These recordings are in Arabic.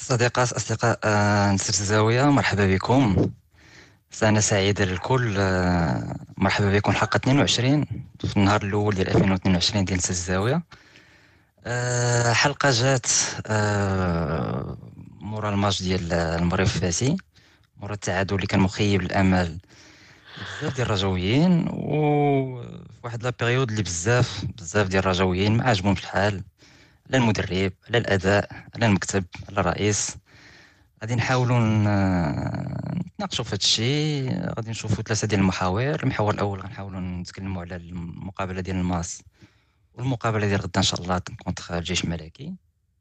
أصدقاء نسر الزاوية، مرحبا بكم. سنة سعيدة للكل. مرحبا بكم حلقة 22 في النهار الأول ديال 2022 ديال نسر الزاوية. حلقة جات مورا الماتش ديال المغرب الفاسي، مورا التعادل اللي كان مخيب الأمل بزاف ديال الرجاويين، وفي واحد لا بيريود اللي بزاف ديال الرجاويين ما عجبهمش الحال، لا المدرب لا الأداء لا المكتب لا الرئيس. غادي نحاولوا نتناقشوا في هذا الشيء. غادي نشوفوا ثلاثه ديال المحاور. المحور الاول غنحاولوا نتكلموا على المقابله ديال الماس، والمقابله ديال غدا ان شاء الله كونتر الجيش الملكي.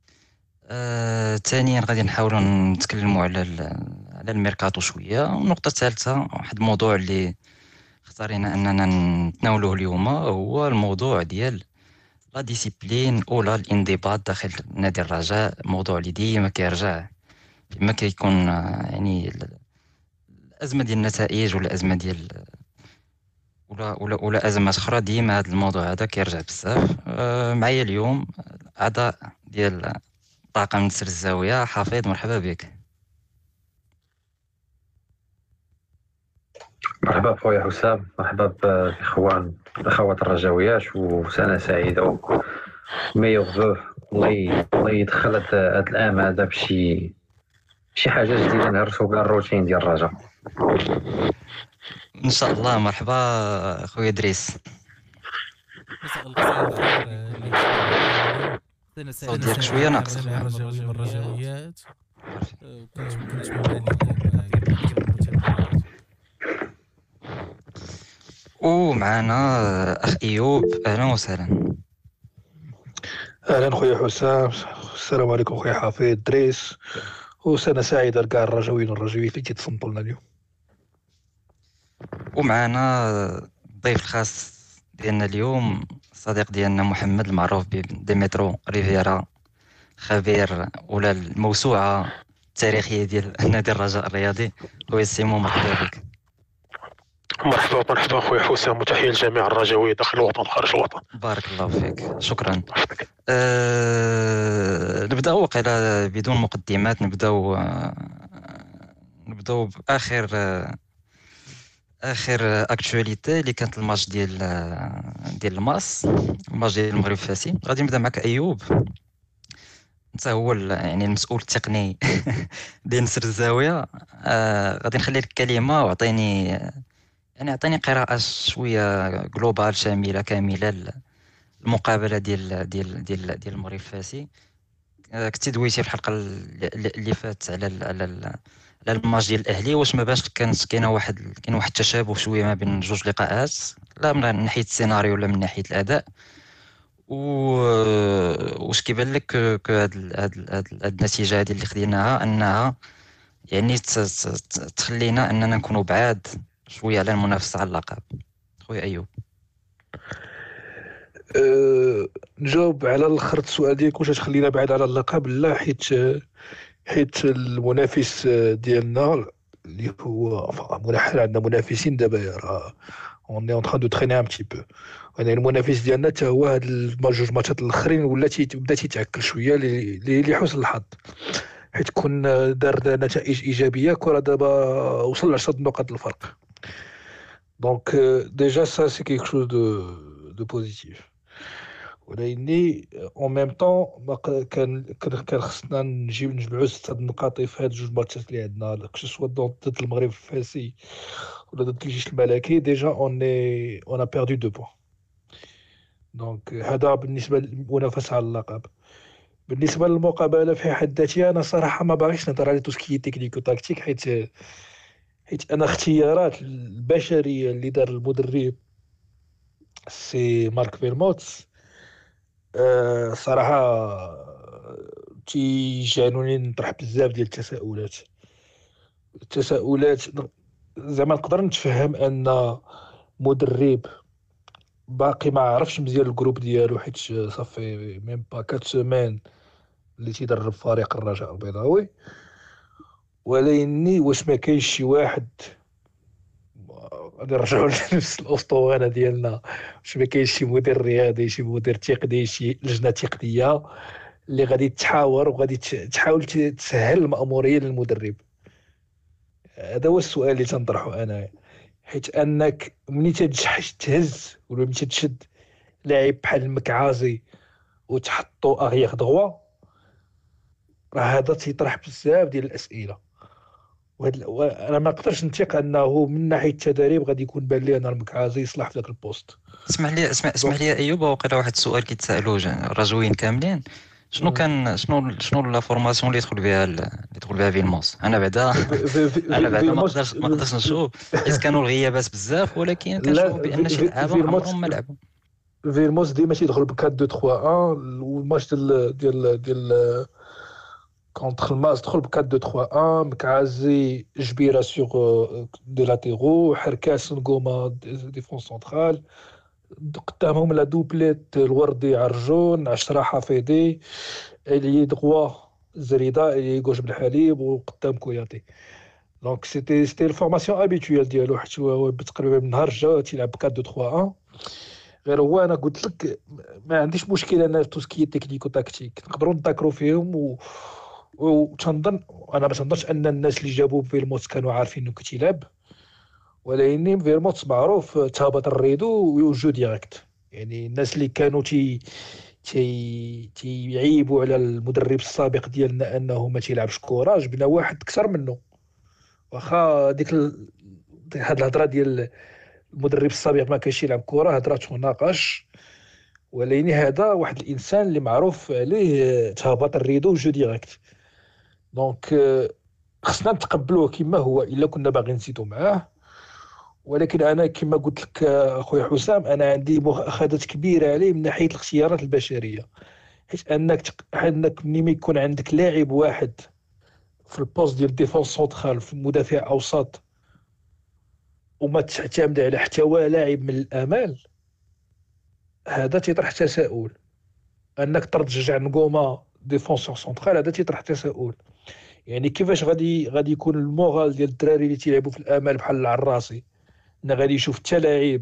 ثانيا غادي نحاولوا نتكلموا على الميركاتو شويه. والنقطه الثالثه واحد الموضوع اللي اختارينا اننا نتناولوه اليوم، هو الموضوع ديال لا ديسيبلين ولا الانضباط داخل نادي الرجاء. موضوع اللي ديما كيرجع فيما كيكون يعني الازمه ديال النتائج، ولا ازمه ديال ولا ازمات اخرى. ديما هذا الموضوع هذا كيرجع بزاف. معايا اليوم اعضاء ديال طاقم نسر الزاويه. حفيظ، مرحبا بك. مرحبا خويا حسام، مرحبا بالاخوان الاخوات الرجاويات، وسنه سعيده و ميور فو. الله يدخل هاد العام هذا بشي حاجه جديده نهرسوا بها الروتين ديال الرجاء ان شاء الله. مرحبا خويا دريس. مساء الخير اللي يسمعنا اليوم. انا الصوت سعيد ديالك شويه نكون ناقص. جميع الرجاويين والرجاويات، وكنتمنى لكم يربح ديال المتابعات. ومعنا اخ ايوب، اهلا وسهلا. اهلا خويا حسام، السلام عليكم خويا حفيظ دريس، وسنه سعيده لكاع الرجاويين والرجاويات اللي كيتصنتوا لنا اليوم. ومعنا الضيف الخاص ديالنا اليوم، الصديق ديالنا محمد المعروف بديمترو ريفيرا، خبير ولا الموسوعة التاريخية ديال نادي الرجاء الرياضي. خويا سيمون، مرحبا بك. مرحبا خويا حسام، وتحية لجميع الرجاوية داخل الوطن وخارج الوطن. بارك الله فيك، شكرا. نبداو وقيلا بدون مقدمات. نبداو بآخر اكتواليتي اللي كانت الماتش ديال الماس، الماتش ديال المغرب الفاسي. غادي نبدا معك ايوب، انت هو يعني المسؤول التقني ديال نسر الزاويه. غادي نخلي لك كلمه، واعطيني اعطيني قراءه شويه جلوبال شامله كامله المقابله ديال المغرب الفاسي. كنتي دويتي في الحلقه اللي فاتت على الماتش ديال الاهلي. واش ما بانش كانت كاين واحد التشابه شويه ما بين جوج لقاءات، لا من ناحيه السيناريو ولا من ناحيه الاداء؟ واش كيبان لك هاد النتيجه هذه اللي خديناها انها يعني تخلينا اننا نكونوا بعاد شويه على المنافسه على اللقب؟ خويا ايوب. نجاوب على الاخر السؤال ديالك، واش تخلينا بعيد على اللقب؟ لا، حيت المنافس ديالنا اللي هو حنا عندنا منافسين دابا، راه اون اون تران دو تريني ان بتي بو. يعني المنافس ديالنا حتى هو هاد جوج ماتشات الاخرين بدا تيتعكل شويه لحسن الحظ، حيت كون دار نتائج ايجابيه كره دابا وصل ل 10 نقاط الفرق. دونك ديجا سا سي كيك شوز دو بوزيتيف. ولكني اون ميم طون كان خصنا نجمعوا 6 نقاط في هاد جوج ماتشات اللي عندنا، كسوا ضد المغرب الفاسي ولا ضد الجيش الملكي. ديجا اون بيردو 2 بوان. دونك هذا بالنسبه للمنافسه على اللقب. بالنسبه للمقابله في حد ذاتها، انا صراحه ما باغيش نهضر على توسكي تكنيكو تاكتيك، حيت انا اختيارات البشريه اللي دار المدرب سي مارك فيرموتس صراحه تيجعلوني نطرح بزاف ديال التساؤلات. زعما نقدر نتفهم ان مدرب باقي ما عرفش مزيان الجروب ديالو، حيت صافي ميم با 4 سيمين اللي تيدرب فريق الرجاء البيضاوي. ولكن واش ما كاينش شي واحد، غادي نرجعوا لنفس الاسطوانه ديالنا، واش ما كاينش شي مدير رياضي، شي مدير تقني، شي لجنه تقنيه اللي غادي تحاور وغادي تحاول تسهل المأمورية للمدرب. هذا هو السؤال اللي تنطرحه انا، حيت انك ملي تهز ولا ملي تشد لاعب بحال المكعازي وتحطو اغيغ دغوا، راه هذا تيطرح بزاف ديال الاسئله. انا ما نقدرش نثق انه من ناحيه التدريب غادي يكون بان لي ان المكعازي يصلح في ذاك البوست. اسمح لي يا ايوب، وقيلا واحد السؤال كيتسالوه الرجويين كاملين، شنو لا فورماسيون اللي يدخل بها فيلموس؟ انا بعدا ما نقدرش نشوف، حيت كانوا الغيابات بزاف، ولكن كنشوف بان شي لعابه عمرهم ما لعبوا. فيرموس ديما تيدخل ب 4-2-3-1، والماتش ديال كونتر الماس دخل ب 4-2-3-1، مكعازي جبيره سيغ دي لاتيرو، حركاس نقوما ديفونس سونترال، قدامهم لا دوبليت الوردي عرجون، 10 حفيظي، الي دغوا زريده، الي غوش بالحليب، وقدام كوياتي. دونك سيتي الفورماسيون ابيتويال ديالو، حيت هو تقريبا من نهار جا تيلعب 4-2-3-1. غير هو انا قلت لك ما عنديش مشكل انا في توسكي تكنيكو تاكتيك نقدروا نذاكروا فيهم، وتنظن انا ما تنظنش ان الناس اللي جابوا فيرموت كانوا عارفين انه كيلعب، ولكن فيرموت معروف تهبط الريدو ويوجو ديريكت. يعني الناس اللي كانوا تيعيبوا على المدرب السابق ديالنا انه ما تيلعبش كوره، جبنا واحد اكثر منه. واخا هاد الهضره ديال المدرب السابق ما كانش يلعب كره هضره تناقش، ولكن هذا واحد الانسان اللي معروف عليه تهبط الريدو وجو ديريكت. دونك خصنا نتقبلوه كما هو الا كنا باغيين نزيدو معاه. ولكن انا كما قلت لك اخويا حسام، انا عندي مؤاخذات كبيره عليه من ناحيه الاختيارات البشريه، حيت انك ملي ما يكون عندك لاعب واحد في البوست ديال ديفونس سونترال في مدافع اوسط، وما تعتمد على حتى لاعب من الامال، هذا تيطرح تساؤل. انك ترجع نقوما ديفونسور سونترال، هذا تيطرح تساؤل. يعني كيفاش غادي يكون المورال ديال الدراري اللي تيلعبوا في الامال بحال العراصي، انا غادي يشوف حتى لاعب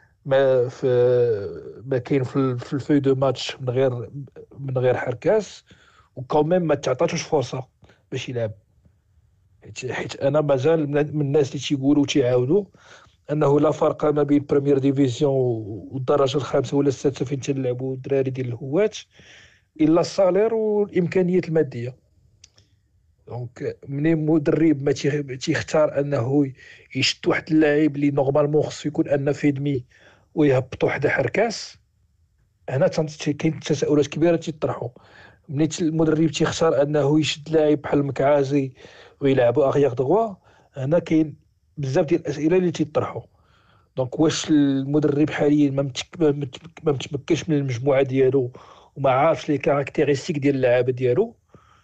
ما كاين في الفوي دو ماتش من غير حركاس، وكوميم ما تعطاتوش فرصه باش يلعب. حيت انا مازال من الناس اللي تيقولوا تيعاودوا انه لا فرق ما بين بريمير ديفيزيون والدرجه الخامسه ولا السادسه فين تلعبوا الدراري ديال الهوات الا الصالير والامكانيات الماديه. دونك منين مدرب ما تيختار انه يشد واحد اللاعب اللي نورمالمون خصو يكون ان فيدمي ويهبطو حدا حركاس، هنا كاين تساؤلات كبيره تيطرحوا. منين المدرب تيختار انه يشد لاعب بحال المكعازي ويلعبوا اغيغ دغوا، هنا كاين بزاف ديال الاسئله اللي تيطرحوا. دونك واش المدرب حاليا ما متمكنش من المجموعه ديالو وما عارفش لي كاركتيرستيك ديال اللعابه ديالو،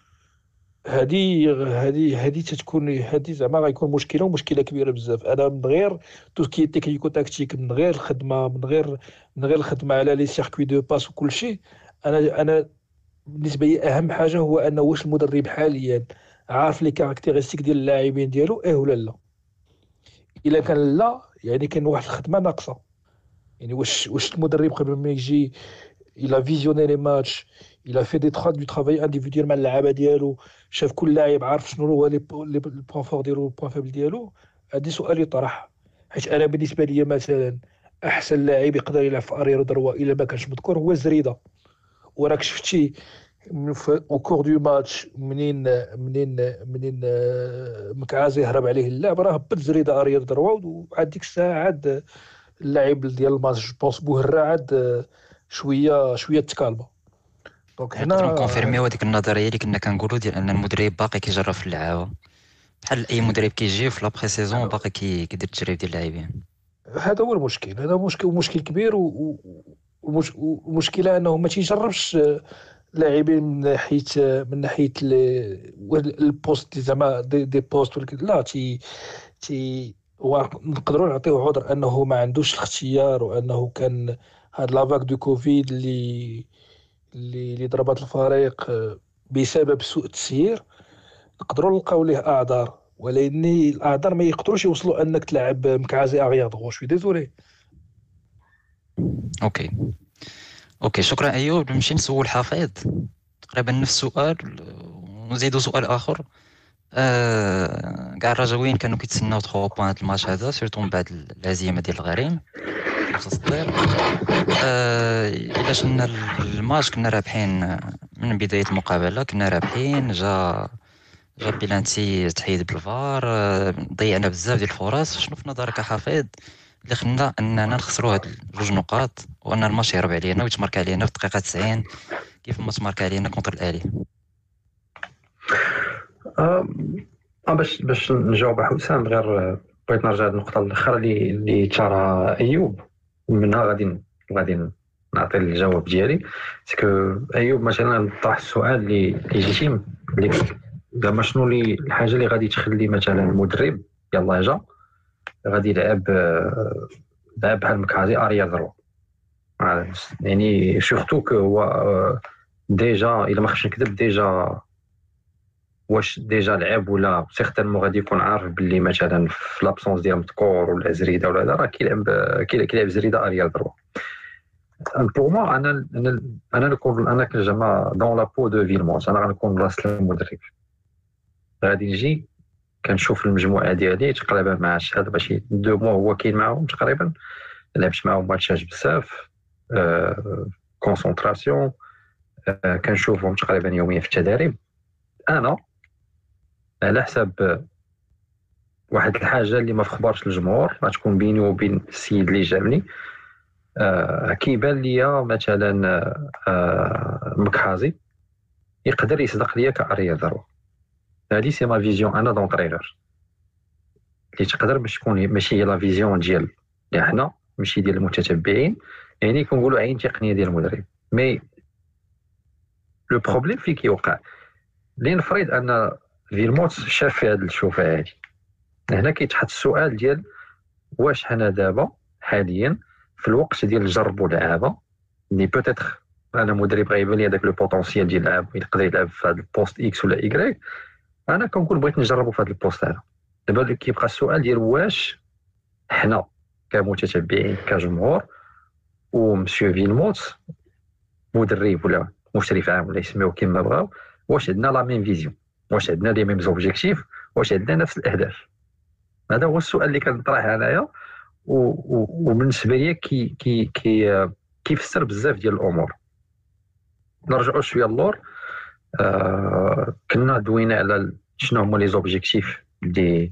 هذه تتكون هذه زعما غيكون مشكله كبيره بزاف. انا من غير تو سكي تكنيكو تاكتيك، من غير الخدمه الخدمه على لي سيركوي دو باس وكل شيء، انا بالنسبه لي اهم حاجه هو انه واش المدرب حاليا عارف لي كاركتيرستيك ديال اللاعبين ديالو ولا لا. الا كان لا، يعني كاين واحد الخدمه ناقصه. يعني واش المدرب قبل ما يجي الى فيزيوني لي ماتش، الى في دي ترافاي انديفيديوال مع اللعابه ديالو، شاف كل لاعب عارف شنو هو لي بوين فور ديالو والبوين فيبل ديالو. هذا سؤال يطرح، حيت انا بالنسبه لي مثلا احسن لاعب يقدر يلعب في اريرو دروا الا ما كانش مذكور هو زريده. وراك شفتي او كور دو ماتش منين مكعازي هرب عليه اللعب، راه هبط زريده اريرو دروا، وعاد ديك الساعه عاد اللاعب ديال الماتش بونس بوهرة عاد شويه تكالبا. دونك نقدروا هنا نكونفيرميو هذيك النظريه اللي كنا كنقولوا ديال ان المدرب باقي كيجرب في اللعابه، بحال اي مدرب كيجي في لابري سيزون باقي كيدير التجريب ديال اللاعبين. هذا هو المشكل، هذا مشكل كبير. ومشكله انه ما تيجربش لاعبين من ناحيه البوست زعما دي بوست لا نقدروا نعطيو عذر انه ما عندوش الاختيار، وانه كان هاد لافاك دو كوفيد اللي ضربت الفريق بسبب سوء التسيير، نقدروا نلقاو ليه اعذار. ولكن الاعذار ما يقدروش يوصلوا انك تلعب مكعازي اغياض غوش. ديزولي. اوكي شكرا ايوب. نمشي نسول حفيظ. تقريبا نفس السؤال، ونزيدوا سؤال اخر. كاع الرجاويين كانوا كيتسناو 3 بوان هاد الماتش هذا، سيرتو من بعد الهزيمه ديال الغريم 5-0. الا شفنا الماتش كنا رابحين من بدايه المقابله، كنا رابحين. جا بيلانتي تحيد بالفار، ضيعنا بزاف ديال الفرص. شنو في نظرك حفيظ اللي خلنا اننا نخسروا هاد 2 نقاط وان الماتش يهرب علينا ويتمارك علينا في الدقيقه 90 كيف ما تمارك علينا كونتر الاهلي؟ باش نجاوب على حسام، غير بغيت نرجع للنقطه الاخرى اللي تشارها ايوب، ومنها غادي نعطي الجواب ديالي. سكو ايوب مثلا طرح السؤال اللي ليجيتيم، اللي زعما شنو اللي الحاجه اللي غادي تخلي مثلا المدرب يلاه جا غادي يلعب بحال مكازي اريا ذرو. يعني سورتو كو هو ديجا الا ما خفش نكذب ديجا واش ديجا لعب ولا سيغتانمون غادي يكون عارف باللي مثلا في لابسونس ديال مذكور ولا زريده ولا هذا راه كيلعب زريده اريال دروا. بور موا انا نكون انا كنجمع دون لا بو دو فيلمونس، انا غنكون راس المدرب، غادي نجي كنشوف المجموعه ديالي تقريبا مع هذا ماشي 2 موا هو كاين معاهم تقريبا، لعبت معاهم ماتشات بزاف كونسونطراسيون، كنشوفهم تقريبا يوميا في التدريب. انا على حساب واحد الحاجه اللي ما فخبرش الجمهور غتكون بيني وبين السيد اللي جابني، كيبان ليا مثلا مكحازي يقدر يصدق ليا كاريا ذروه. هذه سي ما فيزيون انا دونطرينور اللي تقدر باش تكون ماشي هي لا فيزيون ديال حنا ماشي ديال المتتبعين، يعني كنقولوا عين تقنيه ديال المدرب. مي لو بروبليم في كيوقع اللي نفرض ان فيلموت شاف في هذه الشوفه هذه، هنا كيتحط السؤال ديال واش حنا دابا حاليا في الوقت ديال الجرب والعابه اللي بوتيتر انا مدرب غيبان لي هذاك لو بوتونسيال ديال اللاعب يقدر يلعب في هذا البوست اكس ولا ايكغيك، انا كنقول بغيت نجربه في هذا البوست هذا. دابا كيبقى السؤال ديال واش حنا كمتتبعين كجمهور ومسيو فيلموت مدرب ولا مشرف عام ولا يسميوه كما بغاو، واش عندنا لا ميم فيزيون، واش عندنا لي ميم زوبجيكتيف، واش عندنا نفس الاهداف؟ هذا هو السؤال اللي كنطرح انايا، وبالنسبه لي كيفسر بزاف ديال الامور. نرجعوا شويه اللور، كنا دوينا على شنو هما لي زوبجيكتيف اللي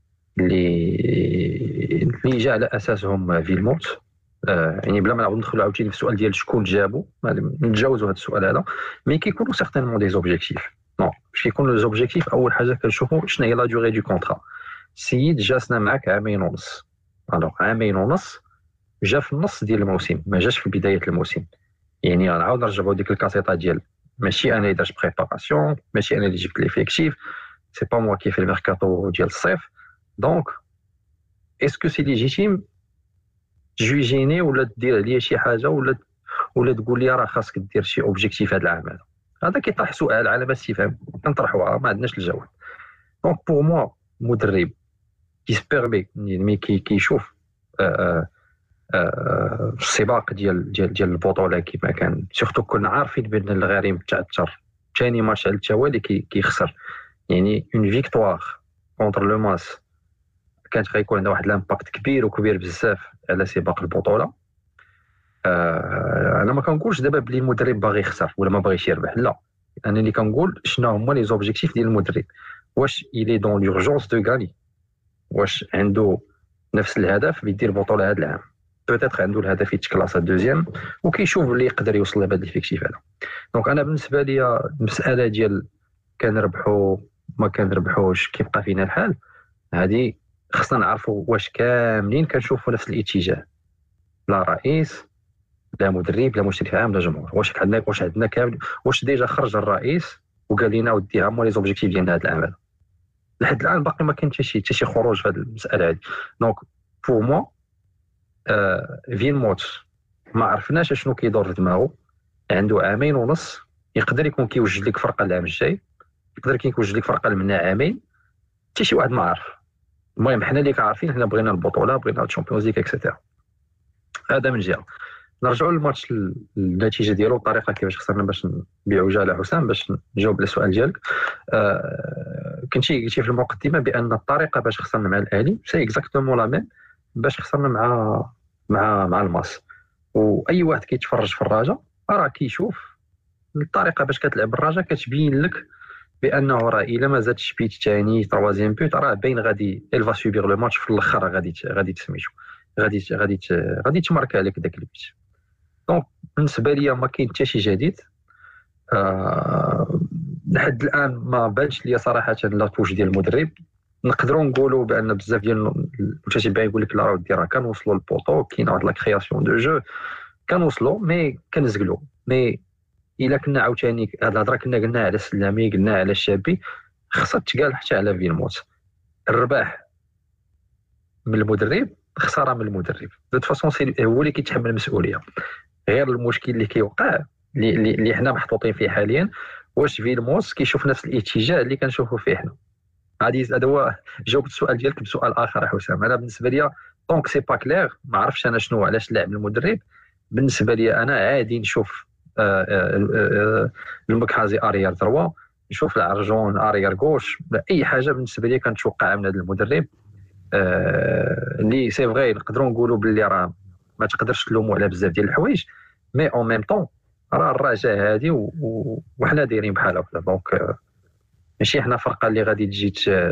جا على اساسهم فيلموت، يعني بلا ما نعاود ندخلوا عاوتاني في السؤال ديال شكون جابو، نتجاوزوا هذا السؤال هذا. مي كيكونوا سيغتانمون دي زوبجيكتيف. نو باش كيكونوا لي زوبجيكتيف، اول حاجه كنشوفوا شنو هي لا دوغي دو كونطرا. السيد جاسنا معاك 2 عام ونص، الوغ 2 عام ونص جا في النص ديال الموسم، ما جاش في بدايه الموسم. يعني غنعاود نرجعوا ديك الكاسيطه ديال ماشي انا اللي درت بريباراسيون، ماشي انا اللي جبت ليفيكتيف، سي با موا كي في الميركاتو ديال الصيف. دونك اسكو سي ليجيتيم جوجيني ولا دير عليا شي حاجه ولا تقول لي راه خاصك دير شي اوبجيكتيف هذا العام هذا؟ هذا كيطرح سؤال على استفهام كنطرحوها، ما عندناش الجواب. دونك بور موا مدرب كيسبيرمي يعني كيشوف السباق ديال البطوله كيما كان، سورتو كنا عارفين بان الغريم تعثر ثاني ماتش على التوالي كيخسر، يعني اون فيكتوار كونتر لو ماس كانت غيكون عندها واحد الامباكت كبير وكبير بزاف على سباق البطوله. انا ما كنقولش دابا بلي المدرب باغي يخسر ولا ما باغيش يربح، لا، انا اللي كنقول شنو هما لي زوبجيكتيف ديال المدرب. واش إلي دون لورجونس دو غاني، واش عنده نفس الهدف بيدير البطوله هذا العام، بوتيتر عنده الهدف يتكلاص دوزيام وكيشوف اللي يقدر يوصل لهذا الفيكتيف هذا. دونك انا بالنسبه لي المساله ديال كنربحوا ما كنربحوش كيبقى فينا الحال، هذه خصنا نعرفوا واش كاملين كنشوفوا نفس الاتجاه، لا رئيس لا مدرب لا مشرف عام لا جمهور. واش عندنا كامل، واش ديجا خرج الرئيس وقال لنا ودي هما لي زوبجيكتيف ديالنا هذا العام هذا؟ لحد الان باقي ما كاين حتى شي خروج في هذه المساله هذه. دونك بور موا فيلموت ما عرفناش شنو كيدور في دماغه، عنده 2 عام ونص، يقدر يكون كيوجد لك فرقه العام الجاي، يقدر يكون كيوجد لك فرقه من 2 عام، حتى شي واحد ما عارف. المهم حنا اللي كعارفين حنا بغينا البطوله، بغينا الشامبيونز ليغ اكسيتيرا. هذا من جهه. نرجعوا للماتش، النتيجه ديالو والطريقه كيفاش خسرنا، باش نبيعوا على حسام باش نجاوب على السؤال ديالك. كنتي قلتي في المقدمه بان الطريقه باش خسرنا مع الاهلي سي اكزاكتومون لا ميم باش خسرنا مع الماس. واي واحد كيتفرج في الرجاء راه كيشوف الطريقه باش كتلعب الرجاء كتبين لك بانه راه الا ما زادش بيت ثاني تروازيام بيت راه باين غادي الفا سوبير لو ماتش في الاخر، غادي تسميتو غادي تمارك عليك داك البيت. دونك بالنسبه لي ما كاين حتى شي جديد. لحد الان ما بانش لي صراحه لا توش ديال المدرب. نقدروا نقولوا بان بزاف ديال المتابعين يقول لك لا راه راه كنوصلوا للبوطو، كاين واحد لا كرياسيون دو جو كنوصلوا مي كنزقلوا. مي الا كنا عاوتاني هاد الهضره كنا قلنا على السلامي، قلنا على الشابي، خصها تقال حتى على فيلموت. الرباح من المدرب، خساره من المدرب، دو فاسون هو اللي كيتحمل المسؤوليه. غير المشكل اللي كيوقع اللي حنا محطوطين فيه حاليا، واش فيلموس كيشوف نفس الاتجاه اللي كنشوفوا فيه حنا؟ هذا هو جاوبت السؤال ديالك بسؤال اخر حسام. انا بالنسبه لي طونك سي با كلير، ما عرفتش انا شنو علاش لاعب المدرب. بالنسبه لي انا عادي نشوف المكحازي اريير 3، نشوف العرجون اريير غوش، اي حاجه بالنسبه لي كنتوقع من هذا المدرب. اللي سي فغي نقدروا نقولوا باللي راه ما تقدرش تلوموا على بزاف ديال الحوايج، مي اون ميم طون راه الرجاء هادي وحنا دايرين بحال هكا. دونك ماشي حنا فرقه اللي غادي تجي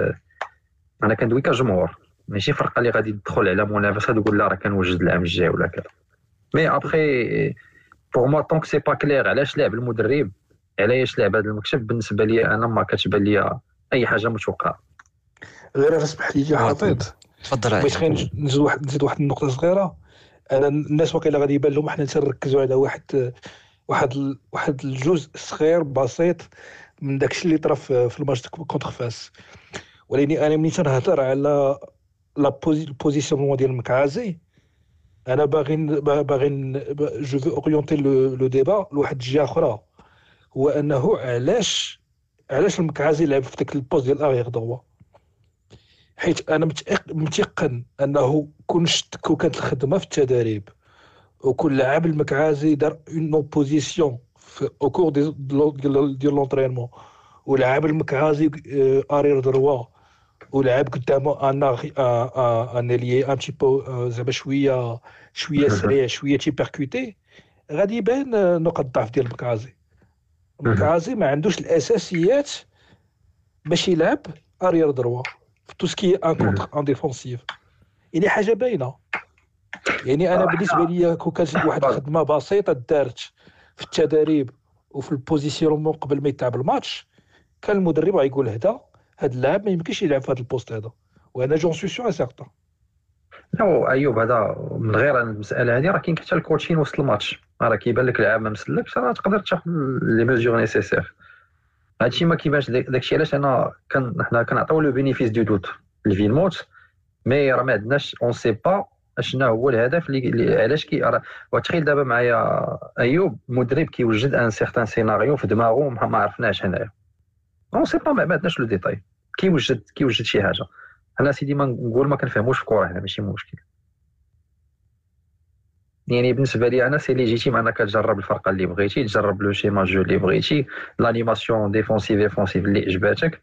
انا كندوي كجمهور، ماشي فرقه اللي غادي تدخل على منافسه تقول لا راه كنوجد العام الجاي ولا كذا. مي ابخي بور موا طونك سي با كلير علاش لعب المدرب، علاش لعب هذا المكتب، بالنسبه لي انا ما كتبان لي اي حاجه متوقعه. غير اسمح لي حطيت تفضل. بغيت غير نزيد واحد النقطه صغيره. انا الناس واقيلا غادي يبان لهم حنا نركزوا على واحد الجزء صغير بسيط من داكشي اللي طرا في الماتش كونتر فاس، ولكن انا ملي تنهضر على لا بوزيسيون ديال المكعازي، انا باغي جو فو اورينتي لو ديبا لواحد الجهه اخرى، هو انه علاش المكعازي لعب في داك البوست ديال اريغ دروا. حيت انا متيقن انه كون كانت الخدمه في التدريب وكل لاعب المكعازي دار اون بوزيسيون او كور ديال لونطرينمون، ولعب المكعازي ارير دروا ولعب قدامه ان لي ان تي بو زعما شويه سريع، شويه تيبركوتي، غادي يبان نقط الضعف ديال المكعازي. المكعازي ما عندوش الاساسيات باش يلعب ارير دروا في تو سكي ان كونتر ان ديفونسيف. يعني حاجه باينه. يعني انا بالنسبه لي كون كانت واحد الخدمه بسيطه دارت في التدريب وفي البوزيسيون قبل ما يتلعب الماتش، كان المدرب غايقول هذا اللاعب ما يمكنش يلعب في هذا البوست هذا، وانا جون سو سيغ سيغتان. لا ايوب، هذا من غير المساله هذه راه كاين حتى الكوتشين وسط الماتش، راه كيبان لك اللاعب ما مسلكش راه تقدر تاخذ لي ميزور نيسيسير. هادشي ما كيبانش، داكشي علاش حنا كنعطيو لو بينيفيس دو دوت لفيلموت، مي راه ما عندناش اون سي با اشنا هو الهدف اللي علاش وتخيل دابا معايا ايوب مدرب كيوجد ان سيغتان سيناريو في دماغه ما عرفناش حنايا، اون سي با ما عندناش لو ديتاي، كيوجد شي حاجه. انا سيدي ما نقول ما كنفهموش في الكره، هنا ماشي مشكل. يعني بالنسبه لي انا سي ليجيتيم انك تجرب الفرقه اللي بغيتي، تجرب لو شيما جو اللي بغيتي، لانيماسيون ديفونسيف اللي عجباتك.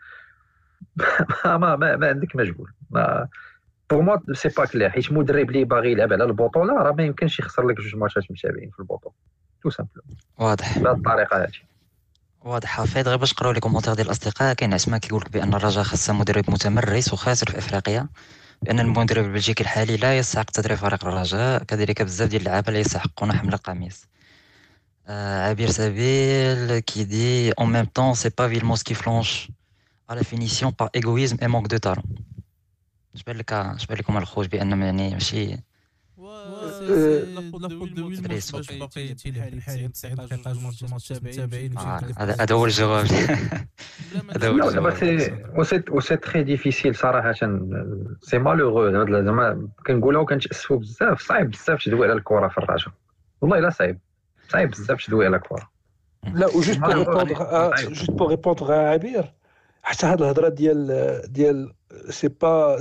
ما عندك مجهول. بور موا سي با كلير، حيت مدرب اللي باغي يلعب على البطوله راه ما يمكنش يخسر لك جوج ماتشات متابعين في البطوله، تو سامبلوم. واضح بهذه الطريقه هذه. واضح. حفيظ غير باش نقراو لي كومونتير ديال الاصدقاء، كاين عسما كيقول لك بان الرجاء خاصه مدرب متمرس وخاسر في افريقيا، بان المدرب البلجيكي الحالي لا يستحق تدريب فريق الرجاء، كذلك بزاف ديال اللعابه لا يستحقون حمل القميص. عبير سبيل كيدي en même temps c'est pas Vilmos qui flanche à la finition par égoïsme et manque de talent. جبال لكم الخوج بان يعني ماشي لابود دو ويلموس باش باقي تيلعب الحالي 90 دقيقه الماتش متابعين. هذا هو الجواب. هذا هو الجواب. وسي تري ديفيسيل صراحه، سي مالوغو. زعما كنقولوا كنتاسفوا بزاف، صعيب بزاف تدوي على الكره في الرجاء، والله لا صعيب بزاف تدوي على الكره. لا وجوست بور ريبوندر عبير، حتى هاد الهضره ديال سي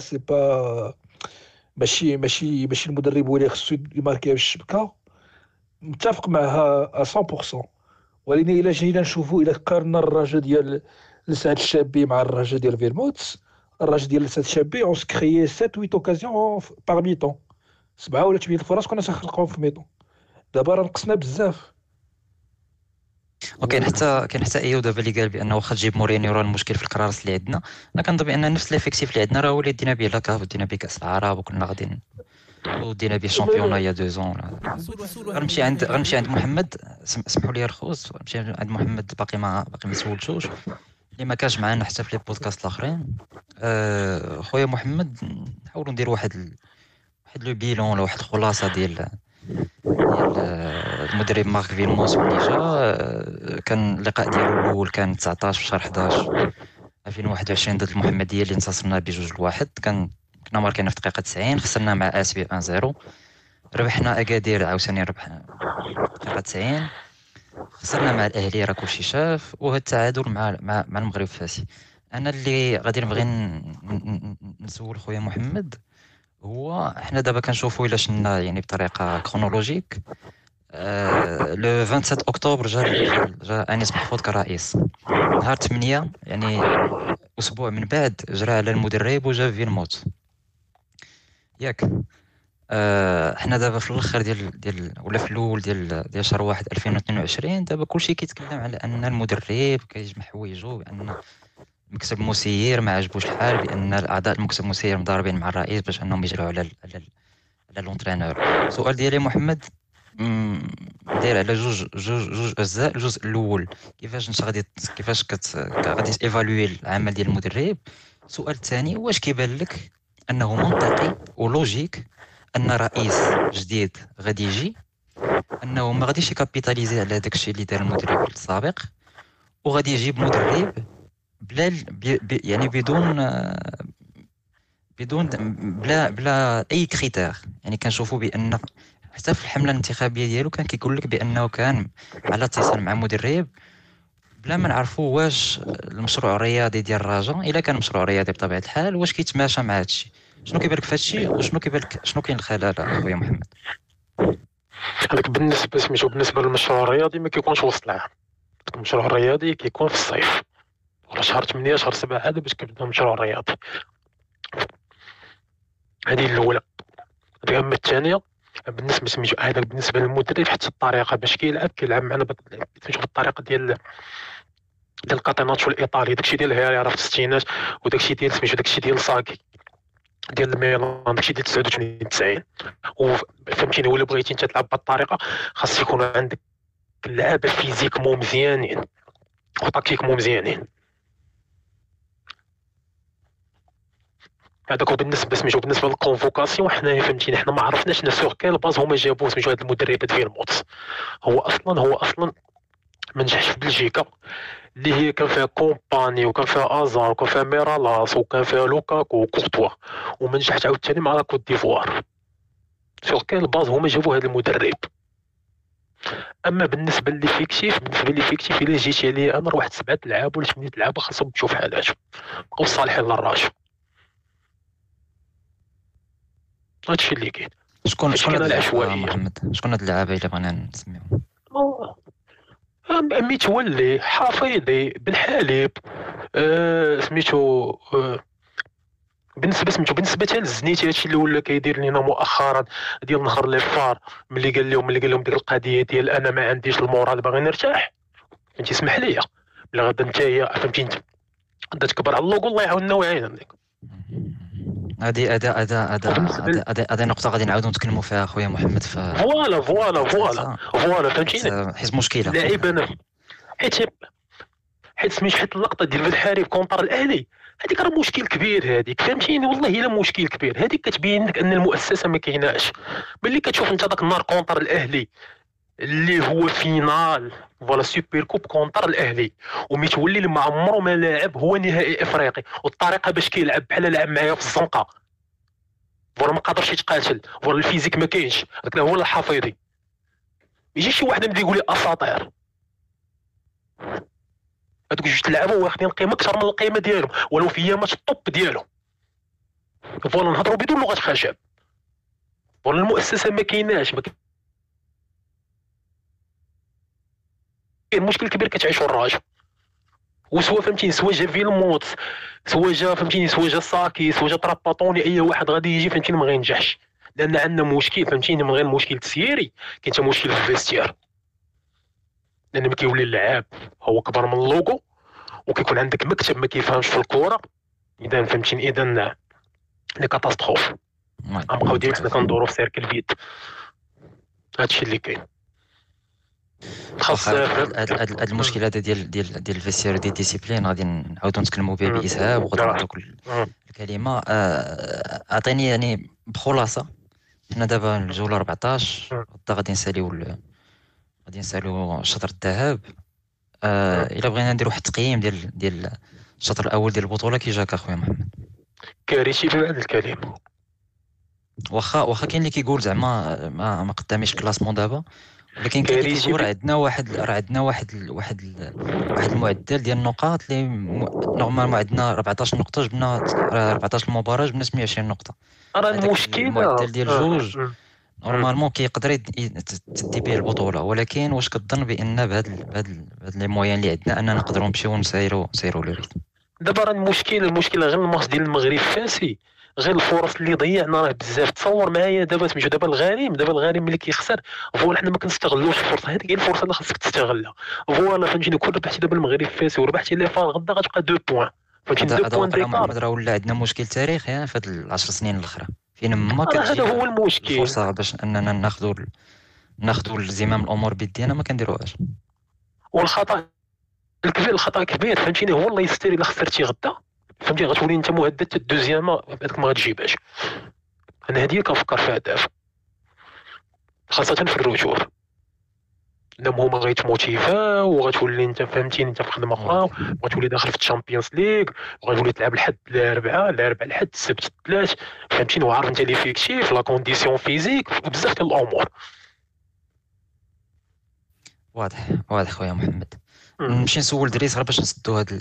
با ماشي المدرب هو اللي خصو يماركي بالشبكه. متفق معها 100%. ولكن الا جينا نشوفوا، الا قارنا الرجا ديال لسعد الشابي مع الرجا ديال فيرموت، الرجا ديال لسعد الشابي اون سكريي 7 8 اوكازيون باغ ميطون، 7 ولا 8 الفرص كنا تنخلقوهم في ميطون. دابا راه نقصنا بزاف. وكاين حتى ايو دابا اللي قال بانه واخا تجيب مورينيو راه المشكل في الكراس اللي عندنا. انا كنظن بان نفس ليفيكتيف اللي عندنا راه هو اللي دينا به لاكاف ودينا به كاس العرب وكنا غاديين ودينا به شامبيونا يا 2 زون. غنمشي عند محمد، سمحوا لي الخوت، غنمشي عند محمد باقي ما سولتوش اللي ما كانش معنا حتى في لي بودكاست الاخرين. خويا محمد، نحاولوا ندير واحد لو بيلون ولا واحد الخلاصه ديال المدرب مارك فيلموس اللي جا. كان اللقاء ديالو الاول كان 19 في شهر 11 2021 ضد المحمديه اللي انتصرنا ب2-1. كنا ماركينا في الدقيقه 90، خسرنا مع اسبي 1-0. ربحنا اكادير عاوتاني ربحنا دقيقه 90، خسرنا مع الاهلي راه كلشي شاف، وهذا التعادل مع المغرب فاسي. انا اللي غادي نبغي نسول خويا محمد هو احنا دابا كنشوفوا الا شنا يعني بطريقه كرونولوجيك. لو 27 اكتوبر جا انيس محفوظ كرئيس. نهار 8 يعني اسبوع من بعد جرى على المدرب وجا فيلموت ياك. احنا دابا في الاخر ديال ولا في الاول ديال شهر 1 2022 دابا كلشي كيتكلم على ان المدرب كيجمع حوايجو، بان المكتب المسير ما عجبوش الحال، بان الاعضاء المكتب المسير مضاربين مع الرئيس باش انهم يجروا على لونترينور. السؤال ديالي محمد داير على جوج اجزاء. الجزء الاول كيفاش غادي ايفالوي العمل ديال المدرب. السؤال الثاني، واش كيبان لك انه منطقي ولوجيك ان رئيس جديد غادي يجي انه ما غاديش يكابيتاليزي على داكشي اللي دار المدرب السابق، وغادي يجيب مدرب بلا يعني بلا اي كريتير. يعني كنشوفوا بان حتى في الحمله الانتخابيه ديالو كان كيقول لك بانه كان على اتصال مع مدرب بلا ما نعرفوا واش المشروع الرياضي ديال الرجاء الا كان مشروع رياضي بطبيعه الحال واش كيتماشى مع هادشي. شنو كيبان لك في هادشي وشنو كيبان لك شنو كاين الخلل اخويا محمد؟ هذاك بالنسبه للمشروع الرياضي ما كيكونش وسط العام. المشروع الرياضي كيكون في الصيف ولا شهر 8 شهر 7 هذا باش كيبدا المشروع الرياضي. هذه الاولى. اما الثانيه بالنسبه للمدرب حتى الطريقه باش كيلعب معنا بالطريقه ديال الكاتيناتشو الايطالي، داكشي ديال الهيريرا في الستينات، وداكشي ديال داكشي ديال ساكي ديال الميلان، داكشي ديال 89 90. وفهمتيني، ولا بغيتي انت تلعب بهذه الطريقه خاص يكون عندك لعابه فيزيك مو مزيانين وتكتيك مو مزيانين. هذاك بالنسبه للكونفوكاسيون حنا فهمتيني حنا ما عرفناش سور كيل باز هما جابوا هاد المدربات ديال الموت. هو اصلا ما نجحش في بلجيكا اللي هي كان فيها كومباني وكان فيها ازار وكان فيها ميرالاس وكان فيها لوكاكو وكورتوا، وما نجحش عاوتاني مع لا كوت ديفوار. سور كيل باز هما جابوا هذا المدرب. اما بالنسبه للفيكتيف الا جيتي عليه انا واحد 7 لعاب ولا 8 لعابه خاصهم تشوف حالاتهم او صالحين للراجل. هادشي اللي كاين. شكون هاد العشوائيه محمد؟ شكون هاد اللعابه الا بغينا نسميهم؟ متولي، حفيظي، بن حليب، سميتو بالنسبه حتى للزنيتي هادشي اللي ولا كيدير لينا مؤخرا ديال نهر لي فار، ملي قال لهم ديك القضيه ديال انا ما عنديش المورال باغي نرتاح. انت اسمح لي بلا غدا نتايا فهمتي انت غدا تكبر على اللوغو الله يعاوننا ويعين عندك. هذه نقطة غادي نعاودو نتكلموا فيها خويا محمد. فوالا فهمتيني. حيت مشكلة لاعب انا حيت اللقطة ديال الحارب كونطر الاهلي هذيك راه مشكل كبير. هذيك فهمتيني والله الا مشكل كبير. هذيك كتبين لك ان المؤسسة ما كايناش. ملي كتشوف انت داك النهار كونطر الاهلي اللي هو فينال فوالا سوبر كوب كونطر الاهلي، ومتولي اللي ما عمره ما لاعب هو نهائي افريقي، والطريقه باش كيلعب بحال لعب معايا في الزنقه فوالا ما قادرش يتقاتل فوالا الفيزيك ما كاينش. داك هو الحفيظي. يجي شي واحد يبدا يقول لي اساطير. هذوك جوج لعابه واخدين قيمه اكثر من القيمه ديالهم ولو في ايامات الطوب ديالهم. فوالا نهضروا بدون لغه خشب. فوالا المؤسسه ما كايناش كاين مشكل كبير كتعيشو الراجل، وسوا فهمتيني سوا جا فيلموت، سوا جا فهمتيني، سوا جا ساكي، سوا جا طراباطوني، اي واحد غادي يجي فهمتيني ما غينجحش، لان عندنا مشكل فهمتيني من غير المشكل التسييري، كاين حتى مشكل في الفيستير، لان ما كيولي اللعاب هو كبر من اللوغو، وكيكون عندك مكتب ما كيفهمش في الكره، اذا فهمتيني اذا لي كاتاستروف غنبقاو ديما حنا كندورو في سيركل فيد. هادشي اللي كاين. خاص هاد المشكل هذا ديال الفيستير ديال ديسيبلين غادي نعاودو نتكلموا بها باسهاب، وغادي نعطوك الكلمه. اعطيني يعني بخلاصه، حنا دابا الجوله 14 غادي نساليو الشطر الذهب. الا بغينا نديرو واحد التقييم ديال الشطر الاول ديال البطوله، كي جاك اخويا محمد؟ كارثي بهذا الكلام. واخا كاين اللي كيقول زعما ما قداميش كلاسمون دابا، ولكن كاين اللي كيقول عندنا واحد المعدل ديال النقاط اللي نورمالمون عندنا 14 نقطه، جبنا 14 مباراه جبنا 120 نقطه. راه المشكل المعدل ديال جوج نورمالمون كيقدر تدي به البطوله، ولكن واش كتظن بان بهاد لي مويان اللي عندنا اننا نقدروا نمشيو نسيروا لو ريتم؟ دابا راه المشكل غير الماتش ديال المغرب فاسي، غير الفرص اللي ضيعنا راه بزاف. تصور معايا دابا سميتو دابا الغريم ملي كيخسر، فوالا حنا ما كنستغلوش الفرصه، هذيك هي الفرصه اللي خاصك تستغلها. فوالا فهمتيني، كون ربحتي دابا المغرب فاسي وربحتي لي فار، غدا غتبقى 2 بوين، فهمتيني 2 بوين ديكار. محمد راه ولا عندنا مشكل تاريخي في هاد 10 سنين الاخرى، فين ما هذا هو المشكل. الفرصه باش اننا ناخذوا الزمام الامور بيدينا ما كنديروهاش. والخطا كبير فهمتيني، هو الله يستر الا خسرتي غدا فهمتي غتولي انت مهدد حتى الدوزيام هذاك ما غتجيبهاش. انا هذه كنفكر فيها دابا، خاصه في الرجوع، لأنهم هما غيتموتيفا وغتولي انت فهمتيني انت في خدمه اخرى، وغتولي داخل في الشامبيونز ليغ، وغتولي تلعب الحد الاربعاء الحد السبت الثلاث، فهمتيني، وعارف انت لي فيكتيف لا كونديسيون فيزيك وبزاف ديال الامور. واضح خويا محمد. نمشي نسول دريس غير باش نسدو هاد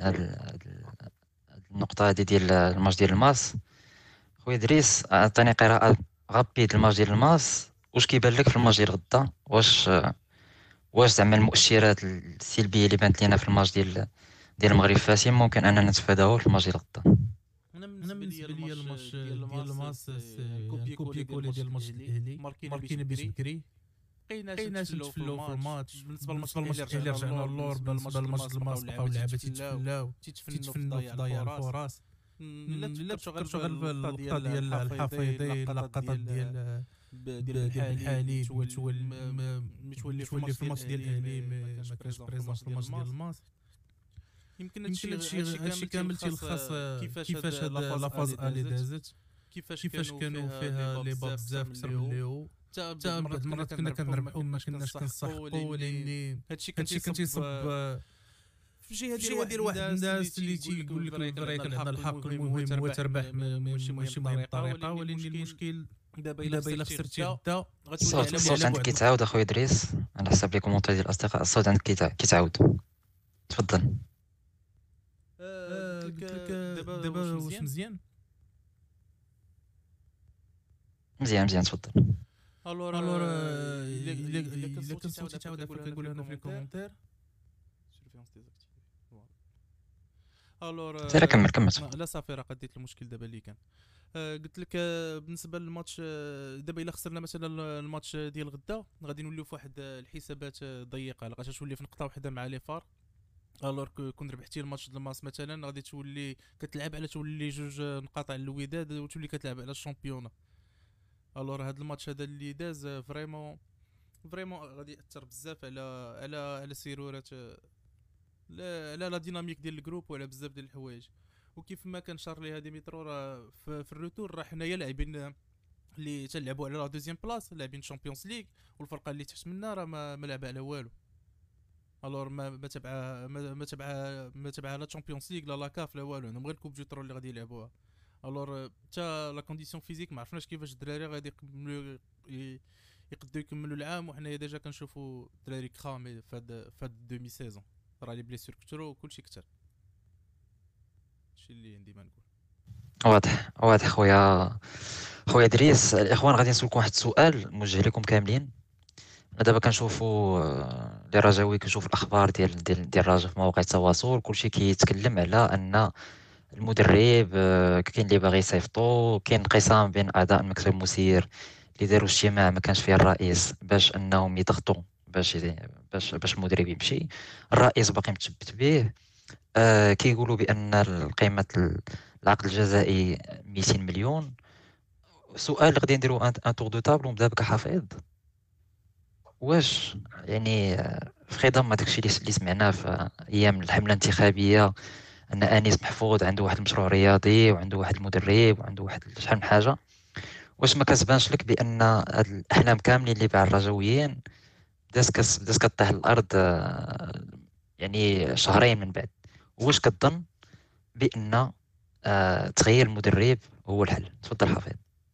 النقطه هذه ديال الماتش ديال الماس. خويا دريس، عطيني قراءه غابيد الماتش ديال الماس، واش كيبان لك في الماتش ديال غدا؟ واش زعما المؤشرات السلبيه اللي بانت لينا في الماتش ديال المغرب فاسي ممكن اننا نتفاداوها في الماتش ديال غدا؟ انا بالنسبه لي الماتش ديال الماس كوبي كولي ديال الماتش الاهلي، ماركينا بكري بقينا تتفلاو في الماتش. بالنسبه للماتش اللي رجعنا اللور، بالنسبه للماتش الماس بقاو اللعابه تيتفلاو في ضياع الفرص. الا فكرتو غير في اللقطه ديال الحفيظي، اللقطات ديال الحالي تولي في الماتش ديال الاهلي ما كانش بريزون في الماتش ديال الماس. يمكن هادشي كامل تيلخص كيفاش هاد لافاز اللي دازت، كيفاش كانوا فيها لي باب بزاف اكثر من ليو. حتى بعض المرات كنا كنربحوا ما كناش كنسحقوا، لان هادشي كان تيصب في جهه ديال واحد الناس اللي تيقول لك البريك عندنا الحق، المهم هو تربح ماشي مهم الطريقه. ولكن المشكل دابا الا خسرتي غدا غتولي الصوت عندك كيتعاود اخويا دريس، على حسب لي كومونتير ديال الاصدقاء الصوت عندك كيتعاود. تفضل. دابا واش مزيان تفضل. الور الا كنت صوتي تعاود كنقول لنا في الكومونتير. الور سير كمل. لا صافي راه قديت المشكل دابا اللي كان. قلت لك بالنسبه للماتش دابا الا خسرنا مثلا الماتش ديال غدا غادي نوليو في واحد الحسابات ضيقه، لقاش تولي في نقطه واحده مع لي فار. الور كون ربحتي الماتش ديال الماس مثلا غادي تولي كتلعب على تولي جوج نقاط على الوداد، وتولي كتلعب على الشامبيون. الور هذا الماتش هذا اللي داز فريمون غادي ياثر بزاف على سيرورات لا ديناميك ديال الجروب وعلى بزاف ديال الحوايج. وكيف ما كان شار ليها ديميترو، راه في الروتور راه حنايا لاعبين اللي تلعبوا على لا دوزيام بلاص، لاعبين شامبيونز ليغ، والفرقه اللي تحت منا راه ما لعبه على والو. الور ما تبع لا تشامبيونز ليغ لا كاف لا والو، عندهم غير الكوب دو ترو اللي غادي يلعبوها. الور حتى لا كونديسيون فيزيك ما عرفناش كيفاش الدراري غادي يقدروا يكملوا العام، وحنايا ديجا كنشوفوا الدراري كرامي في هاد دومي سيزون، راه لي بليسير كثروا وكلشي كثر. هادشي اللي عندي ما نقول. واضح خويا دريس. الاخوان غادي نسولكم واحد السؤال موجه لكم كاملين. دابا كنشوفوا لي رجاوي، كنشوف الاخبار ديال الرجاء في مواقع التواصل، كلشي كيتكلم على ان المدرب كاين اللي باغي يصيفطو، كاين انقسام بين اعضاء المكتب المسير اللي داروا اجتماع ما كانش فيه الرئيس باش انهم يضغطوا باش المدرب يمشي. الرئيس باقي مثبت به. كيقولوا بان قيمه العقد الجزائي 200 مليون. سؤال اللي غادي نديرو ان تور دو تابل ونبدا بك حفيظ. واش يعني في خضم داكشي اللي سمعناه في ايام الحمله الانتخابيه ان انيس محفوظ عنده واحد المشروع رياضي وعنده واحد المدرب وعنده واحد شحال من حاجه، واش ما كتبانش لك بان هاد الاحلام كاملين اللي باع الرجويين بدات كطيح الارض يعني شهرين من بعد؟ واش كتظن بان تغيير المدرب هو الحل؟ تفضل حفيظ.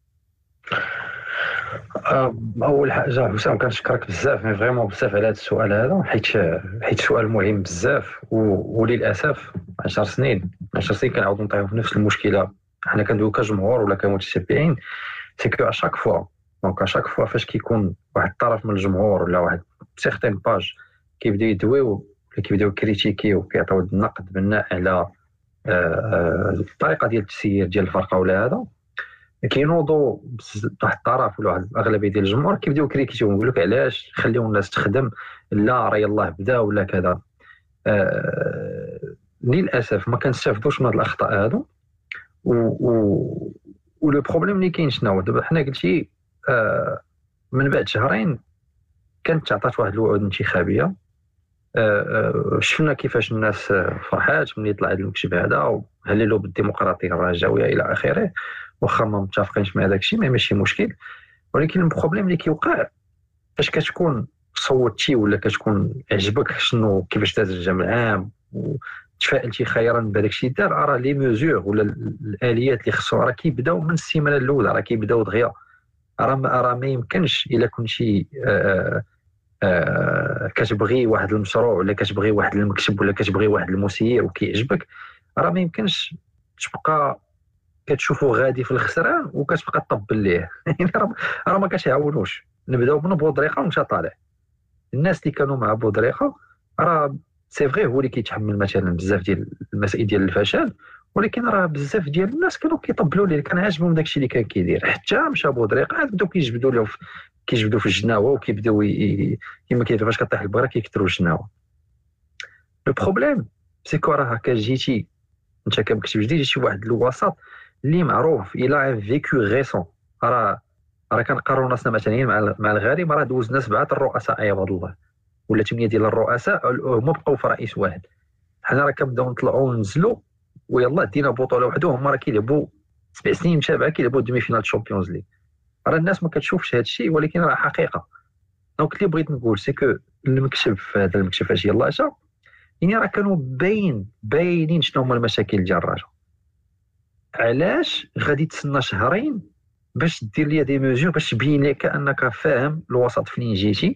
اول حاجه حسام كنشكرك بزاف، مي فريمون بزاف على هذا السؤال هذا، حيت سؤال مهم بزاف. وللاسف 10 سنين كنعاودو نطيحو في نفس المشكله. حنا كندويو كجمهور ولا كمتشبعين، سي كو اشاك فوا فاش كيكون واحد الطرف من الجمهور ولا واحد سيغتين باج كيبداو يدويو ولا كيبداو كريتيكيو وكيعطيو النقد بناء على الطريقه ديال التسيير ديال الفرقه ولا هذا، كينوضوا واحد الطرف ولا واحد الاغلبيه ديال الجمهور كيبداو كريتيكيو ويقول لك علاش خليو الناس تخدم، لا راه يلاه بدا ولا كذا. للاسف ما كنستافدوش من هاد الاخطاء هادو. و لو بروبليم اللي كاين شنو دابا؟ حنا قلتي من بعد شهرين كانت تعطات واحد الوعود انتخابيه. شفنا كيفاش الناس فرحات ملي طلع هذا المكتب هذا وهللوا بالديمقراطيه الرجاويه الى اخره، واخا ما متفقينش مع داك الشيء ماشي مشكل. ولكن البروبليم اللي كيوقع فاش كتكون صوتتي ولا كتكون عجبك شنو كيفاش داز الجمع العام وتفائلتي خيرا بهذاك الشيء دار، راه لي ميزور ولا الاليات اللي خصو راه كيبداو من السيمانه الاولى، راه كيبداو دغيا. راه ما يمكنش الا كنتي كتبغي واحد المشروع ولا كتبغي واحد المكتب ولا كتبغي واحد المسير وكيعجبك، راه ما يمكنش تبقى كتشوفو غادي في الخسران وكتبقى تطبل ليه. يعني راه ما كتعاونوش. نبداو من بودريقه وانت طالع. الناس اللي كانوا مع بودريقه راه سي فغي هو اللي كيتحمل مثلا بزاف ديال المسائل ديال الفشل، ولكن راه بزاف ديال الناس كانوا كيطبلوا ليه، كان عاجبهم داكشي اللي كان كيدير. حتى مشى بودريقه عاد بداو كيجبدوا في الجناوه وكيبداو كيما فاش كطيح البقره كيكثروا الجناوه. لو بروبليم سي كو راه هكا جيتي انت كمكتب جديد، جيتي واحد الوسط اللي معروف الى فيكو غيسون. راه كنقارنوا راسنا مثلا مع الغريم، راه دوزنا 7 الرؤساء عباد الله ولا 8 ديال الرؤساء هما بقاو في رئيس واحد. حنا راه كنبداو نطلعوا وننزلوا ويلا دينا بطوله وحده، هما راه كيلعبوا 7 سنين متابعه كيلعبوا دومي فينال تشامبيونز ليغ. راه الناس ما كتشوفش هذا الشيء ولكن راه حقيقه. دونك اللي بغيت نقول سي كو المكتب هذا المكتب فاش يلاه جا، يعني راه كانوا باينين شنو هما المشاكل ديال الرجاء. علاش غادي تسنى شهرين باش دير ليا دي ميزور باش تبين لك انك فاهم الوسط فين جيتي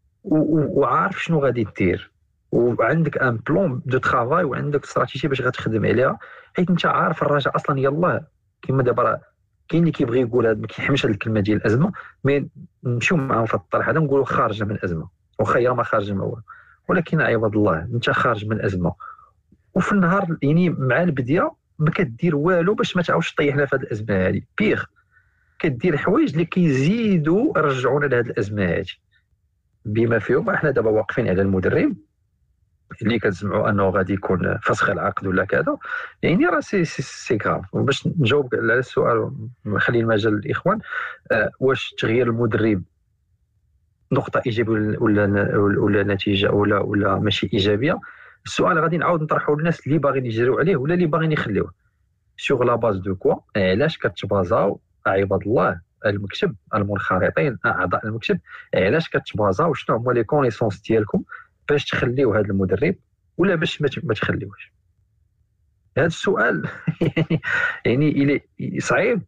وعارف شنو غادي دير وعندك ان بلون دو ترافاي وعندك استراتيجيه باش غتخدم عليها، حيت انت عارف الرجاء اصلا يلاه كما دابا كاين اللي كيبغي يقول هذا ما كيحملش هذه الكلمه ديال الازمه، مي نمشيو معاهم في الطرح هذا نقولوا خارجه من ازمه، واخا ما خارجه ما والو، ولكن عباد الله انت خارج من ازمه وفي النهار يعني مع البدايه ما كدير والو باش ما تعاودش طيحنا في هذه الازمه هذه. بيغ كدير حوايج اللي كيزيدوا يرجعونا لهذه الازمه هذه، بما فيهم احنا دابا واقفين على المدرب اللي كنسمعوا انه غادي يكون فسخ العقد ولا كذا. يعني راه سي كراف. باش نجاوب على السؤال نخلي المجال للاخوان، واش تغيير المدرب نقطه ايجابيه ولا نتيجه ولا ماشي ايجابيه؟ السؤال غادي نعاود نطرحه للناس اللي باغيين يجريو عليه ولا اللي باغيين يخليوه. سوغ لا باز دو كوا؟ علاش كتبازاو عباد الله المكتب المنخرطين اعضاء المكتب، علاش كتبازاو؟ شنو هما لي كونيسونس ديالكم باش تخليو هذا المدرب ولا باش ما تخليوش؟ هذا السؤال يعني الى صعيب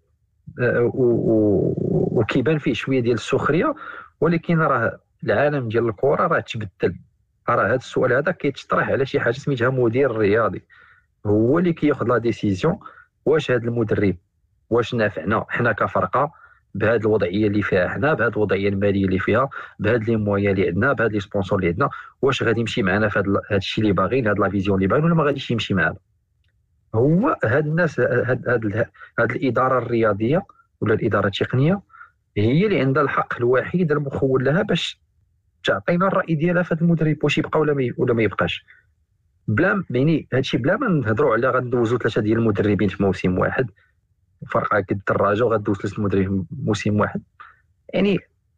وكيبان فيه شويه ديال السخريه، ولكن راه العالم ديال الكره راه تبدل. راه هذا السؤال هذا كيتطرح على شي حاجه سميتها مدير رياضي، هو اللي كياخذ لا ديسيزيون واش هذا المدرب واش نافعنا حنا كفرقه بهذه الوضعيه اللي فيها حنا، بهذه الوضعيه الماليه اللي فيها، بهذه لي مويا اللي عندنا، بهذه لي سبونسور اللي عندنا، واش غادي يمشي معنا في هذا الشيء اللي باغيين، هذه لا فيزيون اللي باغيين، ولا ما غاديش يمشي معنا؟ هو هاد الناس، هاد الاداره الرياضيه ولا الاداره التقنيه هي اللي عندها الحق الوحيد المخول لها باش تعطينا الراي ديالها في هذا المدرب، واش يبقى ولا ما يبقاش. بلا يعني هادشي بلا ما نهضروا على غندوزو 3 ديال المدربين في موسم واحد، فرق قد الدراجه وغدوز 3 المدربين في موسم واحد. يعني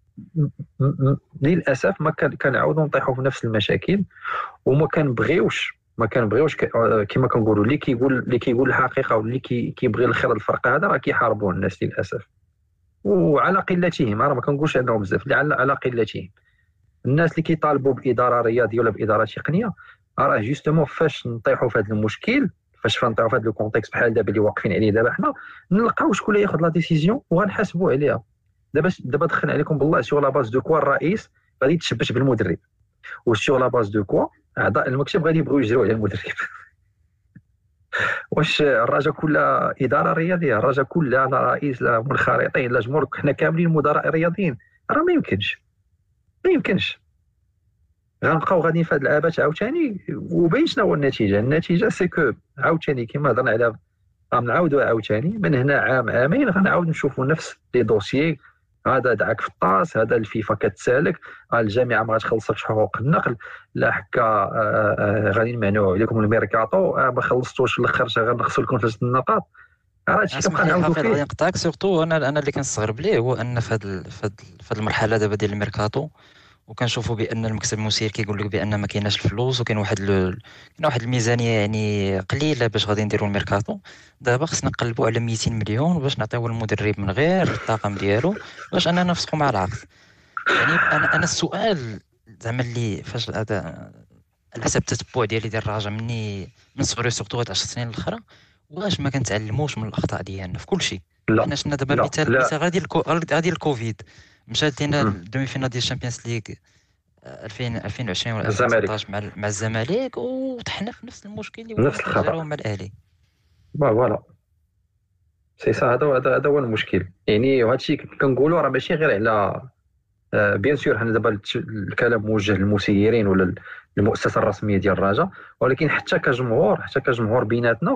للاسف ما كنعاودوا نطيحوا في نفس المشاكل، وما كنبغيوش كما كنقولوا اللي كيقول الحقيقه واللي كيبغي الخير الفرق هذا راه كيحاربوا الناس للاسف، وعلى قلتهم. راه ما كنقولش انهم بزاف، على قلتهم. الناس اللي كيطالبوا باداره رياضيه ولا باداره تقنيه راه جوستومون فاش نطيحوا في هذا المشكل، فاش نطيحوا في هذا الكونتكست بحال دابا اللي واقفين عليه دابا حنا، نلقاو شكون اللي ياخذ لا ديسيزيون وغنحاسبوا عليها. دابا دخلنا عليكم بالله، سيغ لا باز دو كوا الرئيس غادي يتشبش بالمدرب، وسيغ لا باز دو كوا اعضاء المكتب غادي يبغيو يجريو على المدرب. واش الرجا كلها اداره رياضيه؟ الرجا كلها لا رئيس لا منخرطين لا جمهور، حنا كاملين مدراء رياضيين؟ راه ما يمكنش. غنبقاو غاديين في هذا العبث عاوتاني. وبين شنو هو النتيجه سي كو عاوتاني كما هضرنا على، غنعاودوا عاوتاني من هنا عامين غنعاود نشوفوا نفس لي دوسيي. هذا دعك في الطاس، هذا الفيفا كتسالك، الجامعه ما غتخلصكش حقوق النقل، لا حكا غادي نمنعوا عليكم الميركاتو، ما خلصتوش الاخر غنخصو لكم 3 النقاط. هادشي كنبقى نعاودوا فيه. غادي نقطعك سورتو. انا اللي كنستغرب ليه هو ان في هذه المرحله دابا ديال الميركاتو، وكنشوفوا بان المكتب المسير كيقول لك بان ما كايناش الفلوس، وكاين واحد الميزانيه يعني قليله باش غادي نديروا الميركاتو. دابا خصنا نقلبوا على 200 مليون باش نعطيو المدرب من غير الطاقم ديالو باش اننا نفسقوا مع العقد. يعني انا السؤال زعما اللي فاش هذا على حسب التتبع ديالي ديال الرجاء من صغري سورتو هاد 10 سنين الاخرى، واش ما كنتعلموش من الاخطاء ديالنا في كل شيء؟ حنا شفنا دابا مثال غادي الكوفيد، مشات لينا الدومي فينال ديال الشامبيونز ليغ 2020 ولا 2019 مع الزمالك، وطحنا في نفس المشكل اللي نفس الخطا مع الاهلي. فوالا سي سا، هذا هو المشكل. يعني وهذا الشيء كنقولوا راه ماشي غير على بيان سور حنا دابا الكلام موجه للمسيرين ولا المؤسسه الرسميه ديال الرجاء، ولكن حتى كجمهور بيناتنا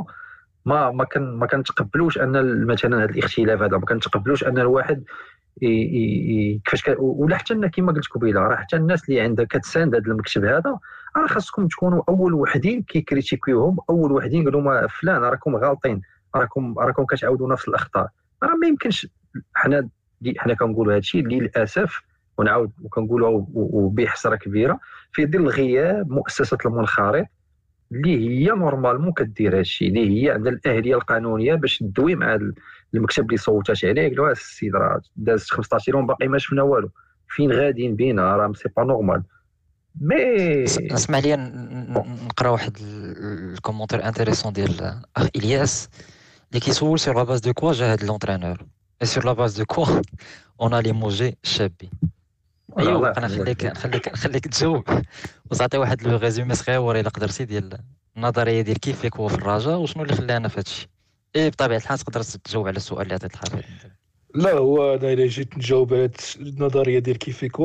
ما كنتقبلوش ان مثلا هذا الاختلاف هذا، ما كنتقبلوش ان الواحد كيفاش ولا حتى كما قلت قبيله، راه حتى الناس اللي عندها كتساند هذا المكتب هذا راه خاصكم تكونوا اول وحدين كيكريتيكيوهم، اول وحدين يقولوا ما فلان راكم غالطين، راكم كتعاودوا نفس الاخطاء. راه ما يمكنش. حنا كنقولوا هذا الشيء للاسف، ونعاود وكنقولوا وبحسره كبيره في ظل غياب مؤسسه المنخرط اللي هي نورمالمون كدير هذا الشيء، اللي هي عندها الاهليه القانونيه باش تدوي مع المكتب اللي صوتات عليه. قالوا السيد راه داز 15 يوم باقي ما شفنا والو، فين غاديين بينا؟ راه سي با نورمال. مي اسمح لي نقرا واحد الكومونتير انتريسون ديال اخ الياس اللي كيسول سور لا باز دو كوا جا هاد لونترينور اي سور لا باز دو كوا اون ا لي موجي شابين. ايوا انا خليك تجاوب وتعطي واحد لو ريزومي صغير الا قدرتي ديال النظريه ديال كيف فيك هو في الرجاء وشنو اللي خلانا في هادشي. بطبيعه الحال تقدر تجاوب على السؤال اللي عطيت الحافظ. لا هو انا الا جيت نجاوب على النظريه ديال كيف فيك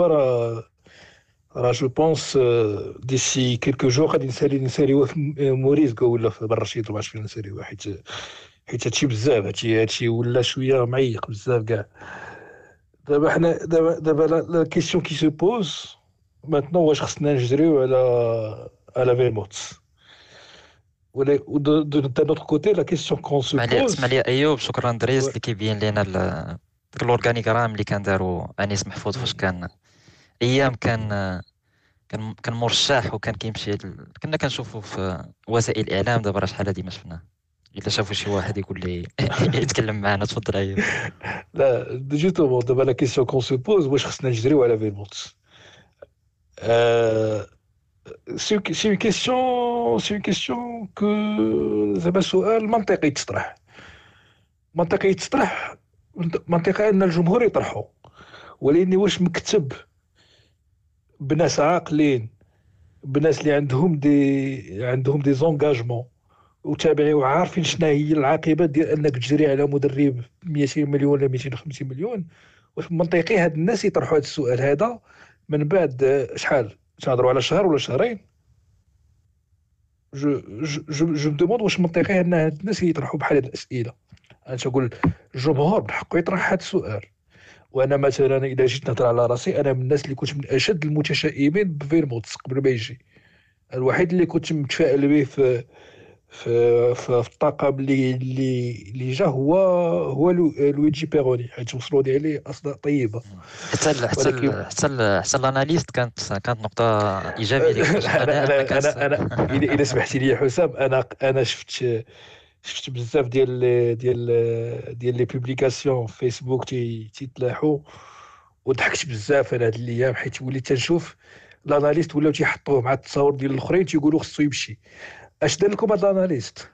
راه جو بونس ديسي كيلكو جور غادي نساليوه في موريسكو ولا في برشيط، ما عرفتش فين نساليوه، حيت هادشي بزاف، هادشي ولا شويه معيق بزاف كاع. دابا حنا دابا لا كيسيون كي سو بوز ماتنون واش خصنا نجريو على فيرموتس ولا دو نوتر كوتي لا كيسيون كون سو بوز. اسمع لي ايوب، شكرا دريس اللي كيبين لنا داك الاورغانيغرام اللي كان داروا انيس محفوظ فاش كان ايام كان مرشح وكان كيمشي كنا كنشوفوا في وسائل الاعلام. دابا راه شحال هادي ما شفناه. الا شافوا شي واحد يقول لي يتكلم معنا تفضل ايوب. لا جوستومون دابا لا كيسيون كون سو بوز واش خصنا نجريو على فيرموتس. سي اون كيسيون كو زعما سؤال منطقي منطقي ان الجمهور يطرحه، ولكن واش مكتب بناس عاقلين، بناس اللي عندهم دي زونغاجمون وتابعين وعارفين شنو هي العاقبه ديال انك تجري على مدرب 200 مليون ولا 250 مليون. واش منطقي هاد الناس يطرحوا هذا السؤال هذا من بعد شحال تهضروا على شهر ولا شهرين؟ جو مدوموند واش منطقي ان هاد الناس يطرحوا بحال هاد الاسئله. انا تقول الجمهور بحقه يطرح هذا السؤال. وانا مثلا اذا جيت نهضر على راسي، انا من الناس اللي كنت من اشد المتشائمين بفيرموتس قبل ما يجي. الوحيد اللي كنت متفائل به في الطاقم اللي جا هو لويجي بيروني، حيت وصلوا لي عليه اصداء طيبه. حتى الاناليست كانت نقطه ايجابيه لك. اذا سمحتي لي يا حسام، انا شفت بزاف ديال لي بوبليكاسيون في فيسبوك تيتلاحوا، وضحكت بزاف انا هاد الايام، حيت وليت تنشوف الاناليست ولاو تيحطوه مع التصاور ديال الاخرين تيقولوا خصو يمشي. اش دار لكم هاد الاناليست؟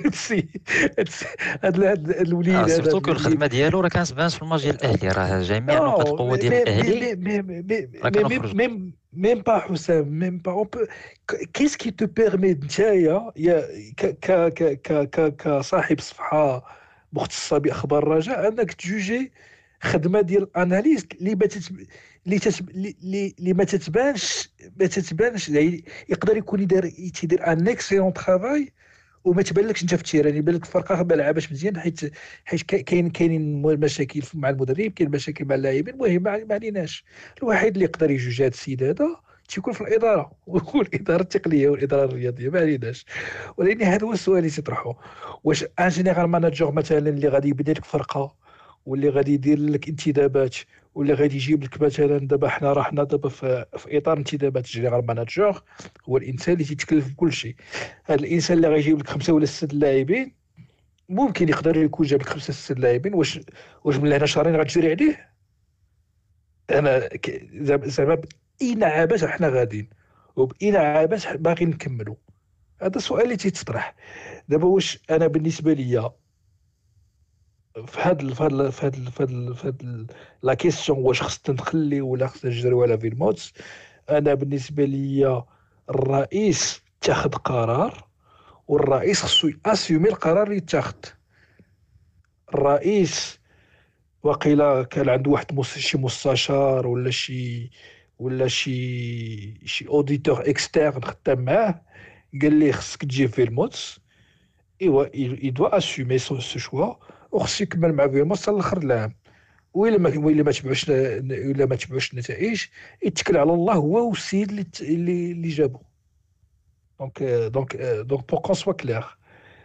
هاد الوليد هذا سورتو كو الخدمه ديالو راه كانت بانت في الماتش ديال الاهلي، راه جميع نقاط القوه ديال الاهلي راه كانوا خرجوا. Même pas Houssam, même pas. Qu'est-ce qui te permet نتايا كصاحب صفحه مختصه باخبار الرجاء انك تجوجي خدمه ديال الاناليست اللي ما تتبانش يعني يقدر يكون تيدير ان اكسيلون ترافاي وما تبانلكش انت في التيران، يبان لك الفرقه ما لعباش مزيان، حيت كاينين مشاكل مع المدرب، كاين مشاكل مع اللاعبين. المهم ما عليناش، الوحيد اللي يقدر يجوج هذا السيد هذا تيكون في الاداره والاداره التقنيه والاداره الرياضيه، ما عليناش. ولكن هذا هو السؤال اللي تطرحه، واش ان جينيرال ماناجور مثلا اللي غادي يبدا لك فرقه واللي غادي يدير لك انتدابات واللي غادي يجيب لك مثلا، دابا حنا رحنا دابا في اطار انتدابات الجينيرال ماناجور، هو الانسان اللي تيتكلف بكل شيء. هذا الانسان اللي غيجيب لك 5 ولا 6 لاعبين ممكن يقدر يكون جاب لك 5 6 لاعبين، واش من هنا شهرين غتجري عليه؟ انا زعما باين عابات حنا غاديين وباين عابات باغي نكملوا. هذا السؤال اللي تيتطرح دابا. واش انا بالنسبه ليا في هاد لا كيسيون واش خصنا نخلي ولا خصنا نجريو على فيلموتس؟ انا بالنسبه ليا الرئيس اتخذ قرار، والرئيس خصو ياسيومي القرار اللي اتخذ. الرئيس وقيلا كان عنده واحد شي مستشار ولا شي اوديتور اكسترن خدام معاه، قال ليه خصك تجي فيلموتس. ايوا يدوا اسيومي سو شوا وخصو يكمل مع فيلموتس حتى لاخر العام. وإلا ما تبعوش النتائج يتكل على الله هو والسيد اللي جابو. دونك بور كون سوا كلير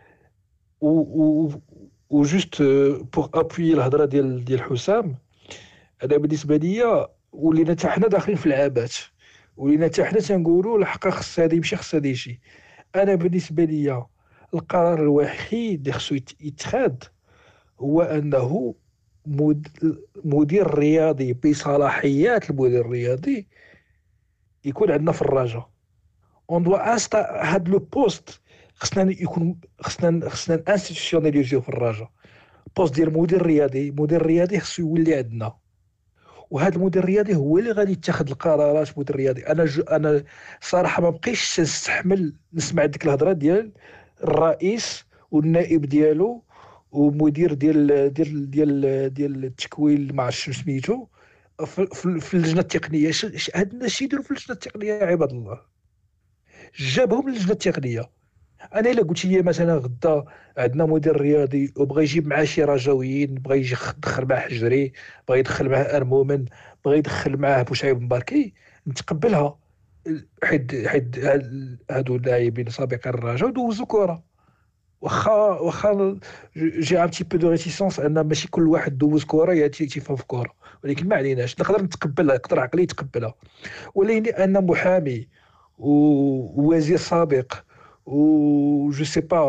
و جوست بور ابوي الهضره ديال حسام. انا بالنسبه ليا ولينا حتى حنا داخلين في العابات، ولينا حتى حنا تنقولوا الحق خص هذا يمشي خص هذا يجي. انا بالنسبه ليا القرار الوحيد اللي خصو يتخذ هو انه مدير رياضي بصلاحيات المدير الرياضي يكون عندنا في الرجاء. اون دوا هاد لو بوست خصنا انستيتيوناليزيو في الرجاء. بوست ديال مدير رياضي خصو يولي عندنا، وهذا المدير الرياضي هو اللي غادي يتخذ القرارات. مدير رياضي انا صراحه ما بقيتش نستحمل نسمع ديك الهضره ديال الرئيس والنائب ديالو ومدير ديال التكوين ما عرفتش سميتو في اللجنه التقنيه. هاد الناس يديروا في اللجنه التقنيه يا عباد الله؟ جابهم للجنه التقنيه. انا الا قلت لي مثلا غدا عندنا مدير رياضي وبغى يجيب معاه شي رجاويين، بغى يجي يدخل معاه حجري، بغى يدخل معاه ارمومن، بغى يدخل معاه بوشعيب مباركي، نتقبلها. حيت هادو اللاعبين سابقين الرجاء دوزوا كره. واخا جي ان تي بو دو ريتيسونس ان ماشي كل واحد دوز كره تيفهم في كره، ولكن ما عليناش، نقدر نتقبلها، نقدر عقلي يتقبلها. ولكن ان محامي ووزير سابق جو سي با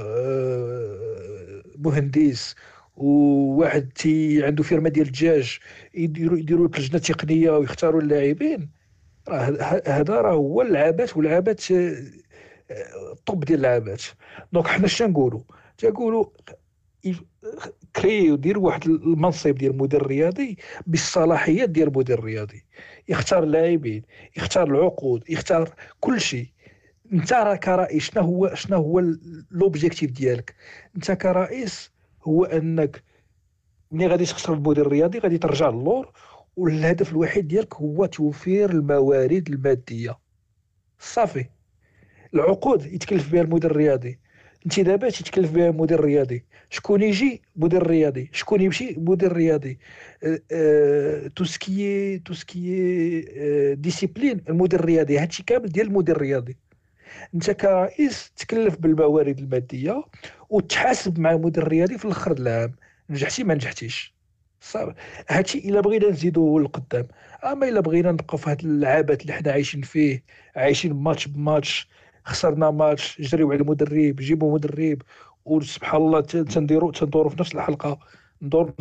مهندس وواحد عنده فيرما ديال الدجاج يديروا اللجنه التقنيه ويختاروا اللاعبين، هذا راه هو العابات، والعابات الطب ديال العابات. دونك حنا اش تنقولوا كريو دير واحد المنصب ديال المدير الرياضي بالصلاحيات ديال المدير الرياضي، يختار اللاعبين، يختار العقود، يختار كل شيء. انت راه كرئيس شنو هو لوبجيكتيف ديالك؟ انت كرئيس هو انك ملي غادي تخسر المدير الرياضي غادي ترجع للور، والهدف الوحيد ديالك هو توفير الموارد الماديه. صافي. العقود يتكلف بها المدير الرياضي، الانتدابات يتكلف بها المدير الرياضي، شكون يجي مدير رياضي، شكون يمشي مدير رياضي، تو سكي ديسيبلين المدير الرياضي، هادشي كامل ديال المدير الرياضي. انت كرئيس تكلف بالموارد الماديه وتحاسب مع المدير الرياضي في الاخر العام، نجحتي ما نجحتيش. صافي. هادشي الا بغينا نزيدو لقدام. اما الا بغينا نبقى في هاد العبث اللي حنا عايشين فيه، عايشين ماتش بماتش، خسرنا ماتش جريو على المدرب، جيبوا مدرب، وسبحان الله تندوروا في نفس الحلقه. ندور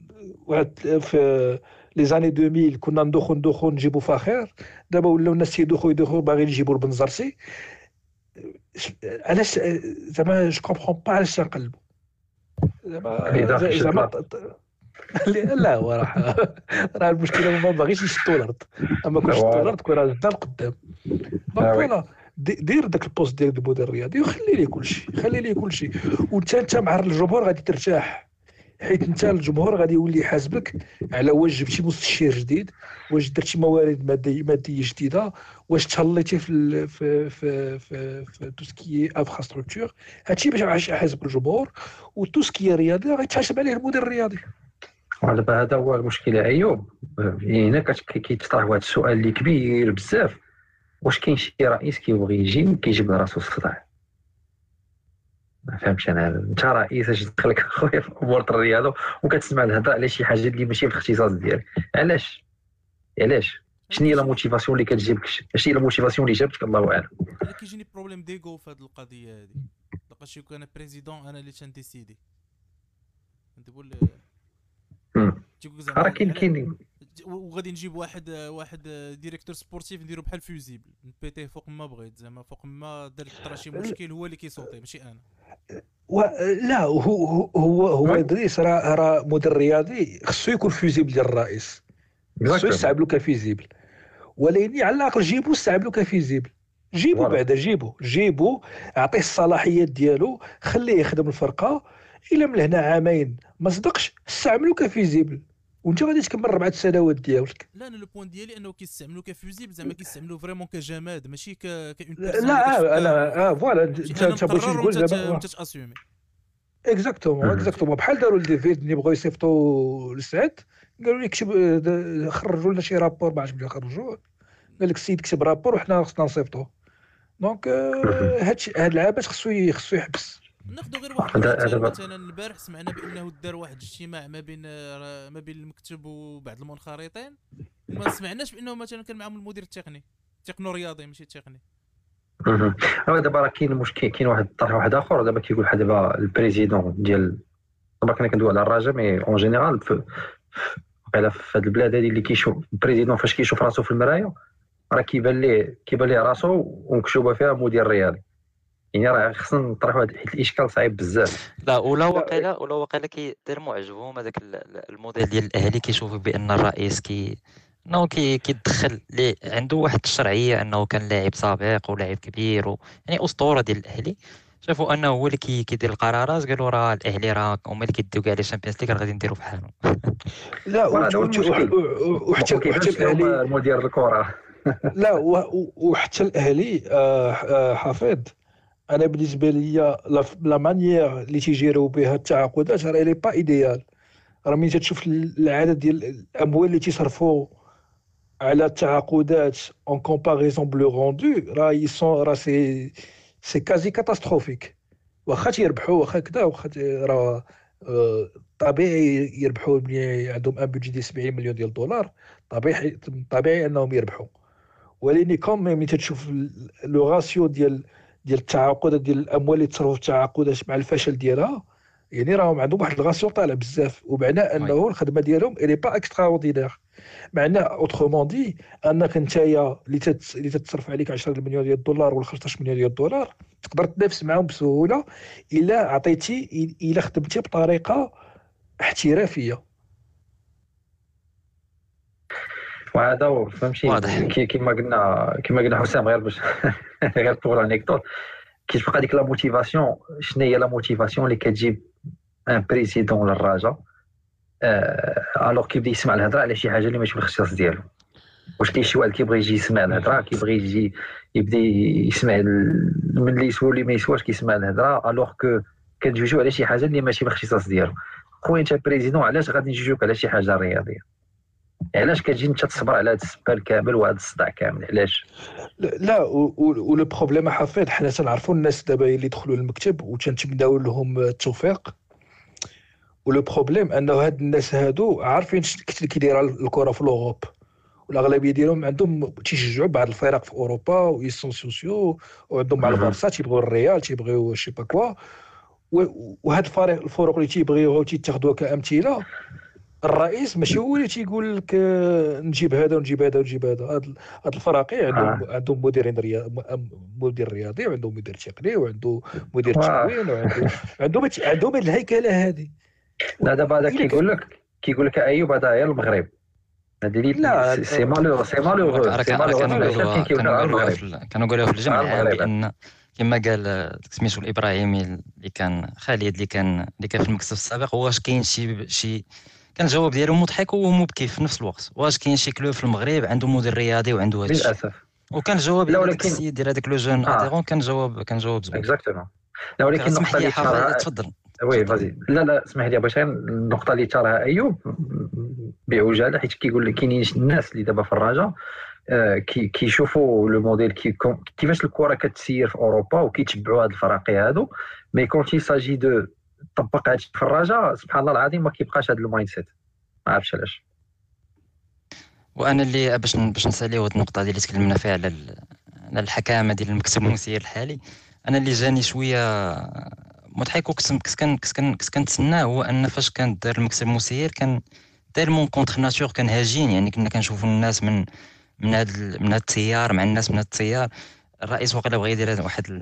في لي زاني 2000 كنا ندوخو نجيبوا فاخر، دابا ولاو الناس يدوخو باغيين يجيبوا البنزرتي. علاش زعما جو كومبخون با علاش تنقلبوا زعما لا هو راه المشكله ما باغيش يشدوا الارض، اما كون شدوا الارض كون راه زدنا لقدام. دونك فوالا دير داك البوست ديال المدير الرياضي وخلي ليه كلشي، وانت مع الجمهور غادي ترتاح، حيت انت الجمهور غادي يولي يحاسبك على واش جبتي مستشير جديد، واش درتي موارد ماديه جديده، واش تهليتي في توسكي انفراستركتور. هادشي باش يحاسب الجمهور، وتوسكي رياضي غيتحاسب عليه المدير الرياضي. ودابا هذا هو المشكل ايوب. هنا كيتطرح واحد السؤال اللي كبير بزاف: واش كاين شي رئيس كيبغي يجي كيجيب لراسو الصداع؟ ما فهمتش انا. انت رئيس اش دخلك اخويا في امور الرياضه وكتسمع الهضره على شي حاجه اللي ماشي في الاختصاص ديالك؟ علاش شنو هي لا موتيفاسيون اللي كتجيبك؟ شنو هي لا موتيفاسيون اللي جابتك؟ الله اعلم. انا كيجيني بروبليم ديغو في هذه القضيه هذه. لقاش يكون انا بريزيدون، انا اللي تنديسيدي. انت تقول راه كاين وغادي نجيب واحد ديريكتور سبورتيف نديرو بحال فيوزيبل، نبيتيه فوق ما بغيت، زعما فوق ما درت طرا شي مشكل هو اللي كيصوتي ماشي انا. لا هو ادريس راه مدير رياضي خصو يكون فيزيبل ديال الرئيس، خصو يستعملو كفيزيبل، ولكن على الاقل جيبو استعملو كفيزيبل. جيبو بعدا جيبو اعطيه الصلاحيات ديالو، خليه يخدم الفرقه. الا من هنا عامين ما صدقش استعملو كفيزيبل، وانت غادي تكمل 4 سنوات ديالك. لا انا لو بوين ديالي انه كيستعملوا كفيزيبل، زعما كيستعملوا فريمون كجماد ماشي كاون لا انا فوالا انت بغيتي تقول زعما تاسومي اكزاكتومون بحال داروا لديفيد ملي بغاو يصيفطوا للسعد، قالوا لي كتب خرجوا لنا شي رابور، ما عرفتش بلي خرجوه، قال لك السيد كتب رابور وحنا خصنا نصيفطوه. دونك هاد العبث خصو يحبس. ناخذ غير واحد المثال. مثلا البارح سمعنا بانه دار واحد الاجتماع ما بين المكتب وبعض المنخرطين، وما سمعناش بانه مثلا كان معهم المدير التقني رياضي ماشي تقني. دابا راه كاين مشكل، كاين واحد الطرح واحد اخر دابا كيقول بحال دابا البريزيدون ديال، دابا كنا كندويو على الرجاء مي اون جينيرال في هاد البلاد هادي اللي كيشوف البريزيدون فاش كيشوف راسو في المرايه راه كيبان ليه راسو ومكتوبه فيها مدير رياضي. يعني راه خصنا نطرحوا هذا الاشكال صعيب بزاف. لا ولا وقيلا كيدير معجبهم هذاك الموديل ديال الاهلي، كيشوفوا بان الرئيس انه كيدخل اللي عنده واحد الشرعيه، انه كان لاعب سابق ولاعب كبير يعني اسطوره ديال الاهلي. شافوا انه هو اللي كيدير القرارات، قالوا راه الاهلي راه هما اللي كيديو كاع لي شامبيونز ليغ، غادي نديروا بحالهم. لا وحتى الاهلي مدير الكره لا وحتى الاهلي حافظ. انا بالنسبه لي لا مانيير اللي تيجيروا بها التعاقدات راه لي با ايديال. راه ملي تشوف العدد ديال الاموال اللي تيصرفوا على التعاقدات اون كومباريزون بلو روندو، راه سي كازي كاتاستروفيك. واخا تيربحوا واخا كذا واخا راه طبيعي يربحوا ملي عندهم ان بودجي ديال 70 مليون ديال الدولار، طبيعي انهم يربحوا. ولكن كوم ملي تشوف لو راسيو ديال التعاقدات ديال الاموال اللي تصرفوا في التعاقدات مع الفشل ديالها، يعني راهم عندهم واحد الغاسيو طالع بزاف، ومعنى انه الخدمه ديالهم الي با اكسترا اوردينير. معنى اوترومون دي انك نتايا اللي تتصرف عليك 10 مليون ديال الدولار ولا 15 مليون ديال الدولار تقدر تنافس معاهم بسهوله الا خدمتي بطريقه احترافيه. وهذا فهمتي واضح. كيما قلنا حسام، غير باش غير بور انيكدوت، كيتبقى ديك لا موتيفاسيون. شنو هي لا موتيفاسيون اللي كتجيب ان بريزيدون للرجاء الوغ كيبدا يسمع الهضره على شي حاجه اللي ماشي في الاختصاص ديالو؟ واش كاين شي واحد كيبغي يجي يسمع الهضره، كيبغي يجي يبدا يسمع من اللي يسوى اللي ما يسواش، كيسمع الهضره الوغ كو كتجوجو على شي حاجه اللي ماشي في الاختصاص ديالو؟ خويا انت بريزيدون، علاش غادي نجوجوك على شي حاجه رياضيه؟ علاش كتجي انت تصبر على هذا السبال كامل وهذا الصداع كامل؟ علاش؟ لا، ولو بروبليم حفيظ، حنا تنعرفوا الناس دابا اللي يدخلوا للمكتب وتنتمناو لهم التوفيق. ولو بروبليم انه هاد الناس هادو عارفين كيدايره الكره في الاوروب، والاغلبيه ديالهم عندهم تيشجعوا بعض الفرق في اوروبا ويسون سوسيو، وعندهم مع البارسا تيبغيو الريال، تيبغيو شي با كوا. وهاد الفرق اللي تيبغيوها وتيتاخذوها كامثله، الرئيس ماشي هو اللي تيقول لك نجيب هذا ونجيب هذا ونجيب هذا. هاد الفرقي عندهم مدير رياضي، وعندهم مدير تقني، وعنده مدير تكوين، عندهم الهيكله هذه. لا دابا هذا كيقول لك ايوب، هذا هي المغرب. لا، سي مالو كانوا قالوا في الجمع العام بان كما قال سميتو الابراهيمي اللي كان خالد اللي كان في المكتب السابق، واش كاين شي كان الجواب ديالو مضحك ومبكي في نفس الوقت. واش كاين شي كلوب في المغرب عنده مدير رياضي وعنده هذا الشيء؟ للاسف. وكان الجواب ديال داك السيد ديال هذاك لو جون اديرون كان جواب زوين. اكزاكتومون. لا ولكن النقطه اللي تفضل. وي فازي. لا اسمح لي باش النقطه اللي تراها ايوب بعجاله، حيت كيقول لك كاينين الناس اللي دابا في الرجاء كيشوفوا لو موديل كيفاش الكره كتسير في اوروبا وكيتبعوا هاد الفراقي هادو، مي كون تيساجي دو طبق هادشي في الرجاء سبحان الله العظيم ما كيبقاش هاد المايند سيت. ما عرفتش علاش. وانا اللي باش نساليو هاد النقطه اللي تكلمنا فيها على الحكامه ديال المكتب المسير الحالي، انا اللي جاني شويه مضحك وكنت كنتسناه هو ان فاش كان دار المكتب المسير كان تيرمون كونتر ناتور، كان هاجين. يعني كنا كنشوفوا الناس من هذا التيار مع الناس من هذا التيار. الرئيس وقيلا بغى يدير واحد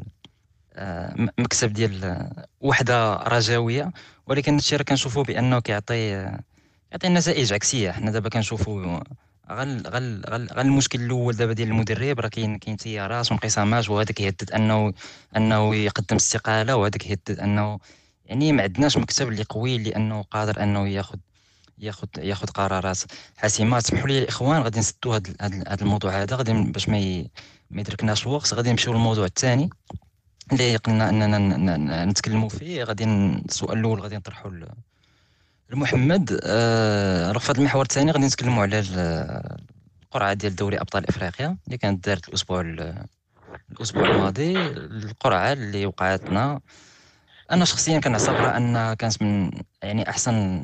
مكتب ديال وحده رجاويه، ولكن الشيء راه كنشوفوا بانه كيعطي نتائج عكسيه. حنا دابا كنشوفوا غل المشكل الاول دابا ديال المدرب، راه كاين تيارات وانقسامات، وهذا كيهدد انه يقدم استقاله، وهذا كيهدد انه يعني ما عندناش مكتب اللي قوي لانه قادر انه ياخذ قرارات حاسمه. سمحوا لي الاخوان غادي نسدوا هذا الموضوع هذا غادي باش ما يدركناش الوقت. غادي نمشيو للموضوع الثاني اللي قلنا اننا نتكلموا فيه. غادي السؤال الاول غادي نطرحوا لمحمد. راه في هذا المحور الثاني غادي نتكلموا على القرعه ديال دوري ابطال افريقيا اللي كانت دارت الاسبوع الماضي. القرعه اللي وقعتنا انا شخصيا كنعتبرها ان كانت من يعني احسن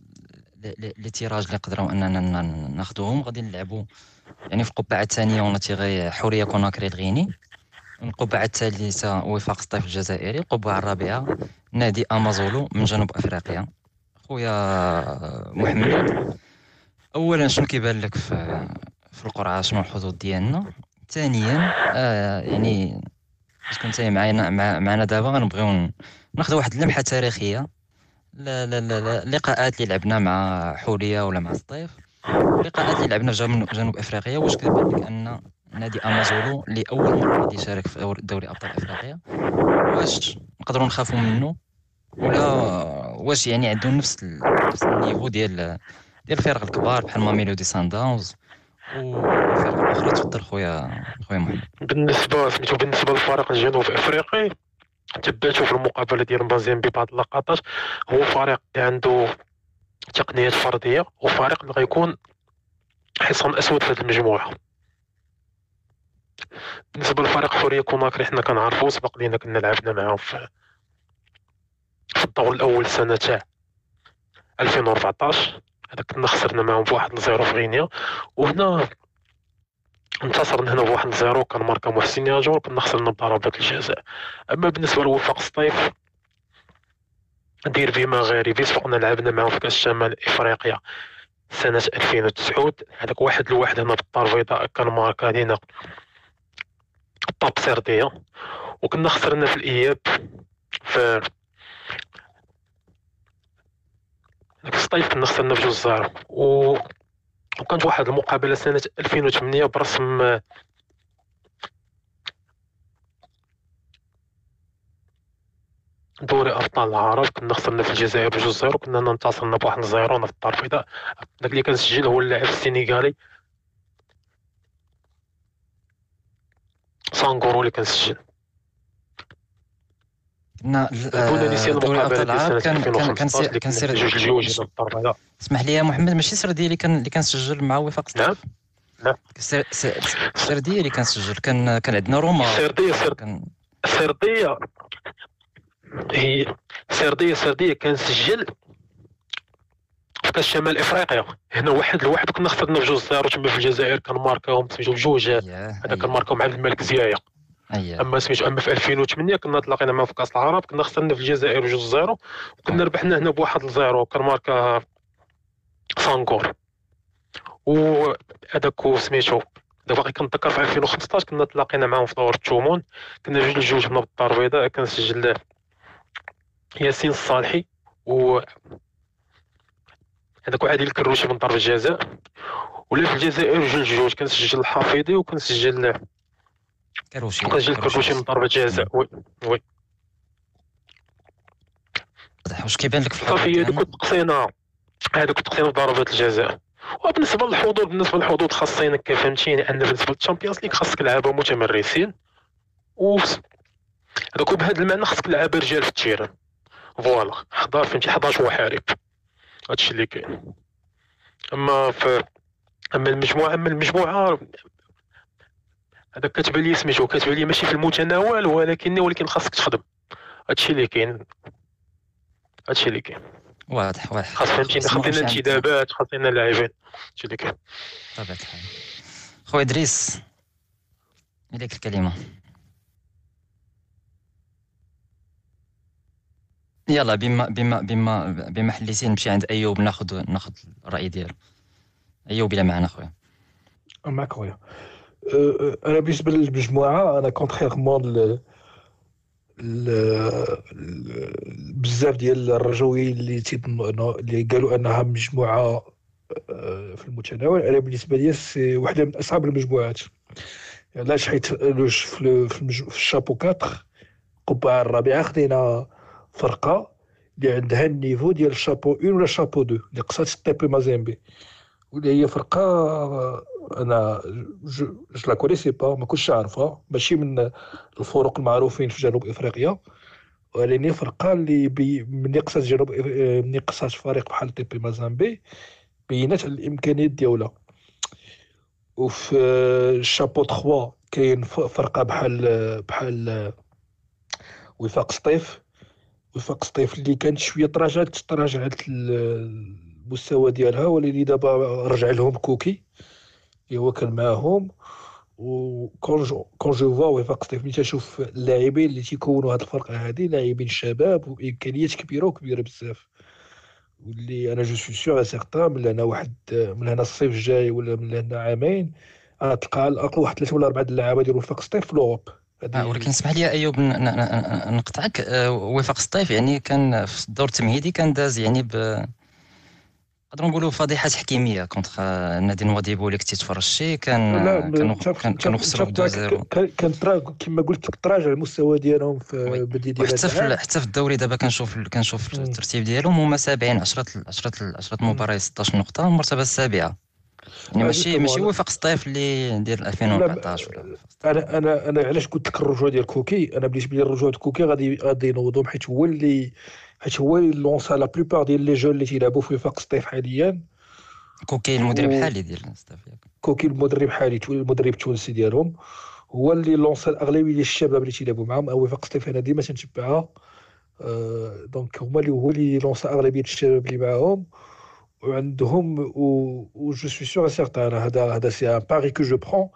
لي تيراج اللي قدروا اننا ناخذوهم. غادي نلعبوا يعني في القبعه الثانيه ونتيغي حوريه كوناكري الغيني، القبعه الثالثه وفاق سطيف الجزائري، القبعه الرابعه نادي امازولو من جنوب افريقيا. خويا محمد، اولا شنو كيبان لك في القرعه؟ شنو الحظوظ ديالنا؟ ثانيا يعني كنت انت معنا دابا غنبغيو ناخذ واحد اللمحه تاريخيه اللقاءات اللي لعبنا مع حوريه ولا مع سطيف، اللقاءات اللي لعبنا في جنوب افريقيا. واش كيبان لك ان نادي امازولو لاول مره غادي يشارك في دوري ابطال افريقيا، واش نقدروا نخافوا منه ولا واش يعني عندهم نفس النيفو ديال الفرق الكبار بحال ميلودي سان داونز والفرق الاخرى؟ تفضل خويا محمد. بالنسبه للفريق الجنوب افريقي تبعته في المقابله ديال مازيمبي بعض اللقطات، هو فريق اللي عنده تقنيات فرديه وفريق اللي غيكون حصان اسود في هذه المجموعه. بالنسبه لفريق حوريه كوناكري حنا كنعرفوا سبق لينا كنا لعبنا معاهم في الدور الاول سنه تاع 2014. هذا كنا خسرنا معاهم بواحد 0 في غينيا، وهنا انتصرنا هنا بواحد 0 كان ماركا محسن ياجور، كنا خسرنا بضربات الجزاء. اما بالنسبه لوفاق سطيف دير بما غاربي سبقنا لعبنا معاهم في كاس شمال افريقيا سنه 2009. هذاك 1-1 هنا بالدار البيضاء كان ماركا لينا طاب سرديه، وكنا خسرنا في الاياب في داك الصيف كنا خسرنا ب2-0. وكانت واحد المقابله سنه 2008 برسم دوري ابطال العرب. كنا خسرنا في الجزائر ب2-0، كنا انتصرنا ب1-0 في الدار البيضاء. داك اللي كان سجل هو اللاعب السنغالي سانغورو اللي كان سجل. كنا كنا نسينا دوري المقابله ابطال ديال العرب سنه 2015 اللي كان كنا سير 2-2 في الدار البيضاء. اسمح لي يا محمد، ماشي سردي اللي كان سجل مع وفاق سطيف. نعم نعم سردي اللي كان سجل، كان عندنا روما. سرديه هي سرديه كان سجل في كاس شمال افريقيا هنا 1-1، وكنا خسرنا ب2-0 تما في الجزائر. كان ماركاهم سميتو بجوج، هذا كان ماركاهم عبد الملك زيايا. اما في 2008 كنا تلاقينا معاه في كاس العرب، كنا خسرنا في الجزائر ب2-0 وكنا ربحنا هنا ب1-0. كان ماركا سانغور. وهذاك سميتو باقي كنتذكر في 2015 كنا تلاقينا معاهم في دور الثمن، كنا 2-2 هنا بالدار البيضاء. كان سجل ياسين الصالحي و هذاك عادل الكروشي من ضربة جزاء. ولا في الجزائر 2-2 كان سجل الحافظي وكان سجل كروشي من ضربة جزاء. وي واش كيبان لك في صافي هذوك التقسيمه في ضربات الجزاء. وبالنسبه للحظوظ خاصينك كفهمتيني ان بالنسبه للتشامبيونز ليغ خاصك لعابه متمرسين، هذاك بهذا المعنى خاصك لعابه رجال في التيران. فوالا فهمتي 11 محارب، هادشي اللي كاين. اما المجموعه هذا كتبان لي سميتو كتبان لي ماشي في المتناول، ولكن خاصك تخدم. هادشي اللي كاين واضح. خاص فهمتيني، خاصنا انتدابات، خاصنا لاعبين. هادشي اللي كاين طبيعة الحال. خويا ادريس اليك الكلمه. يلا بما حليتي نمشي عند ايوب، ناخذ الراي ديالو. ايوب الى معنا خويا. معك خويا. انا بالنسبه للمجموعه انا كونتريرمون بزاف ديال الرجويين اللي قالوا انها مجموعه في المتناول. انا بالنسبه لي سي واحده من اصعب المجموعات. علاش؟ حيت في الشابو 4 القبعه الرابعه خدينا فرقه اللي عندها النيفو ديال الشابو 1 ولا الشابو 2 اللي قصات تيبي مازيمبي، واللي هي فرقه انا جو لا كونيسي با، ما كنتش عارفها، ماشي من الفرق المعروفين في جنوب افريقيا، ولكن فرقه اللي ملي قصات فريق بحال تيبي مازامبي بينات على الامكانيات ديالها. وفي الشابو 3 كاين فرقه بحال وفاق سطيف اللي كانت شويه تراجعت المستوى ديالها، ولكن دابا رجع لهم كوكي اللي هو كان معاهم. وكون جو فوا وفاق سطيف ملي تشوف اللاعبين اللي تيكونوا هاد الفرقه هادي، لاعبين شباب وامكانيات كبيره بزاف، واللي انا جو سوي سيغ سيغتان من هنا الصيف الجاي ولا من هنا عامين غتلقى على الاقل واحد 3 ولا 4 اللعابه ديال وفاق سطيف في الاوروب. ولكن اسمح لي ايوب نقطعك. وفاق سطيف يعني كان في الدور التمهيدي كان داز يعني نقدروا نقولوا فضيحه حكيميه كونتر نادي نواديبو اللي كنتي تفرجتي. كانوا خسروا 2-0. كان كما قلت لك تراجع المستوى ديالهم في بدي ديال حتى في الدوري دابا كنشوف الترتيب ديالهم هما سابعين 10 مباريات 16 نقطه، المرتبه السابعه. يعني ماشي وفاق سطيف اللي ديال 2014 ولا. انا علاش قلت لك الرجوع ديال كوكي؟ انا بالنسبه لي الرجوع ديال كوكي غادي ينوضهم، حيت هو اللي لونسا لا بلوبار ديال لي جون اللي تيلعبوا في وفاق سطيف حاليا. كوكي المدرب الحالي ديال سطيف، كوكي المدرب الحالي المدرب التونسي ديالهم، هو اللي لونسا الاغلبيه ديال الشباب اللي تيلعبوا معاهم. وفاق سطيف انا ديما تنتبعها، دونك هو اللي لونسا اغلبيه الشباب اللي معاهم وعندهم. و جو سوي سيغ سيغتان هذا سي ان باري كو جو برون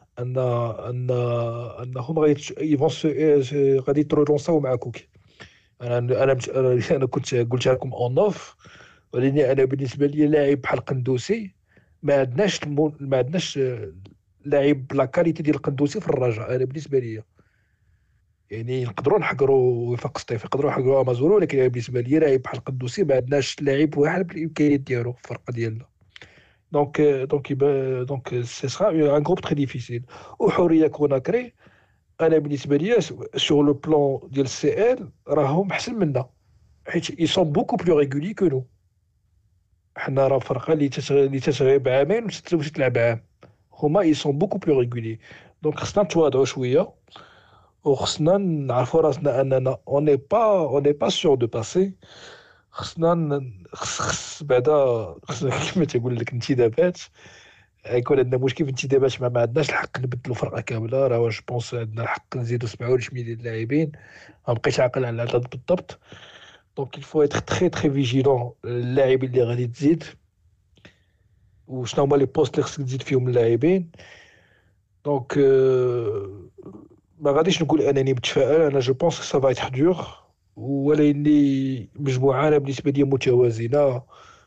انهم غادي يترونساو مع كوكي. انا كنت قلتها لكم اون اوف، ولكن انا بالنسبه لي لاعب بحال قندوسي ما عندناش لاعب بلا كاليتي ديال القندوسي في الرجاء. انا بالنسبه لي يعني نقدروا نحقروا وفاق سطيف، نقدروا نحقروا امازورو، ولكن بالنسبه لي لاعب بحال القندوسي ما عندناش لاعب واحد بالامكانيات ديالو في الفرقه ديالنا. Donc ce sera un groupe très difficile. وحورية كوناكري انا بالنسبه لي sur le plan ديال السي ال راهم احسن منا حيت ils sont beaucoup plus réguliers que nous. حنا راه فرقه اللي تتغيب عامين وتتلعب عام. هما ils sont beaucoup plus réguliers. Donc خصنا نتواضعوا شويه وخصنا نعرفوا راسنا اننا on n'est pas sûr de passer. خصنا خص بعدا خصنا كما تقول لك انتدابات. يكون عندنا مشكل في الانتدابات ما عندناش الحق نبدلوا فرقه كامله. راه جو بونس عندنا الحق نزيدوا 27 ديال اللاعبين. ما بقيتش عاقل على العدد بالضبط. دونك الفو اتر تري تري فيجيلون اللاعبين اللي غادي تزيد وشنو هما لي بوست اللي خصك تزيد فيهم اللاعبين. دونك ما غاديش نقول انني متفائل. انا جو بونس سا فا اتر دور ولكن مجموعه انا بالنسبه لي متوازنه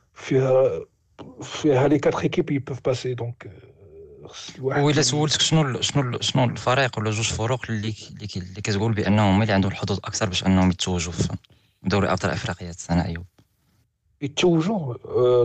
فيها لي 4 ايكيب يبوف باسي. دونك وإلا سولتك شنو الفريق ولا جوج فروق اللي كتقول بانهم هما اللي عندهم الحظوظ اكثر باش انهم يتوجوا في دوري ابطال افريقيا السنه ايوب يتوجوا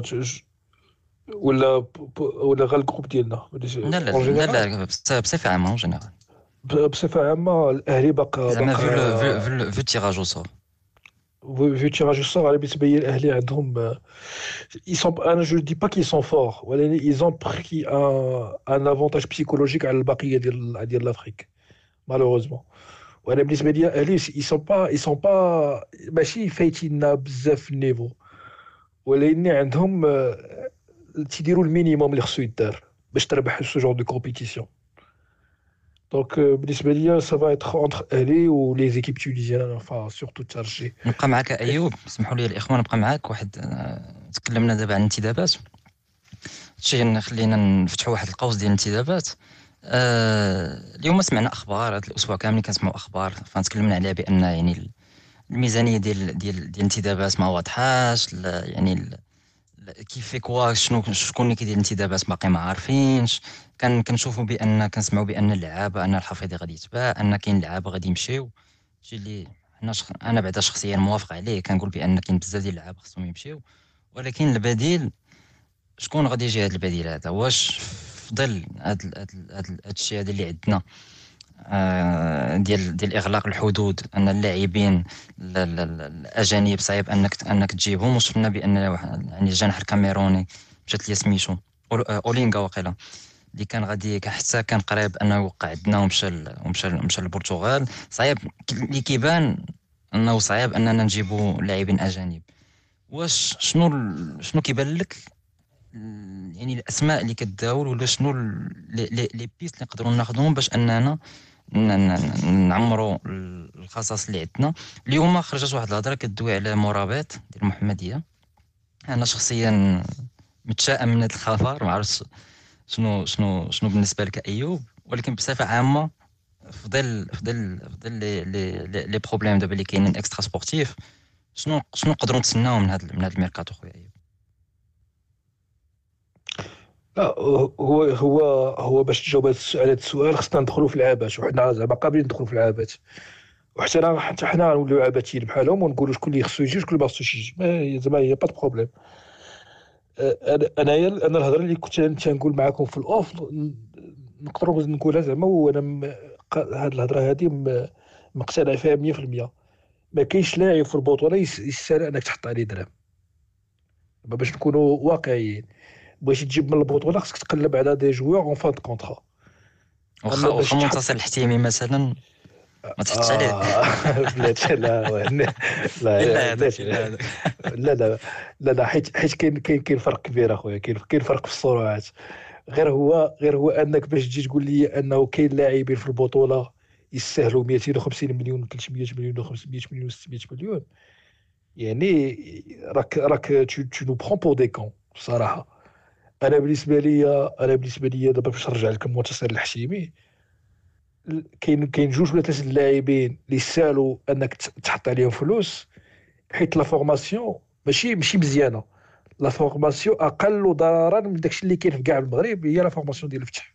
ولا غير الجروب ديالنا؟ لا بصفه عامه جينيرال. بصفه عامه الاهلي باقا في التيراج وصول في التيراج وصول. على بالنسبه لي الاهلي عندهم انا جو دي با كي سون فور ولكن ils ont pris un avantage psychologique على البقيه ديال لافريك malheureusement. وانا بالنسبه لي الاهلي ils sont pas ماشي فايتيننا بزاف في النيفو ولكن عندهم تيديروا المينيموم اللي خصو يدار باش تربح سو جور دو كومبيتيسيون. دونك بالنسبه لي سا فا اتر اونتر اهلي و لي زيكيب تونيزيان فا سورتو تشارجي. نبقى معك ايوب. سمحوا لي الاخوان نبقى معك واحد. تكلمنا دابا عن الانتدابات شي خلينا نفتحوا واحد القوس ديال الانتدابات. اليوم سمعنا اخبار هذا الاسبوع كامل كنسمعوا اخبار فنتكلمنا عليها بان يعني الميزانيه ديال الانتدابات ما واضحاش. يعني كيف كوا شكون اللي كيدير الانتدابات باقي ما عارفينش. كنشوفوا كنسمعوا بان اللعابه ان الحفيظي غادي يتباع ان كاين لعابه غادي يمشيو. شي اللي انا بعدا شخصيا موافق عليه. كنقول بان كاين بزاف ديال اللعابه خصهم يمشيو ولكن البديل شكون غادي يجي هذا البديل هذا؟ واش في ظل هذا الشيء هذا اللي عندنا ديال اغلاق الحدود ان اللاعبين الاجانب صعيب انك تجيبهم. وشفنا بان يعني الجناح الكاميروني مشات ليا سميتو اولينغا واقيلا اللي كان غادي حتى كان قريب انه يوقع عندنا ومشى للبرتغال. صعيب اللي كيبان انه صعيب اننا نجيبوا لاعبين اجانب. واش شنو كيبان لك يعني الاسماء اللي كتداول ولا شنو لي بيست اللي نقدروا ناخذهم باش اننا نعمروا الخصاص اللي عندنا؟ اليوم خرجت واحد الهضره كتدوي على مرابط ديال المحمديه. انا شخصيا متشائم من هذا الخبر. ما عرفتش شنو بالنسبه لك ايوب ولكن بصفه عامه في ظل لي بروبليم دابا اللي كاينين اكسترا سبورتيف شنو نقدروا نتسناو من هذا الميركاتو خويا ايوب؟ لا هو باش تجاوب على هذا السؤال خصنا ندخلوا في العابات وحنا زعما قابلين ندخلوا في العابات حتى حنا نوليو عاباتيين بحالهم ونقولوا شكون اللي خصو يجي وشكون اللي ما خصوش يجي. زعما هي با د بروبليم. انا الهضره اللي كنت تنقول معكم في الاوف نقدروا نقولها زعما وانا هاد الهضره هذه مقتنع فيها 100%. ما كاينش لاعب في البطوله يستاهل انك تحط عليه درهم. باش نكونوا واقعيين بغيتي تجيب من البطوله خصك تقلب على دي جوار اون فان دو كونطرا. واخا منتصر الحتيمي مثلا ما تحطش عليه. بلاتي لا حيت كاين فرق كبير اخويا. كاين فرق في السرعات. غير هو انك باش تجي تقول لي انه كاين لاعبين في البطوله يستاهلوا 250 مليون و 300 مليون و 500 مليون و 600 مليون. يعني راك تو نو برون بور دي كون بصراحه. انا بالنسبه لي دابا باش نرجع لكم منتصر الحشيمي كاين جوج ولا ثلاثه اللاعبين اللي يسالوا انك تحط عليهم فلوس حيت لا فورماسيون ماشي مزيانه. لا فورماسيون اقل ضررا من داكشي اللي كاين في كاع المغرب هي لا فورماسيون ديال الفتح.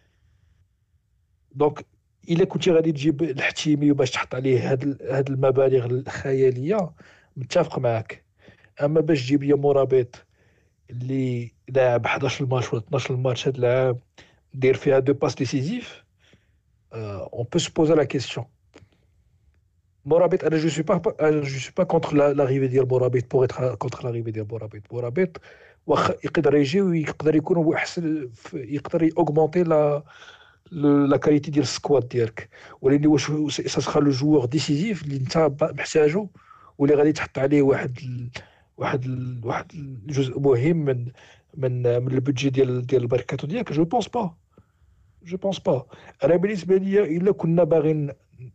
دونك الا كنتي غادي تجيب الحتيمي باش تحط عليه هاد المبالغ الخياليه متفق معك. اما باش تجيب لي مرابط اللي لاعب 11 ماتش ولا 12 ماتش هذا العام دير فيها دو باس ديسيزيف، اون بو سو بوزي لا كيسيون. مرابط انا جو سوي با كونتر لاريفي ديال مرابط بوغ اتر كونتر لاريفي ديال مرابط واخا يقدر يجي ويقدر يكون هو احسن يقدر يوغمونتي لا كاليتي ديال السكواد ديالك، ولكن واش سا سخا لو جوور ديسيزيف اللي انت محتاجو واللي غادي تحط عليه واحد الجزء مهم من البودجي ديال الميركاتو ديالك. جو بونس با. انا بالنسبه ليا الا كنا باغيين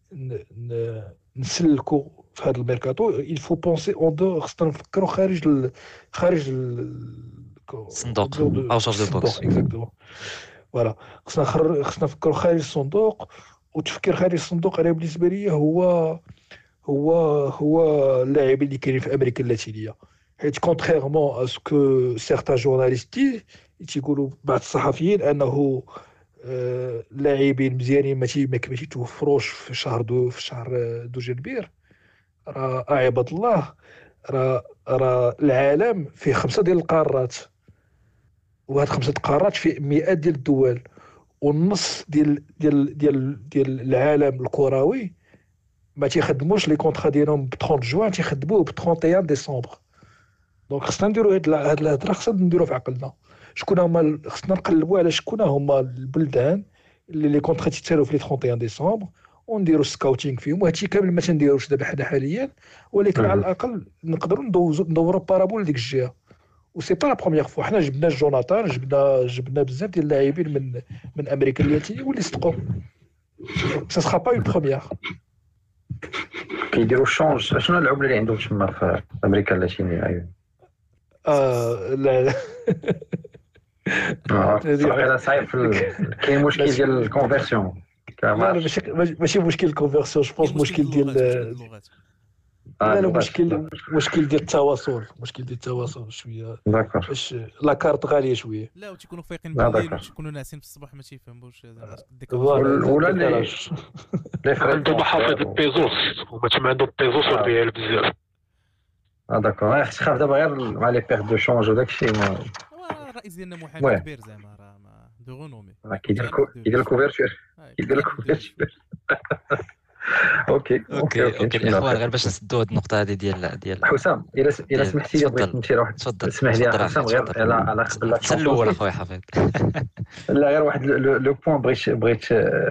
نسلكوا في هذا الميركاتو il faut penser en dehors، خصنا نفكروا خارج الصندوق اوت اوف ذا بوكس. اكزاكتومون فوالا، خصنا نفكروا خارج الصندوق. وتفكير خارج الصندوق انا بالنسبه لي هو اللاعبين اللي كاينين في امريكا اللاتينيه، حيت كونتريرمون اسكو سيغتان جورناليستي تيقولوا بعض الصحفيين انه لاعبين مزيانين ما تيتوفروش في شهر دو جنبير. راه عباد الله، راه العالم فيه 5 ديال القارات، وهاد 5 قارات فيه مئات ديال الدول، والنص ديال العالم الكروي ما تيخدموش لي كونطرا ديالهم ب 30 جوان، تيخدموه ب 31 ديسمبر. دونك خصنا نديرو هاد الهضره، خصنا نديرو في عقلنا شكون هما، خصنا نقلبوا على شكون هما البلدان اللي لي كونطرا تيتسالوا في لي 31 ديسمبر ونديرو سكاوتينغ فيهم. وهادشي كامل ما تنديروش دابا حنا حاليا، ولكن على الاقل نقدروا ندوروا بارابول لديك الجهه. وسي با لا بروميير فوا حنا جبنا جوناثان، جبنا بزاف ديال اللاعبين من امريكا اللاتينيه واللي صدقوا. سا سخا با اون بروميير. كيديروا شونج. شنو العمله اللي عندهم تما في امريكا اللاتينيه؟ ايوا لا صراحه صعيب كاين مشكل ديال الكونفيرسيون. لا ماشي مشكل الكونفيرسيون، جو بونس مشكل ديال لا مشكل ديال التواصل شويه. داكور. باش لا كارت غاليه شويه. لا وتيكونوا فايقين بالليل وتيكونوا ناعسين في الصباح ما تيفهموش ولا اللي عندهم حافظ البيزوس، هما تما عندهم بيزوس والريال بزاف. داكور. خاف دابا غير مع لي بيغ دو شونج وداكشي. الرئيس ديالنا محامي كبير زعما راه دو غونومي كيدير الكوفرتور. اوكي الاخوان، غير باش نسدوا هذه النقطه هذه ديال حسام، الا سمحتي لي بغيت نمشي لواحد. اسمح لي حسام، غير على قبل لا تسال الاول اخويا حفيظ. لا غير واحد لو بوين بغيت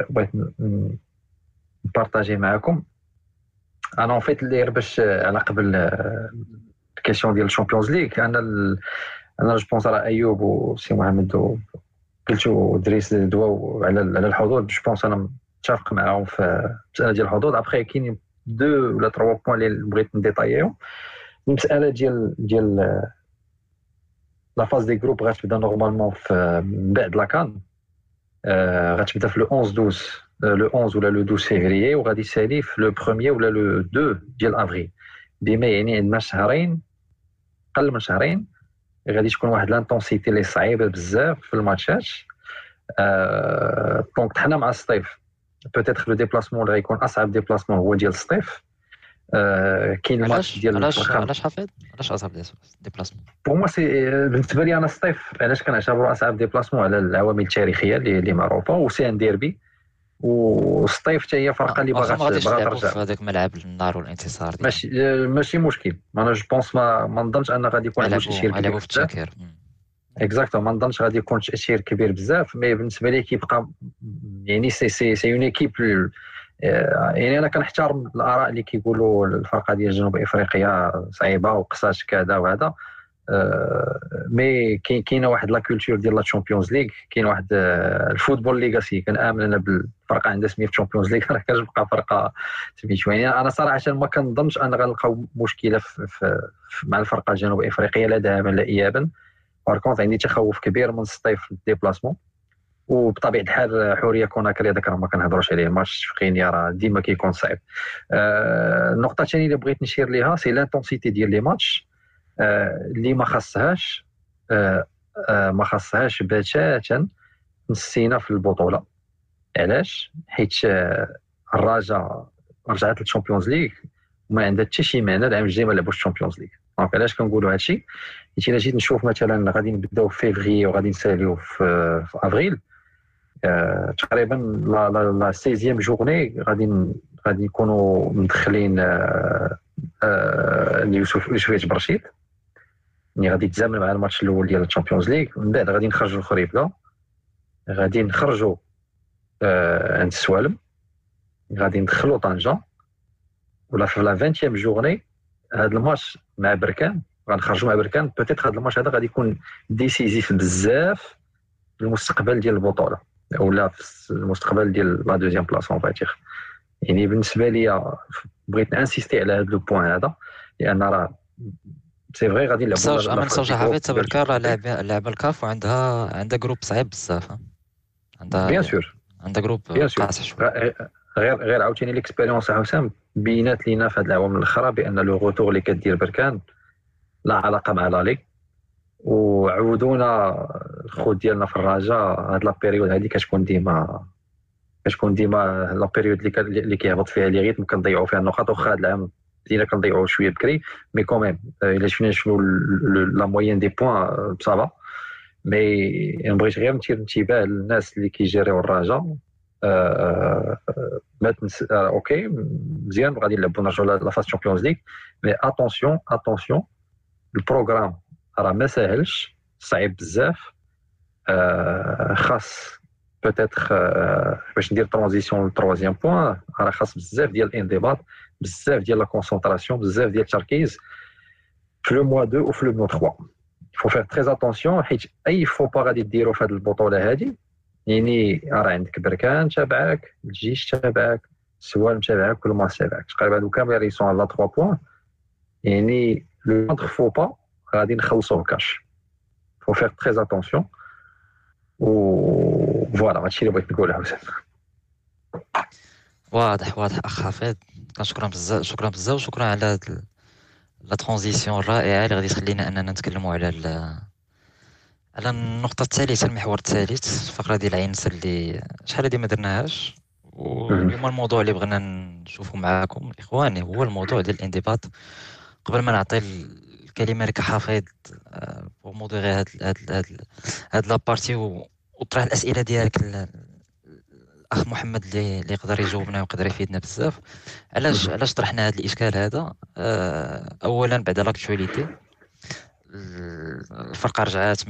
نبارطاجي معكم. انا اون فيت اللي باش على قبل الكيسيون ديال الشامبيونز ليغ، انا جو بونس على ايوب وسي محمد قلتو دريس دواو على الحضور. جو بونس انا متفق معاهم في المساله ديال الحظوظ. ابخي كاين 2 ولا 3 بوين اللي بغيت نديطايهم. المساله ديال لا فاز دي جروب غتبدا نورمالمون في بعد لاكان، غتبدا في لو 11 ولا لو 12 فيفري، وغادي يسالي في لو 1 ولا لو 2 ديال افريل، بما يعني عندنا شهرين، قل من شهرين، غادي تكون واحد لانتونسيتي اللي صعيبه بزاف في الماتشات. دونك حنا مع الصيف بوتيتر لو ديبلاسمون اللي غيكون اصعب ديبلاسمون هو ديال الصيف. كاين الماتش ديال علاش حافظ؟ علاش اصعب ديبلاسمون؟ بور موا سي بالنسبه لي انا الصيف علاش كنعتبرو اصعب ديبلاسمون على العوامل التاريخيه اللي معروفه، وسي ان ديربي. والصيف حتى هي فرقه اللي باغا ترجع في هذاك ملعب النار والانتصار. ماشي مشكل. انا جو بونس ما نظنش ان غادي يكون عنده تاثير كبير في التشكيل. اكزاكتو، ما نظنش غادي يكون تاثير كبير بزاف. مي بالنسبه لي كيبقى يعني سي اون ايكيب. يعني انا كنحترم الاراء اللي كيقولوا الفرقه ديال جنوب افريقيا صعيبه وقصاش كذا وهذا. مي كاينه واحد لا كولتور ديال لا تشامبيونز ليغ، كاين واحد الفوتبول ليغاسي. كنامن انا بالفرقه عندها سميه في تشامبيونز ليغ راه كتبقى فرقه سميتو. يعني انا صراحه ما كنظنش ان غنلقاو مشكله مع الفرقه الجنوب افريقيه لا ذهابا لا ايابا. باركونت عندي تخوف كبير من الصيف في الديبلاسمون. وبطبيعه الحال حوريه كوناكري هذاك راه ما كنهضروش عليه، الماتش في غينيا راه ديما كيكون صعيب. النقطه الثانيه اللي بغيت نشير ليها سي لانتونسيتي ديال لي ماتش اللي ما خاصهاش بتاتا نسينا في البطوله. علاش؟ حيت الرجاء رجعت للشامبيونز ليغ وما عندها حتى شي معنى العام الجاي ما لعبوش الشامبيونز ليغ. دونك علاش كنقولوا هادشي؟ حيت الا جيت نشوف مثلا غادي نبداو في فيفري وغادي نساليو في افريل، تقريبا لا 16 جورني غادي يكونوا مدخلين يوسف برشيد، اللي غادي يتزامن مع الماتش الاول ديال الشامبيونز ليغ. من بعد غادي نخرجوا الخريبكه، غادي نخرجوا عند السوالم، غادي ندخلوا طنجه، ولا في لا 20 جورني هذا الماتش مع بركان غنخرجوا مع بركان. بوتيت هذا الماتش هذا غادي يكون ديسيزيف بزاف للمستقبل ديال البطوله، اولا في المستقبل ديال لا دوزيام بلاص اون فاتير. يعني بالنسبه لي بغيت نانسيستي على هذا لو بوين هذا، لان راه سي فري غادي نلعبوا من صوت حفيظ تبركا راه لعبه الكاف وعندها جروب صعيب بزاف، بيان سور عندها جروب بيان سور. قاصح شويه. غير عاوتاني ليكسبيريونس حسام بينات لينا في هاد العوام الاخرى بان لو روتور اللي كدير بركان لا علاقه مع لالي، وعودونا الخوت ديالنا في الرجاء. هاد لا بيريود هادي كتكون ديما لا بيريود اللي كيهبط فيها لي ريتم كنضيعوا فيها النقاط. واخا هاد العام بدينا كنضيعوا شويه بكري، مي كوميم الا شفنا شنو لا موين دي بوين بصافا. مي بغيت غير نثير انتباه للناس اللي كيجيريو الرجاء. اوكي مزيان غادي نلعبوا نرجعوا لا فاز تشامبيونز ليغ، مي اتونسيون البروغرام راه ما ساهلش، صعيب بزاف. خاص بوتيتر باش ندير ترانزيسيون للتروازيام بوين، راه خاص بزاف ديال الانضباط، بزاف ديال لا كونسونطراسيون، بزاف ديال التركيز في لو موا 2 وفي لو موا 3. faut faire très attention حيت اي فوبا غادي ديرو في هذه البطوله هذه. يعني راه عندك بركان تابعك، الجيش تابعك، السوالم تابعك، كل ما تابعك تقريبا هادو كامل يسون على 3 بوين. يعني لو مونتر فوبا غادي نخلصوه كاش. faut faire très attention. و فوالا هادشي اللي بغيت نقوله حسام. واضح اخ حفيظ، كنشكرك بزاف، شكرا بزاف، وشكرا على هاد لا ترانزيسيون الرائعه اللي غادي تخلينا اننا نتكلموا على النقطه الثالثه، المحور الثالث، الفقره ديال العنس اللي شحال هادي ما درناهاش. واليوم الموضوع اللي بغينا نشوفوا معاكم اخواني هو الموضوع ديال الانضباط. قبل ما نعطي الكلمه لك حفيظ بور موديري هاد لابارتي وطرح الاسئله ديالك الاخ محمد اللي يقدر يجاوبنا ويقدر يفيدنا بزاف. علاش طرحنا هذا الاشكال هذا؟ اولا بعد لاكتواليتي، الفرقه رجعات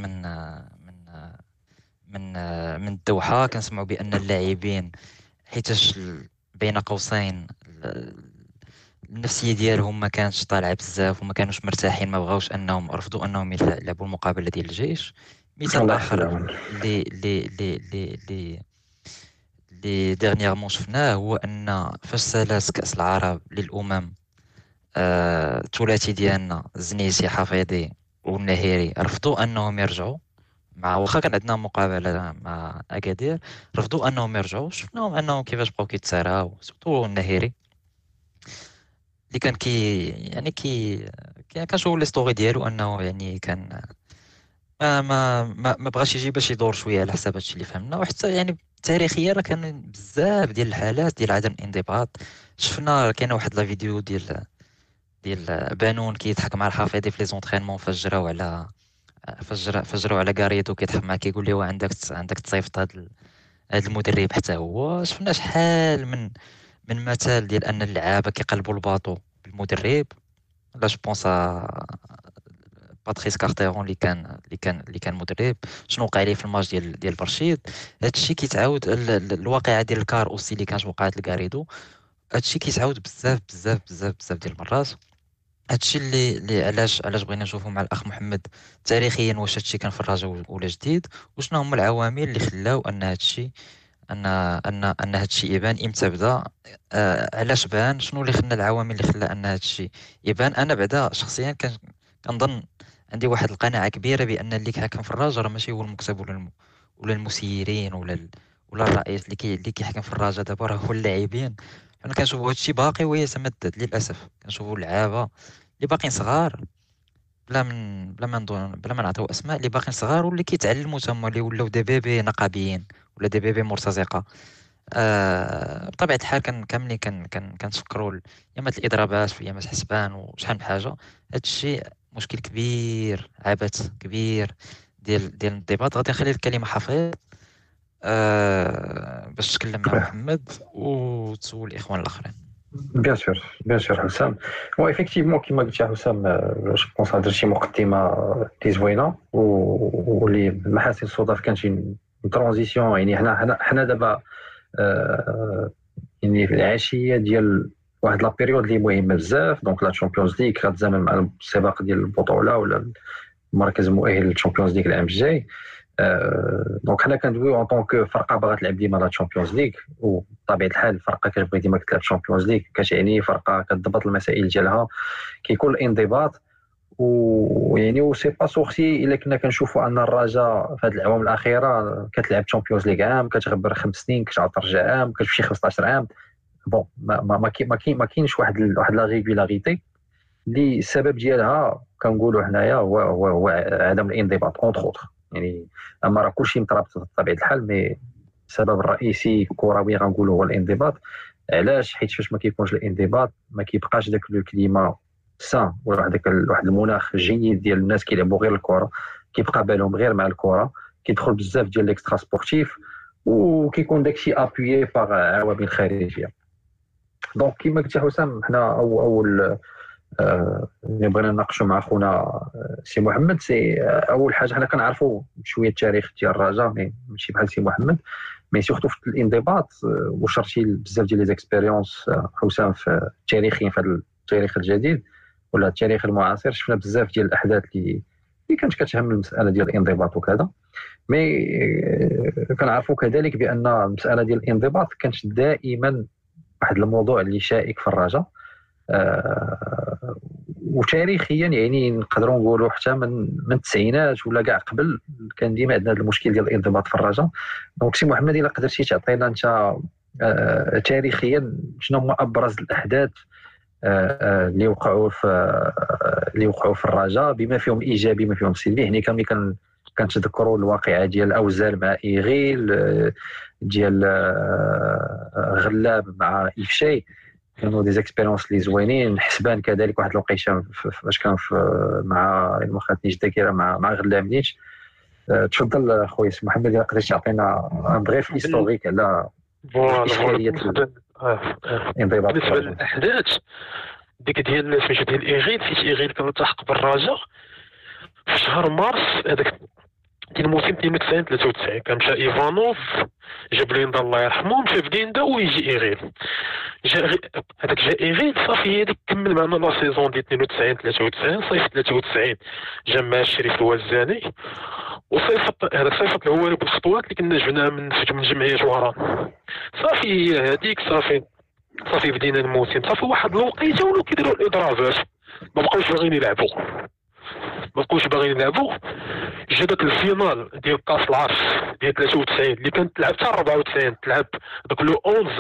من الدوحه، كنسمعوا بان اللاعبين حيتاش بين قوسين النفسيه ديالهم ما كانتش طالعه بزاف وما كانوش مرتاحين، ما بغاوش انهم رفضوا انهم يلعبوا المقابله ديال الجيش. مثال اخر اللي ديرنييرمون شفناه هو ان فاش سالات كاس العرب للامم الثلاثي ديالنا الزنيسي حفيظي والنهيري رفضوا انهم يرجعوا، مع واخا كان عندنا مقابله مع اكادير رفضوا انهم يرجعوا. شفناهم انهم كيفاش بقاو كيتساراو، سورتو النهيري اللي كان كنشوفوا لي ستوري ديالو انه يعني كان ما بغاش يجي باش يدور شويه على حساب هادشي اللي فهمنا. وحتى يعني تاريخيا راه كان بزاف ديال الحالات ديال عدم الانضباط. شفنا كاينه واحد لا فيديو ديال بانون كيضحك مع الحفيظي في لي زونطرينمون فجراو على كاريتو كيضحك معاه كيقول ليه عندك تصيفط هاد المدرب. حتى هو شفنا شحال من مثال ديال ان اللعابه كيقلبوا الباطو بالمدرب. لا جو بونس باتريس كارتيرون اللي كان مدرب، شنو وقع ليه في الماتش ديال برشيد. هادشي كيتعاود الواقعه ديال الكار اوسي اللي كانت وقعت لكاريدو. هادشي كيتعاود بزاف بزاف بزاف بزاف ديال المرات. هادشي اللي علاش بغينا نشوفوا مع الاخ محمد تاريخيا واش هادشي كان في الرجاء ولا جديد، وشنو هما العوامل اللي خلاو ان هادشي هادشي يبان، امتى بدا، علاش بان، شنو اللي خلى العوامل اللي خلى ان هادشي يبان. انا بعدا شخصيا كنظن عندي واحد القناعه كبيره بان اللي كيحكم في الرجاء راه ماشي هو المكتب ولا المسيرين ولا الرئيس اللي كيحكم في الرجاء دابا راه هو اللاعبين. انا كنشوفوا هادشي باقي ويتمدد للاسف. كنشوفوا اللعابه اللي باقيين صغار بلا ما نعطيو اسماء، اللي باقيين صغار واللي كيتعلموا تما، اللي ولاو دي بيبي نقابيين ولا دي بيبي مرتزقه. بطبيعة الحال كاملين كنفكروا يامات الإضرابات في يامات الحسبان وشحال من حاجة. هذا الشيء مشكل كبير، عبث كبير ديال الانضباط. غادي نخلي الكلمة حفيظ باش تكلم مع محمد وتسول الإخوان الآخرين. بيان سور حسام. وإفكتيفمون كيما قلت يا حسام، جو بونس هضر شي مقدمة اللي زوينة واللي محاسن الصدف كان شي ترانزيسيون. يعني حنا دابا يعني في العشية ديال واحد لا بيريود اللي مهمة بزاف. دونك لا تشامبيونز ليغ كتزامن مع السباق ديال البطولة ولا المركز المؤهل للتشامبيونز ليغ العام الجاي. دونك حنا كندويو اون طونك فرقه باغا تلعب ديما لا تشامبيونز ليغ، وبطبيعه الحال الفرقه كتبغي ديما تلعب تشامبيونز ليغ، كتعني فرقه كتضبط المسائل ديالها، كيكون الانضباط. ويعني سي با سورسي الا كنا كنشوفوا ان الرجاء في هذه الاعوام الاخيره كتلعب تشامبيونز ليغ عام، كتغبر 5 سنين، كتعاود ترجع عام، كتمشي 15 عام. بون ما كاينش واحد لا ريغولاريتي اللي السبب ديالها كنقولوا حنايا هو عدم الانضباط اونتر اوتر. يعني اما راه كلشي مترابط بطبيعه الحال، مي السبب الرئيسي كروي غنقولوا هو الانضباط. علاش؟ حيت فاش ما كيكونش الانضباط ما كيبقاش داك الكليما سان ولا واحد المناخ جيد ديال الناس كيلعبوا غير الكره، كيبقى بالهم غير مع الكره، كيدخل بزاف ديال الاكسترا سبورتيف وكيكون داكشي ابويي باغ عوامل خارجيه. دونك كيما قلت حسام، حنا اول اللي بغينا نناقشوا مع خونا سي محمد، سي اول حاجه حنا كنعرفوا شويه التاريخ ديال الرجاء، ماشي بحال سي محمد، مي سورتو في الانضباط. وشرتي بزاف ديال لي زيكسبيريونس حسام في تاريخيا في هذا التاريخ الجديد ولا التاريخ المعاصر، شفنا بزاف ديال الاحداث اللي كانت كتهم المساله ديال الانضباط وكذا. مي كنعرفوا كذلك بان المساله ديال الانضباط كانت دائما واحد الموضوع اللي شائك في الرجاء. وتاريخيا يعني نقدروا نقولوا حتى من التسعينات ولا كاع قبل كان ديما عندنا هذا المشكل ديال الانضباط في الرجاء. دونك سي محمد الا قدرتي تعطينا انت تاريخيا شنو هما ابرز الاحداث اللي وقعوا في الرجاء، بما فيهم الايجابي بما فيهم السلبي. يعني كامل كنتذكروا الواقعه ديال اوزال مع ايغيل، ديال غلاب مع إفشاي، كانوا دي زيكسبيريونس لي زوينين. حسبان كذلك واحد الوقيته فاش كان مع ما خاطنيش الذاكره مع غلاب نيتش. تفضل خويا سي محمد الا قدرتي تعطينا ان بريف هيستوريك على اشكاليه الانضباط. بالنسبه للاحداث ديك ديال سميتو ديال ايغيل، فاش ايغيل كان التحق بالرجاء في شهر مارس هذاك ديال الموسم 92 93 كان مشى ايفانوف جاب ليندا الله يرحمه، مشى في ليندا ويجي ايغيل. هذاك جا ايغيل صافي هذيك كمل معنا لا سيزون ديال 92 93 صيف 93 جا مع الشريف الوزاني، وصيفط هذاك صيفط الهواري بالخطوات اللي كنا جبناها من جمعيه وهران. صافي هذيك صافي بدينا الموسم، صافي واحد الوقيته ولاو كيديروا الاضرابات، ما بقاوش باغيين يلعبوا. جا داك الفينال ديال كاس العرش ديال 93 اللي كانت تلعب حتى 94، تلعب داك لو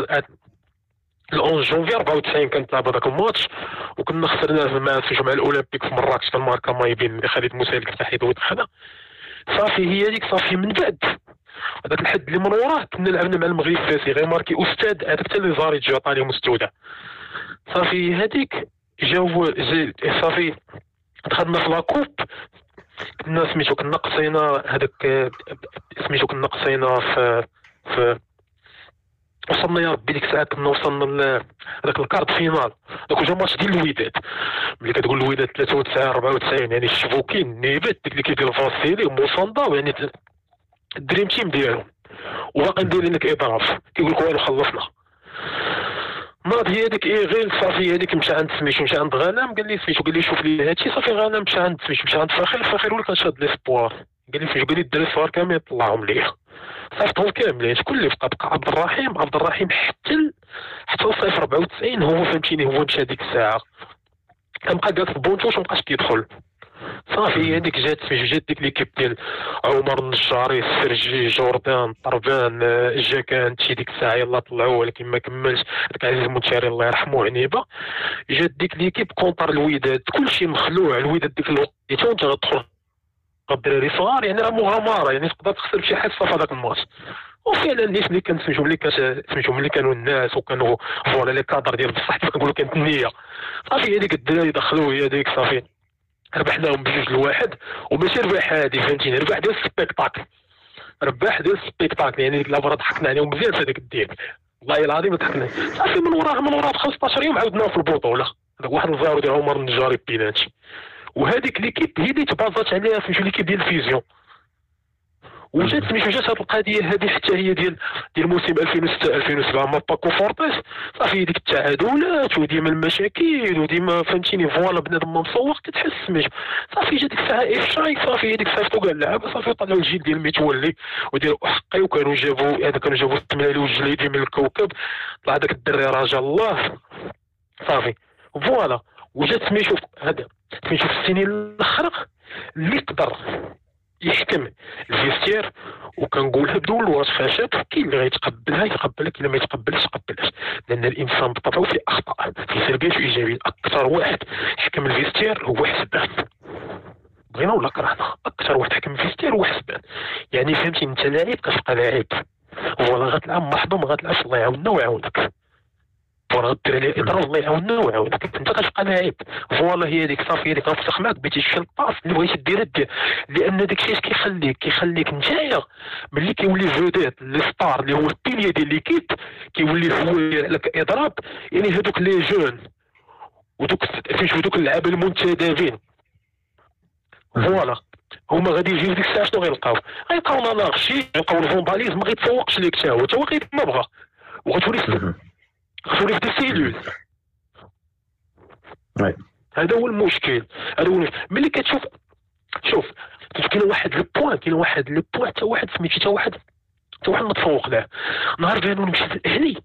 11 جونفي 94 كانت تلعب هذاك الماتش، وكنا خسرناه مع الاولمبيك في مراكش، كان ماركا مايبين خالد مسالك تحيد ودخلنا. صافي هي هذيك صافي من بعد هذاك الحد اللي من وراه كنا لعبنا مع المغرب فاسي غير ماركي استاذ هذاك حتى اللي زاري جا عطاني مستودع. صافي هذيك جاو صافي دخلنا في لاكوب، كنا سميتو كنا قصينا هذاك سميتو كنا قصينا في وصلنا يا ربي ديك الساعه كنا وصلنا لهذاك الكارت فينال. داك جا ماتش ديال الوداد، ملي كتقول الوداد 93 94 يعني الشبوكين نيبات ديك اللي كيدير فاسيلي وموساندا، يعني الدريم تيم ديالهم، وباقي ندير لك اضراب كيقول لك والو خلصنا. ناض هي هذيك ايغيل صافي هذيك مشى عند سميتو مشى عند غنم، قال لي سميتو قال لي شوف لي هادشي. صافي غنم مشى عند سميتو مشى عند فخير ولا كان شاد ليسبوار، قال لي سميتو قال لي الدراري الصغار كاملين طلعهم ليا، صيفطهم كاملين شكون اللي بقى عبد الرحيم حتى الصيف 94 هو فهمتيني هو مشى ديك الساعه كان بقى جالس بونتوش ومبقاش كيدخل. صافي هذيك جات ديك ليكيب ديال عمر النجاري السرجي جوردان طربان جاكان شي ديك الساعه يلاه طلعوا ولكن ما كملش داك عزيز المنشاري الله يرحمه عنيبه. جات ديك ليكيب كونتر الوداد كلشي مخلوع، الوداد ديك الوقيته وانت غتدخل الدراري صغار يعني راه مغامره، يعني تقدر تخسر بشي حصه في هذاك الماتش. وفعلا الناس اللي كنسمجوا ملي كانوا الناس وكانوا فوالا لي كادر ديال بصح كيف كنقولوا كانت النيه صافي. هذيك الدراري دخلوا هي هذيك صافي ربحناهم بجوج لواحد. وماشي ربح هادي فهمتيني، ربح ديال السبيكتاكل، ربح ديال السبيكتاكل. يعني ديك لابرا ضحكنا عليهم بزاف هذاك الديال والله العظيم ضحكنا صافي. من وراها 15 يوم عاودناو في البطوله. هذاك واحد الزارو ديال عمر النجاري بيناتي. وهذيك ليكيب هي اللي تبازات عليها في ليكيب ديال الفيزيون. وجات هذه القضيه هذه حتى هي ديال موسم 2006 2007 مع باكو فورتيس صافي. ديك التعادلات وديما المشاكل وديما فهمتيني فوالا بنادم ما مسوق تتحس ماشي صافي. جات ديك الساعه افشاي صافي هذيك صيفطوا كاع اللعابه صافي طلعوا الجيل ديال متولي وديال احقي وكانوا جابوا التمالي والجليدي من الكوكب. طلع داك الدري رجا الله صافي فوالا. وجات سميتو هذا سميتو في السنين الاخرى اللي قدر يحكم الفيستير. وكنقولها بدون الورش خشب، كاين اللي غيتقبلها يقبلها، كاين اللي ما يتقبلش يقبلهاش، لان الانسان بطبعه فيه اخطاء في سلبيات وايجابيات. اكثر واحد حكم الفيستير هو حسبان، بغينا ولا كرهنا اكثر واحد حكم الفيستير هو حسبان. يعني فهمتي انت لاعب كتبقى لاعب ولا غتلعب مرحبا ما غتلعبش الله يعاوننا ويعاونك، فوالا غدير عليه اضراب الله يعاوننا ويعاونك انت كتبقى لاعب. فوالا هي هذيك صافي هذيك غنفسخ معاك بغيتي تشوف الباس اللي بغيتي دير لان داك الشيء كيخليك نتايا ملي كيولي فوديت لي ستار اللي هو البيليه ديال ليكيب كيولي هو لك اضراب. يعني هذوك لي جون ودوك اللعابه المنتدبين فوالا هما غادي يجيو ديك الساعه شنو غيلقاو نانارشي، غيلقاو الفونداليزم ما غيتفوقش ليك حتى هو غير ما بغا وغتولي في دي سيلول. هذا هو المشكل. ملي كتشوف شوف كاين واحد لو بوين حتى واحد سميتو حتى واحد متفوق له. نهار كانوا نمشي للاهلي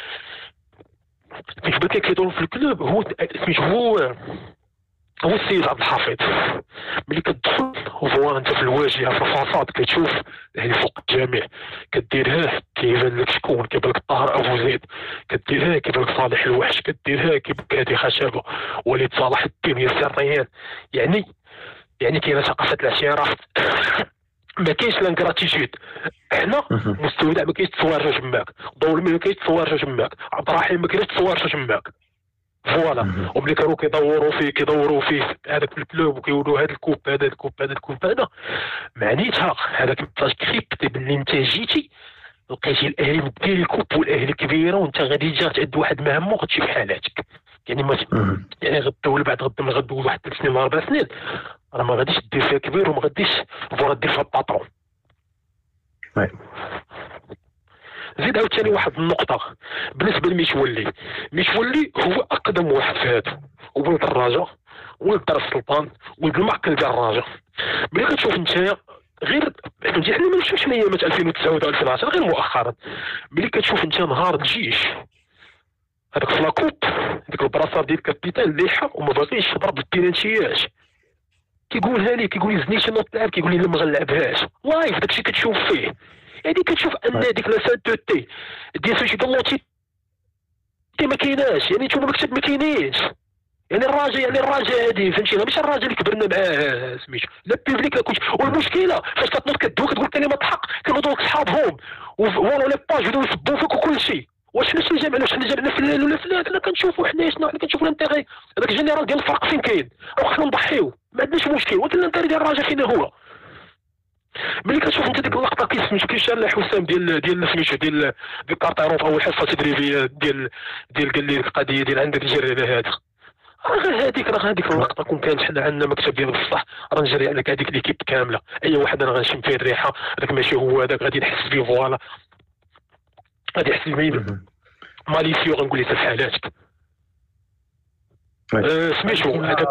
كيف بدا كيدور في الكلوب هو سميتو هو السيد عبد الحفيظ. ملي كتدخل فوالا انت في الواجهه في الفاصاد كتشوف يعني فوق الجامع كديرها كيبان لك شكون، كيبان لك طاهر ابو زيد، كديرها كيبان لك صالح الوحش، كديرها كيبان لك هادي خشبه وليد صلاح الدين ياسر ريان. يعني كاينه ثقافه الاعتراف ما كاينش لانكراتيتود. حنا مستودع ما كاينش تصوير تماك، ضول ما كاينش تصوير تماك، عبد الرحيم ما كاينش تصوير تماك فوالا. وملي كانوا كيدوروا فيه هذاك الكلوب وكيقولوا هذا الكوب هذا معنيتها هذاك الترانسكريبت باللي انت جيتي لقيتي الاهلي مدير الكوب والاهلي كبيره وانت غادي تعد واحد مهمه وغتمشي في حالاتك. يعني ما يعني غدول بعد غدول واحد 3 سنين 4 سنين راه ما غاديش دير فيها كبير وما غاديش فورا دير فيها الباطرون. زيد عاوتاني واحد النقطة بالنسبة لميتولي هو أقدم واحد في هذا، ولد الرجاء ولد دار السلطان ولد المعقل ديال الرجاء. ملي كتشوف نتايا غير فهمتي حنا ما نشوفش من ايامات 2009 و 2010 غير مؤخرا ملي كتشوف نتا نهار الجيش هذاك فلاكوب ديك البراسار ديال الكابيتان اللي حا وما باغيش يضرب البيناتيات كيقولها لي كيقول لي زنيتي نوض تلعب كيقول لي لا ما غنلعبهاش لايف داكشي كتشوف فيه. يعني كتشوف ان ديك لا سانتوتي ديال فاش دلوتي ما كايناش، يعني نتوما المكتب ما كاينينش. يعني الراجع هادي فهمتي ماشي الراجع اللي كبرنا معاه سميتو لا بيبليك لا كلشي. والمشكله فاش كتنوض كتقول كلمه الحق كنوضوا صحابهم ولا لي باج بداو يسبوا فيك وكلشي. واش حنا شي جامعنا واش حنا جامعنا فلان ولا فلان؟ حنا كنشوفوا حنا شنو حنا كنشوفوا الانتيغي هذاك الجنرال ديال الفرق فين كاين راه خصنا نضحيو ما عندناش مشكل، ولكن الانتيغي ديال الراجع فينا هو. ملي كتشوف انت ديك اللقطه كيشال حسام ديال سميتو ديال كارطيرون في اول حصه تدريبيه ديال قال لي القضيه ديال عندك تجري على هذا راه هذيك اللقطه كون كانت حنا عندنا مكتب ديال بصح راه نجري عليك هذيك ليكيب كامله. اي واحد انا غنشم فيه الريحه هذاك ماشي هو هذاك غادي نحس فيه فوالا غادي يحس بيه ماليسيو غنقول لك في حالاتك سميتو هذاك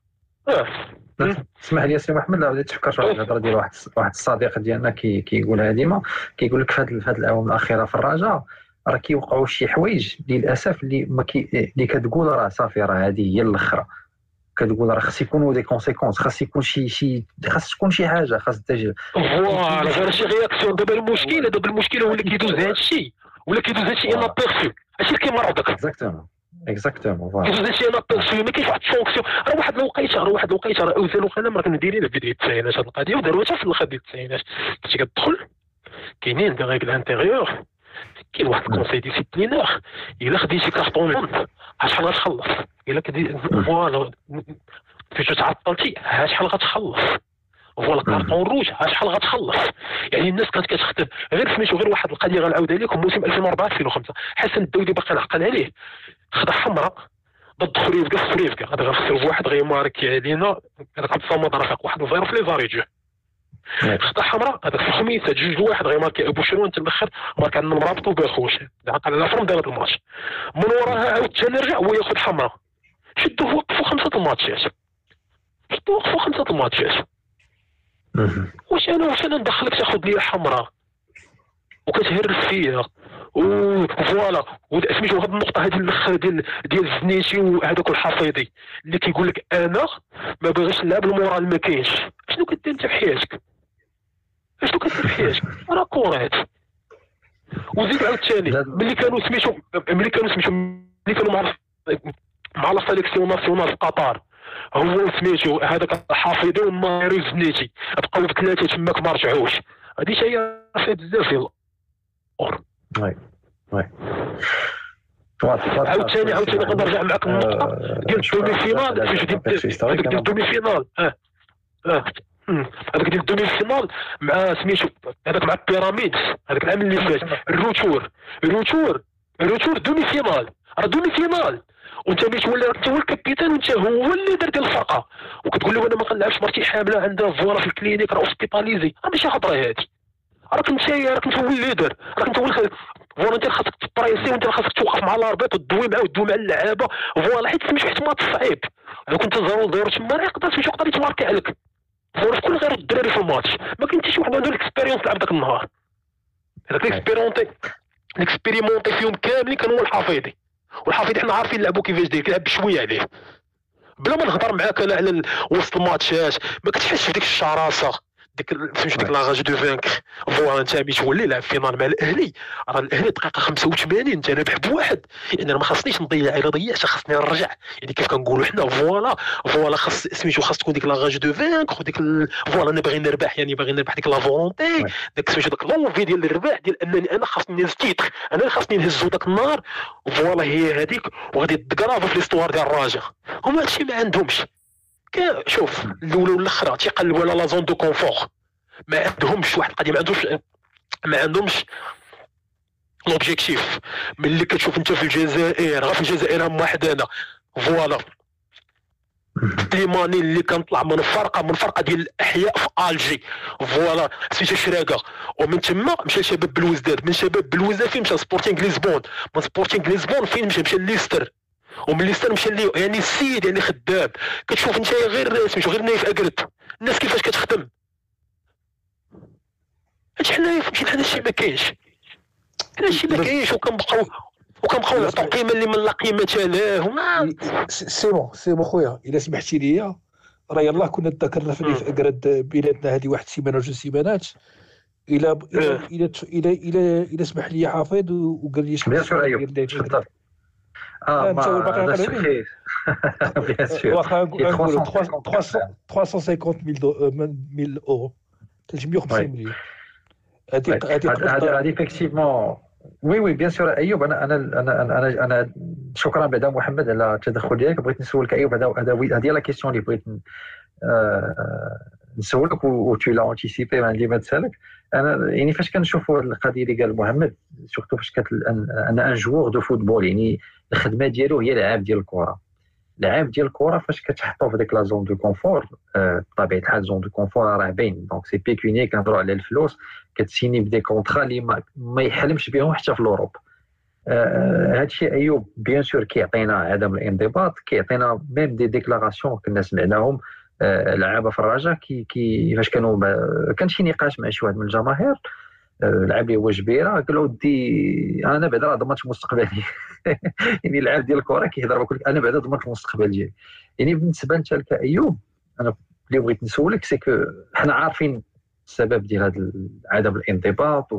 اسمح لي سي محمد بديت تفكر في الهضره ديال واحد الصديق ديالنا كيقولها ديما كيقول لك في هذه الاعوام الاخيره في الرجاء راه كيوقعوا شي حوايج للاسف اللي كتقول راه صافي راه هذه هي الاخرى كتقول راه خص يكونوا دي كونسيكونس خص يكون خص تكون شي حاجه خص تجي فوالا غير شي رياكسيون. دابا المشكله هو اللي كيدوز هذا الشيء ولا كيدوز هذا الشيء انا بيرسو هادشي اللي كيمرضك اكزاكتومون فوالا كيدوز هادشي انا بيرسو ما كاينش واحد الفونكسيون. راه واحد الوقيته راه اوزان وخدم راه كانوا دايرين في بدايه التسعينات هاد القضيه وداروها حتى في الاخر ديال التسعينات كنتي كتدخل كاينين دي ريغل انتيريور، كاين واحد الكونساي ديسيبلينير الا خديتي كارطون جون شحال غتخلص، الا كدير فوالا فاش تعطلتي شحال غتخلص، فوالا كارطون روج شحال غتخلص. يعني الناس كانت كتخدم غير سميتو، غير واحد القضيه غنعاود عليكم، موسم 2004 2005 حسن الدولي باقي نعقل عليه، خدا حمراء ضد فريفكا هذا غنخسروا بواحد غيماركي علينا، هذاك الصمد راه فاق 1-0 في لي زاريجو، خدا حمراء هذاك في الخميس 2-1 غيماركي ابو شروان انت الاخر مارك عندنا مرابطو باخوش عقل على فرم دار الماتش، من وراها عاود ثاني رجع هو ياخذ حمراء، شدوه وقفوا 5 الماتشات، شدوه وقفوا 5 الماتشات. واش انا ندخلك تاخذ لي حمراء وكتهرس فيها وفوالا سميتو هاد النقطه هذه الاخر ديال الزنيتي وهذاك الحفيظي اللي كيقول لك انا ما باغيش نلعب المورال ما كاينش. شنو كدير انت في حياتك؟ شنو كدير في حياتك؟ راه كورات. وزيد عاوتاني ملي كانوا سميتو ملي كانوا مع لا سيليكسيون ناسيونال في قطر، هو سميتو هذاك الحفيظي والنايري والزنيتي بقاو بثلاثه تماك ما رجعوش. هذه شي فيها بزاف ديال الامور. وي عاوتاني غنرجع معك النقطه ديال الدومي فينال، فاش ديال الدومي فينال هذاك ديال الدومي فينال مع سميتو هذاك مع بيراميدز هذاك العام اللي فات، الروتور دومي فينال، راه دومي فينال وانت ميت ولا انت هو الكابيتان وانت هو اللي دار ديال الفرقه، وكتقول لي انا ما كنلعبش مرتي حامله عندها فوالا في الكلينيك راه اوسبيتاليزي، راه ماشي هضره هادي، راك انت هو الليدر، راك انت هو فوالا انت خاصك تبريسي وانت خاصك توقف مع الاربيط وتدوي معاه وتدوي مع اللعابه فوالا، حيت سميتو حيت ماتش صعيب، الا كنت 0-0 تما راه يقدر سميتو يقدر يتماركي عليك فوالا في كل غير الدراري في الماتش، ما كاين حتى شي واحد عنده الاكسبيريونس لعب داك النهار، هذاك الاكسبيريمونتي فيهم كاملين كان هو الحفيظي، والحفيظي حنا عارفين لعبو كيفاش داير كيلعب بشويه عليه بلا ما نهضر معاك انا على وسط الماتشات، ما كتحسش بديك الشراسه فهمتي ديك لاغاج دو فانكر فوالا. انت ملي تولي لعب فينال مع الاهلي، راه الاهلي دقيقه 85 انت رابح بواحد، يعني انا ما خاصنيش نضيع، الا ضيعت خاصني نرجع، يعني كيف كنقولوا حنا فوالا خاص سميتو خاص تكون ديك لاغاج دو فانكر ديك فوالا انا باغي نربح، يعني باغي نربح ديك لا فولونتي داك سميتو داك لونفي ديال الرباح ديال انني انا خاصني نهز تيتر، انا اللي خاصني نهزو داك النهار فوالا هي هذيك، وغادي تكرافو في ليستوار ديال الرجاء. هما هادشي ما عندهمش، شوف الاولى والاخرى تيقلبوا على لا زون دو كونفور، ما عندهمش واحد القضيه، ما عندهمش لوبجيكتيف. ملي كتشوف انت في الجزائر، غير في الجزائر هم واحد انا فوالا سليماني اللي كنطلع من فرقه ديال الاحياء في الجي فوالا سميتها شراكه، ومن تما مشى شباب بالوزداد، من شباب بالوزداد فين مشى سبورتينغ لشبون، من سبورتينغ لشبون فين مشى ليستر، ومن ليستر مشى لي يعني السيد يعني خدام. كتشوف انت غير سميتو غير نايف اكرد الناس كيفاش كتخدم، هادشي حنايا فهمتي حنا الشيء ما كاينش، وكنبقاو نعطيو قيمه اللي من لا قيمه له. سي بون خويا الا سمحتي لي، راه يلاه كنا تذكرنا في اكرد بيناتنا هذه واحد السيمانه وجوج سيمانات، الى سمح لي حافظ وقال لي بيان سور ايوب تفضل. انت باقي غادي بيان سور واخا نقولوا 350,000 اورو 350 مليون هذه افكتيفمون وي بيان سور ايوب. انا شكرا بعدا محمد على التدخل ديالك. بغيت نسولك ايوب، هذه لا كيسيون اللي بغيت نسولك و تو لا انتيسيبي عندي ما تسالك. انا يعني فاش كنشوفوا القضيه اللي قال محمد سورتو فاش ان جوور دو فوتبول، يعني الخدمه ديالو هي لعاب ديال الكره. لعاب ديال الكره فاش كتحطوا في ديك لا زون دو كونفور، بطبيعه الحال زون دو كونفور راه باين، دونك سي بيكوني كنهضروا على الفلوس، كتسيني بدي كونطرا اللي ما يحلمش بهم حتى في الاوروب. هادشي ايوب بيان سور كيعطينا عدم الانضباط، كيعطينا ميم دي ديكلاراسيون كنا سمعناهم لعابه في الرجاء كي فاش كان شي نقاش مع شي واحد من الجماهير، لعب لي هو جبيره قال له ودي انا بعدا راه ضمنت مستقبلي يعني اللاعب ديال الكره كيهضر بقول لك انا بعدا ضمنت المستقبل ديالي. يعني بالنسبه لك كايوب، انا اللي بغيت نسولك سي كو حنا عارفين السبب ديال هذا عدم الانضباط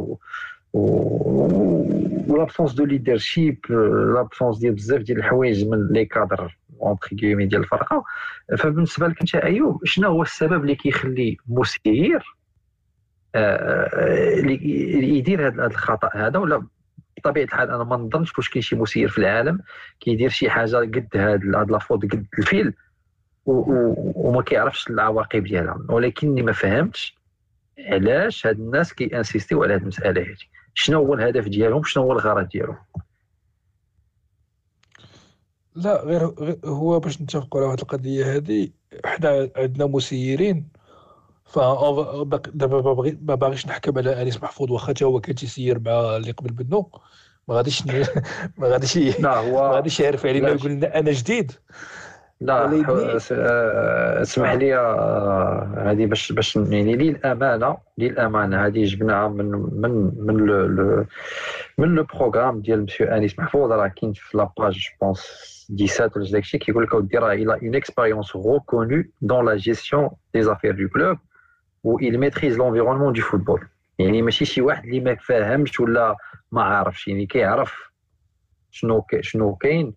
و لابسونس دو ليدرشيب، لابسونس ديال بزاف ديال الحوايج من لي كادر اونتر كيومي ديال الفرقه. فبالنسبه لك انت ايوب، شنو هو السبب اللي كيخلي مسير اللي يدير هذا الخطا هذا. ولا بطبيعه الحال انا ما نظنش واش كاين شي مسير في العالم كيدير شي حاجه قد هاد لافوت قد الفيل وما كيعرفش العواقب ديالها. ولكنني ما فهمتش علاش هاد الناس كيانسيستيو على هاد المساله هذه. شنو هو الهدف ديالهم؟ شنو هو الغرض ديالهم؟ لا غير هو باش نتفقوا على هذه القضيه هذه. حنا عندنا مسيرين، دابا ما باغيش نحكم على انيس محفوظ واخا حتى هو كان تيسير مع اللي قبل منه. ما غاديش ما غاديش لا هو ما غاديش يعرف علينا ويقول لنا انا جديد. لا اسمح لي هذه باش يعني للامانه هذه جبناها من لو بروغرام ديال مسيو انيس محفوظ. راه كاين في لاباج جو بونس 17 ولا داكشي كيقول لك اودي راه il a une expérience reconnue dans la gestion des affaires du club و il maîtrise l'environnement du football. يعني ماشي شي واحد اللي ما فاهمش ولا ما عارفش، يعني كيعرف شنو كاين.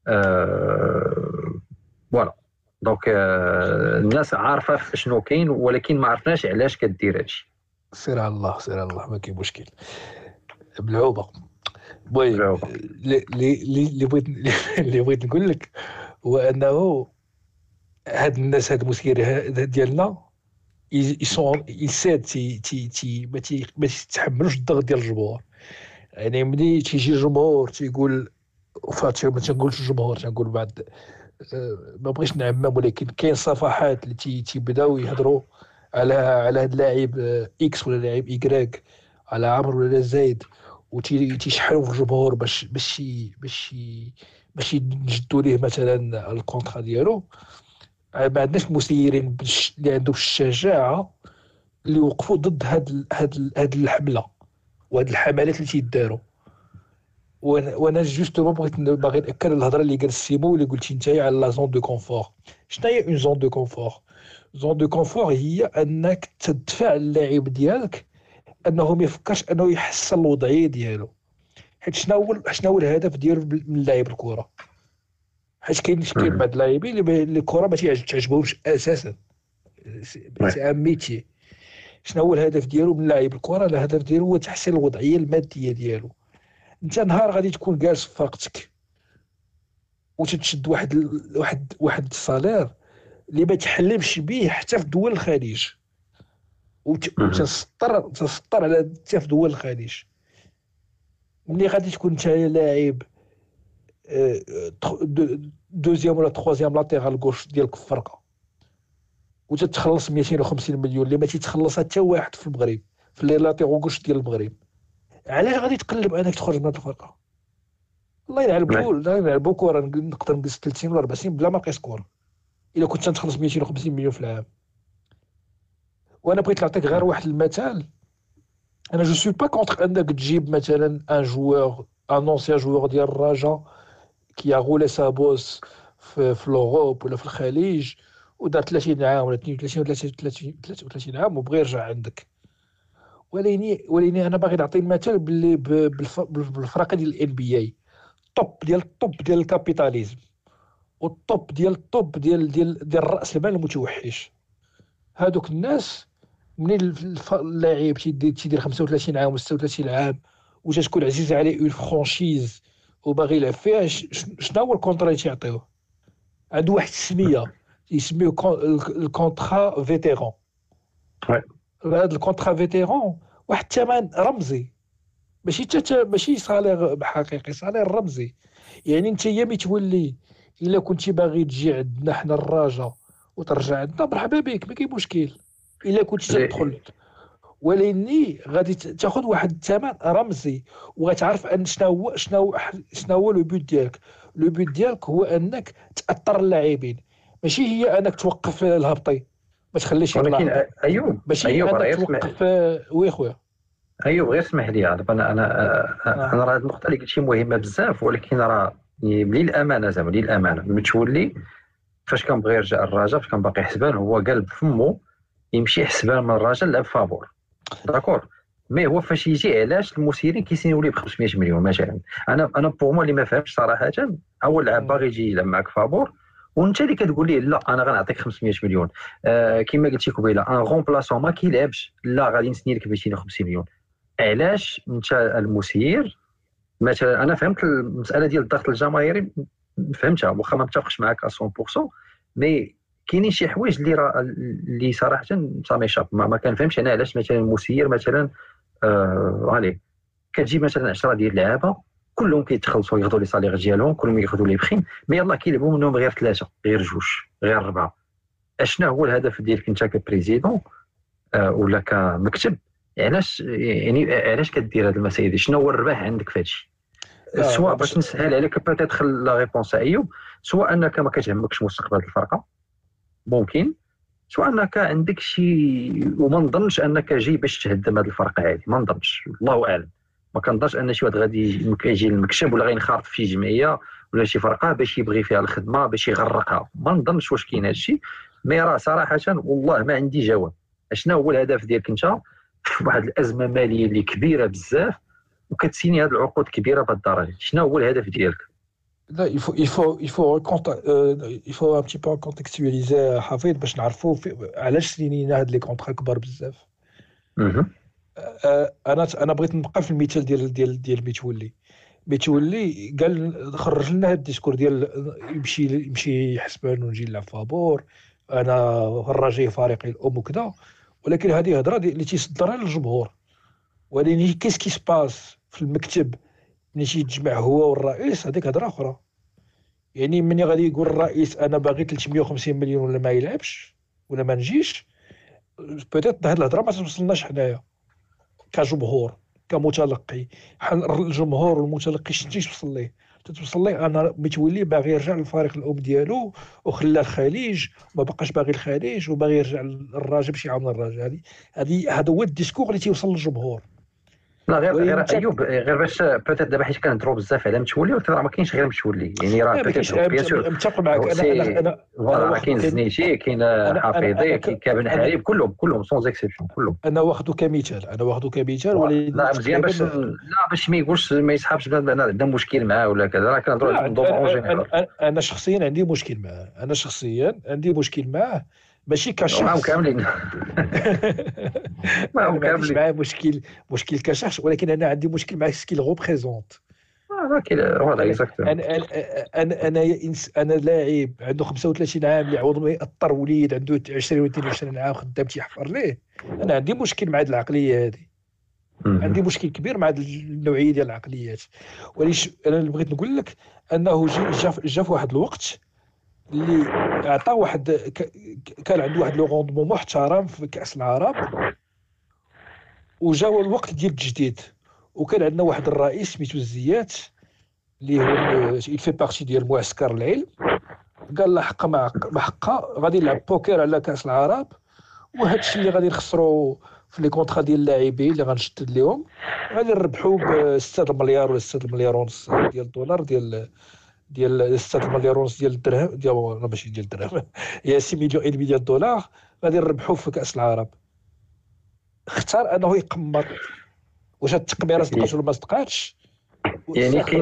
فوالا دونك الناس عارفه شنو كاين، ولكن ما عرفناش علاش كدير هادشي. سير على الله ما كاين مشكل. بالعوبه بوي اللي بغيت نقول لك هو انه هاد الناس هاد المسير ديالنا يساد ما تيتحملوش الضغط ديال الجمهور. يعني ملي تيجي الجمهور تيقول فاتشي، ما تنقولش الجمهور، تنقول بعد ما بغيتش نعمم، ولكن كاين صفحات اللي تيبداو يهضروا على هاد اللاعب اكس ولا لاعب ايكغيك، على عمرو ولا زايد، وتيشحنوا في الجمهور باش نجدوا ليه مثلا الكونترا ديالو. ما عندناش مسيرين اللي عندهم الشجاعه اللي وقفوا ضد هاد الحمله وهاد الحملات اللي تيداروا. وانا جوستومون باغي ناكد الهضره اللي قال سيمو اللي قلتي نتايا على لا زون دو كونفور. شنو هي اون زون دو كونفور؟ زون دو كونفور هي انك تدفع اللاعب ديالك انه ما يفكرش انه يحسن الوضعيه ديالو. حيت شنو هو الهدف ديالو من لاعب الكره؟ حيت كاين بعض اللاعبين اللي الكره ما تعجبهمش اساسا، سي ان ميتي. شنو هو الهدف ديالو من لاعب الكره؟ الهدف ديالو هو تحسين الوضعيه الماديه ديالو. انت نهار غادي تكون جالس في فرقتك وتتشد واحد الصالير اللي ما تحلمش به حتى في دول الخليج، وتسطر على حتى في دول الخليج. ملي غادي تكون انت لاعب دوزيام ولا تخوازيام لاتيرال غوش ديالك في الفرقه وتتخلص 250 مليون اللي ما تيتخلصها حتى واحد في المغرب في لي لاتيرو غوش ديال المغرب، علاش غادي تقلب انك تخرج من هذه الفرقه؟ الله يلعبوا كره نقدر نقص 30 ولا 40 بلا ما نقيس كره الا كنت تخلص 250 مليون في العام. وانا بغيت نعطيك غير واحد المثال. انا جو سوي با كونتر انك تجيب مثلا ان جوور ان اونسيان جوور ديال الرجاء كي غولي سا بوس في لوروب ولا في الخليج ودار 30 عام ولا 32 ولا 33 عام وبغى يرجع عندك. وليني انا باغي نعطي المثال باللي بالفرقه ديال الان بي اي، الطوب ديال الكابيتاليزم والطوب ديال راس المال المتوحش. هادوك الناس منين اللاعب تيدير 35 عام و 36 عام وتتكون عزيزه عليه اون فرانشيز وباغي يلعب فيها، شنو هو الكونترا اللي تيعطيوه؟ عنده واحد السميه يسميوه الكونترا فيتيران. هذا الكونترا فيتيران واحد الثمن رمزي، ماشي صالير حقيقي، صالير رمزي. يعني انت يا تولي الا كنتي باغي تجي عندنا حنا الرجاء وترجع عندنا مرحبا بك، ما كاين مشكل الا كنتي تدخل، ولكن غادي تاخذ واحد الثمن رمزي وغتعرف ان شنو هو لو بوت ديالك. لو بوت ديالك هو انك تاثر اللاعبين، ماشي هي انك توقف الهبطي ما تخليش يطلع. ولكن ايوب انك توقف وي خويا ايوب غير اسمح لي. انا راه هذه النقطه اللي قلتي مهمه بزاف، ولكن راه للامانه ملي تولي فاش كنبغي يرجع الرجاء فاش كان باقي حسبان هو قال بفمو يمشي حسبان من الرجاء لعب فابور داكور. مي هو فاش يجي علاش المسيرين كيسينيو ليه ب 500 مليون مثلا؟ انا بوغ مو اللي ما فهمتش صراحه، اول لاعب باغي يجي يلعب معك فابور وانت اللي كتقول ليه لا انا غنعطيك 500 مليون. كما قلتي قبيله ان غومبلاسون ما كيلعبش، لا غادي نسني لك 250 مليون. علاش انت المسير مثلا؟ انا فهمت المساله ديال الضغط الجماهيري، فهمتها واخا ما متفقش معاك 100%، مي كاينين شي حوايج اللي صراحه ساميشاب ما كنفهمش انا علاش مثلا المسير مثلا عليه كتجيب مثلا 10 ديال اللعابه كلهم كيتخلصوا ياخذوا لي صالير ديالهم، كلهم ياخذوا لي بخين، مي يلاه كيلعبوا منهم غير 3 غير 2 غير 4. اشنا هو الهدف ديالك انت كبريزيدون ولا كمكتب؟ علاش يعني علاش كدير هاد المسائل؟ شنو هو الربح عندك في هادشي؟ سواء باش نسهل عليك بيتيتر لا ريبونس ايوب، سواء انك ما كتهمكش مستقبل الفرقه ممكن، سواء انك عندك شي، وما نظنش انك جاي باش تهدم هذه الفرقه هذه، ما نظنش، الله اعلم. ما كنظنش ان شي واحد غادي يجي للمكتب ولا غينخرط في شي جمعيه ولا شي فرقه باش يبغي فيها الخدمه باش يغرقها، ما نظنش واش كاين هذا الشيء. مي راه صراحه والله ما عندي جواب. اشنا هو الهدف ديالك انت في واحد الازمه ماليه اللي كبيره بزاف وكتسيني هذه العقود كبيره بهذه الدرجه؟ شنو هو الهدف ديالك؟ لا il faut un petit peu contextualiser حفيظ باش نعرفوا علاش سنينا هاد لي كونطرا كبار بزاف. انا بغيت نبقى في المثال ديال ميتولي قال خرج لنا هاد الديسكور ديال يمشي يحسبان ونجي نلعب فابور، انا الرجاء فريقي الام وكذا، ولكن هذه هضره اللي تيصدرها للجمهور. ولكن كيس كي سباس في المكتب ملي تيتجمع هو والرئيس، هذيك هضره اخرى. يعني ملي غادي يقول الرئيس انا باغي 350 مليون ولا ما يلعبش ولا ما نجيش، بوتيت هاد الهضره ما توصلناش حنايا كجمهور كمتلقي. الجمهور والمتلقي شنو توصل ليه؟ تتوصل ليه انا متولي باغي يرجع للفريق الام ديالو وخلى الخليج، ما بقاش باغي الخليج وباغي يرجع للرجاء باش يعاون الرجاء. هذا هو الديسكور اللي تيوصل للجمهور. لا غير ايوب، غير باش بوتيت دابا حيت كنهضروا بزاف على متولي، ولكن راه ما كاينش غير متولي، يعني راه بوتيت بيان سور متفق معك. انا فوالا كاين زنيتي، كاين حفيظي، كاين بن حليب، كلهم سون اكسيبسيون كلهم. انا واخذو كمثال ولكن لا مزيان باش ما يقولش ما يسحبش بلا عندنا مشكل معاه ولا كذا، راه كنهضروا على الموضوع اون جينيرال. انا شخصيا عندي مشكل معاه، ماشي كشخص. معهم كاملين معهم كاملين معاه مشكل كشخص، ولكن انا عندي مشكل مع سكيل غوبريزونت. فوالا اكزاكتومون. انا لاعب عنده 35 عام اللي عوض ما ياثر وليد عنده 20 و 22 عام خدام تيحفر ليه. انا عندي مشكل مع هذه العقليه هذه، عندي مشكل كبير مع هذه النوعيه ديال العقليات. وليش انا اللي بغيت نقول لك انه جا في واحد الوقت اللي عطى واحد كان عنده واحد لو روندمون محترم في كاس العرب، وجاو الوقت ديال التجديد، وكان عندنا واحد الرئيس سميتو الزيات اللي هو يفي بارتي ديال معسكر العلم، قال لا حق ما حقها غادي نلعب بوكر على كاس العرب، وهذا الشيء اللي غادي نخسروا في لي كونطرا ديال اللاعبين اللي غنشدد لهم غادي نربحوا ب 6 مليار ولا 6 مليار ونص ديال الدولار ديال 6 مليار ونص ديال الدرهم ديال ماشي ديال الدرهم هي 6 مليون ادمي ديال الدولار غادي نربحوا في كاس العرب. اختار انه يقمر. واش هاد التقميره صدقات ولا ما صدقاتش؟ يعني كاين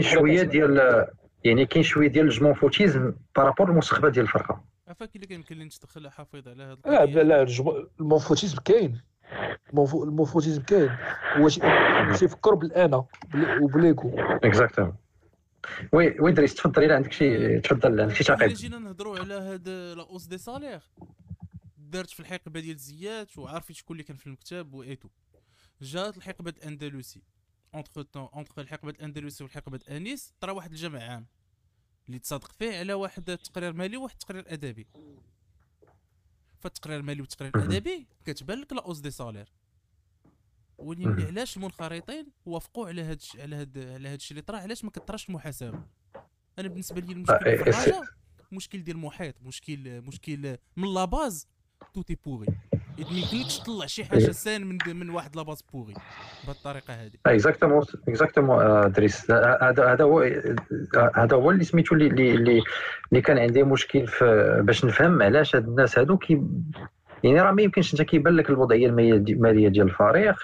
شويه ديال الجمونفوتيزم بارابور للمستقبل ديال الفرقه. عفاك اللي كيمكن لي نتدخل حافظ على هذا القضيه. لا المونفوتيزم كاين، المونفوتيزم كاين، هو تيفكر بالانا وبليكو. اكزاكتومون. وي دريس تفضل، الا عندك شي تفضل، عندك شي تعقيب. جينا نهضروا على هاد لاوس دي سالير دارت في الحقبه ديال زيات، وعارفين شكون اللي كان في المكتب وايتو. جات الحقبه الاندلسي، اونتر الحقبه الاندلسي والحقبه انيس طرا واحد الجمع عام اللي تصادق فيه على واحد التقرير مالي وواحد التقرير ادبي. فالتقرير المالي والتقرير الادبي كتبان لك لاوس دي سالير، ولكن علاش المنخرطين وافقوا على هاد الشيء اللي طرا؟ علاش ما كطراش المحاسبه؟ انا بالنسبه لي المشكل في الرجاء مشكل ديال المحيط، مشكل من لا باز توتي بوغي. ما يمكنلكش تطلع شي حاجه سان من واحد لا باز بوغي بهذه الطريقه هذه. اكزاكتومون دريس. هذا هو اللي سميتو اللي كان عندي مشكل في باش نفهم علاش هاد الناس هادو يعني راه ما يمكنش انت كيبان لك الوضعيه الماليه ديال الفريق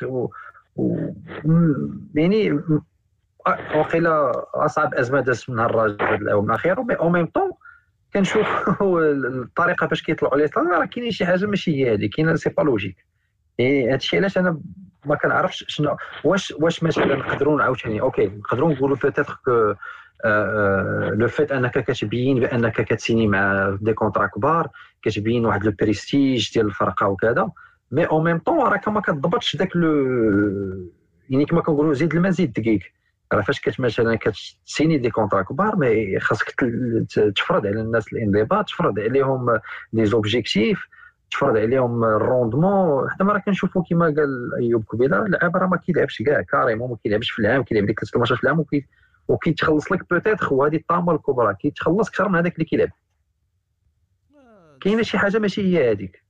يعني وقيلا اصعب ازمه دازت منها الرجاء في الاونه الاخيره، او ميم طون كنشوف الطريقه باش كيطلعوا لي طلع راه كاينين شي حاجه ماشي هي هذه، كاينه سي با لوجيك. يعني هادشي علاش انا ما كنعرفش شنو واش مثلا نقدروا عاوتاني اوكي نقدروا نقولوا بيتيتر كو لو فيت انك كتبين بانك كتسيني مع دي كونطرا كبار، كتبين واحد لو بريستيج ديال الفرقه وكذا، مي او ميم طون راك ما كتضبطش داك لو، يعني كما كنقولوا زيد الماء زيد الدقيق. راه فاش مثلا كتسيني دي كونطرا كبار ما خاصك تفرض على الناس الانضباط، تفرض عليهم دي زوبجيكتيف، تفرض عليهم الروندمون. حتى ما راه كنشوفوا كما قال ايوب قبيله، اللعاب راه ما كيلعبش كاع كاريمون، ما كيلعبش في العام، كيلعب لك 3 ماتشات في العام وكيتخلص لك بوتيتر، وهذه الطامه الكبرى كيتخلص اكثر من هذاك اللي كيلعب. كاينه شي حاجه ماشي هي هذيك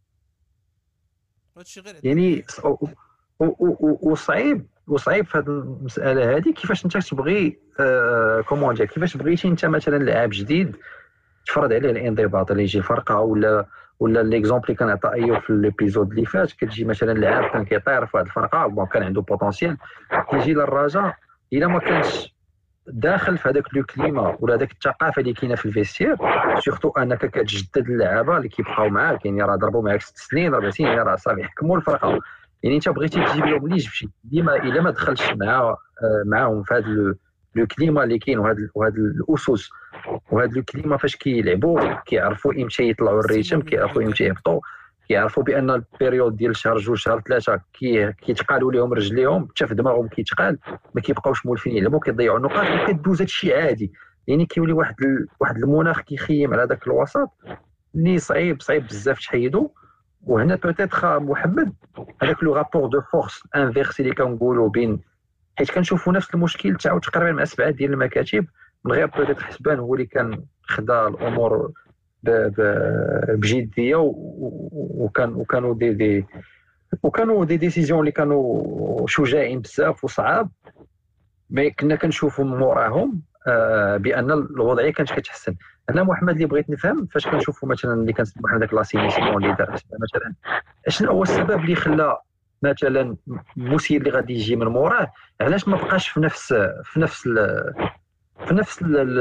يعني. وصعيب في هذه المساله هذه كيفاش انت تبغي كومون دير، كيفاش بغيتي انت مثلا لاعب جديد تفرض عليه الانضباط اللي يجي فرقه، ولا ليكزومبل اللي كنعطى ايوب في الابيزود اللي فات، كتجي مثلا لاعب كان كيطير في واحد الفرقه كان عنده بوتونسيال، كيجي للرجاء الا ما كانش داخل في هذاك لو كليما ولا هذاك الثقافه اللي كاينه في الفيستير، سورتو انك كتجدد اللعابه اللي كيبقاو معاك، يعني راه ضربوا معاك 6 سنين 4 سنين راه صافي يحكموا الفرقه، يعني انت بغيتي تجيب لهم اللي جبتي ديما الا ما دخلش معاهم في هذا لو كليما اللي كاين وهاد الاسس وهاد لو كليما فاش كيلعبوا كيعرفوا امتى يطلعوا الريتم، كيعرفوا امتى يهبطوا، كيعرفوا بان البيريود ديال شهر 2 شهر 3 كيتقالوا لهم رجليهم حتى في دماغهم كيتقال، ما كيبقاوش مولفين يلعبوا كيضيعوا النقاط وكدوز هادشي عادي، يعني كيولي واحد المناخ كيخيم على داك الوسط اللي صعيب بزاف تحيدو. وهنا بوتيتر محمد هذاك لو رابور دو فورس انفيرسي اللي كنقولوا بين، حيت كنشوفوا نفس المشكل تعاود تقريبا مع 7 ديال المكاتب، من غير بوتيتر حسبان هو اللي كان خدا الامور بجديه وكانوا دي ديسيزيون اللي كانوا شجاعين بزاف وصعاب، مي كنا كنشوفوا موراهم بان الوضعيه كانت كتحسن. انا محمد اللي بغيت نفهم فاش كنشوفوا مثلا اللي كنسمعوا حنا داك لاسينيسيون اللي دار مثلا، شنو هو السبب اللي خلى مثلا المسير اللي غادي يجي من موراه علاش ما بقاش في نفس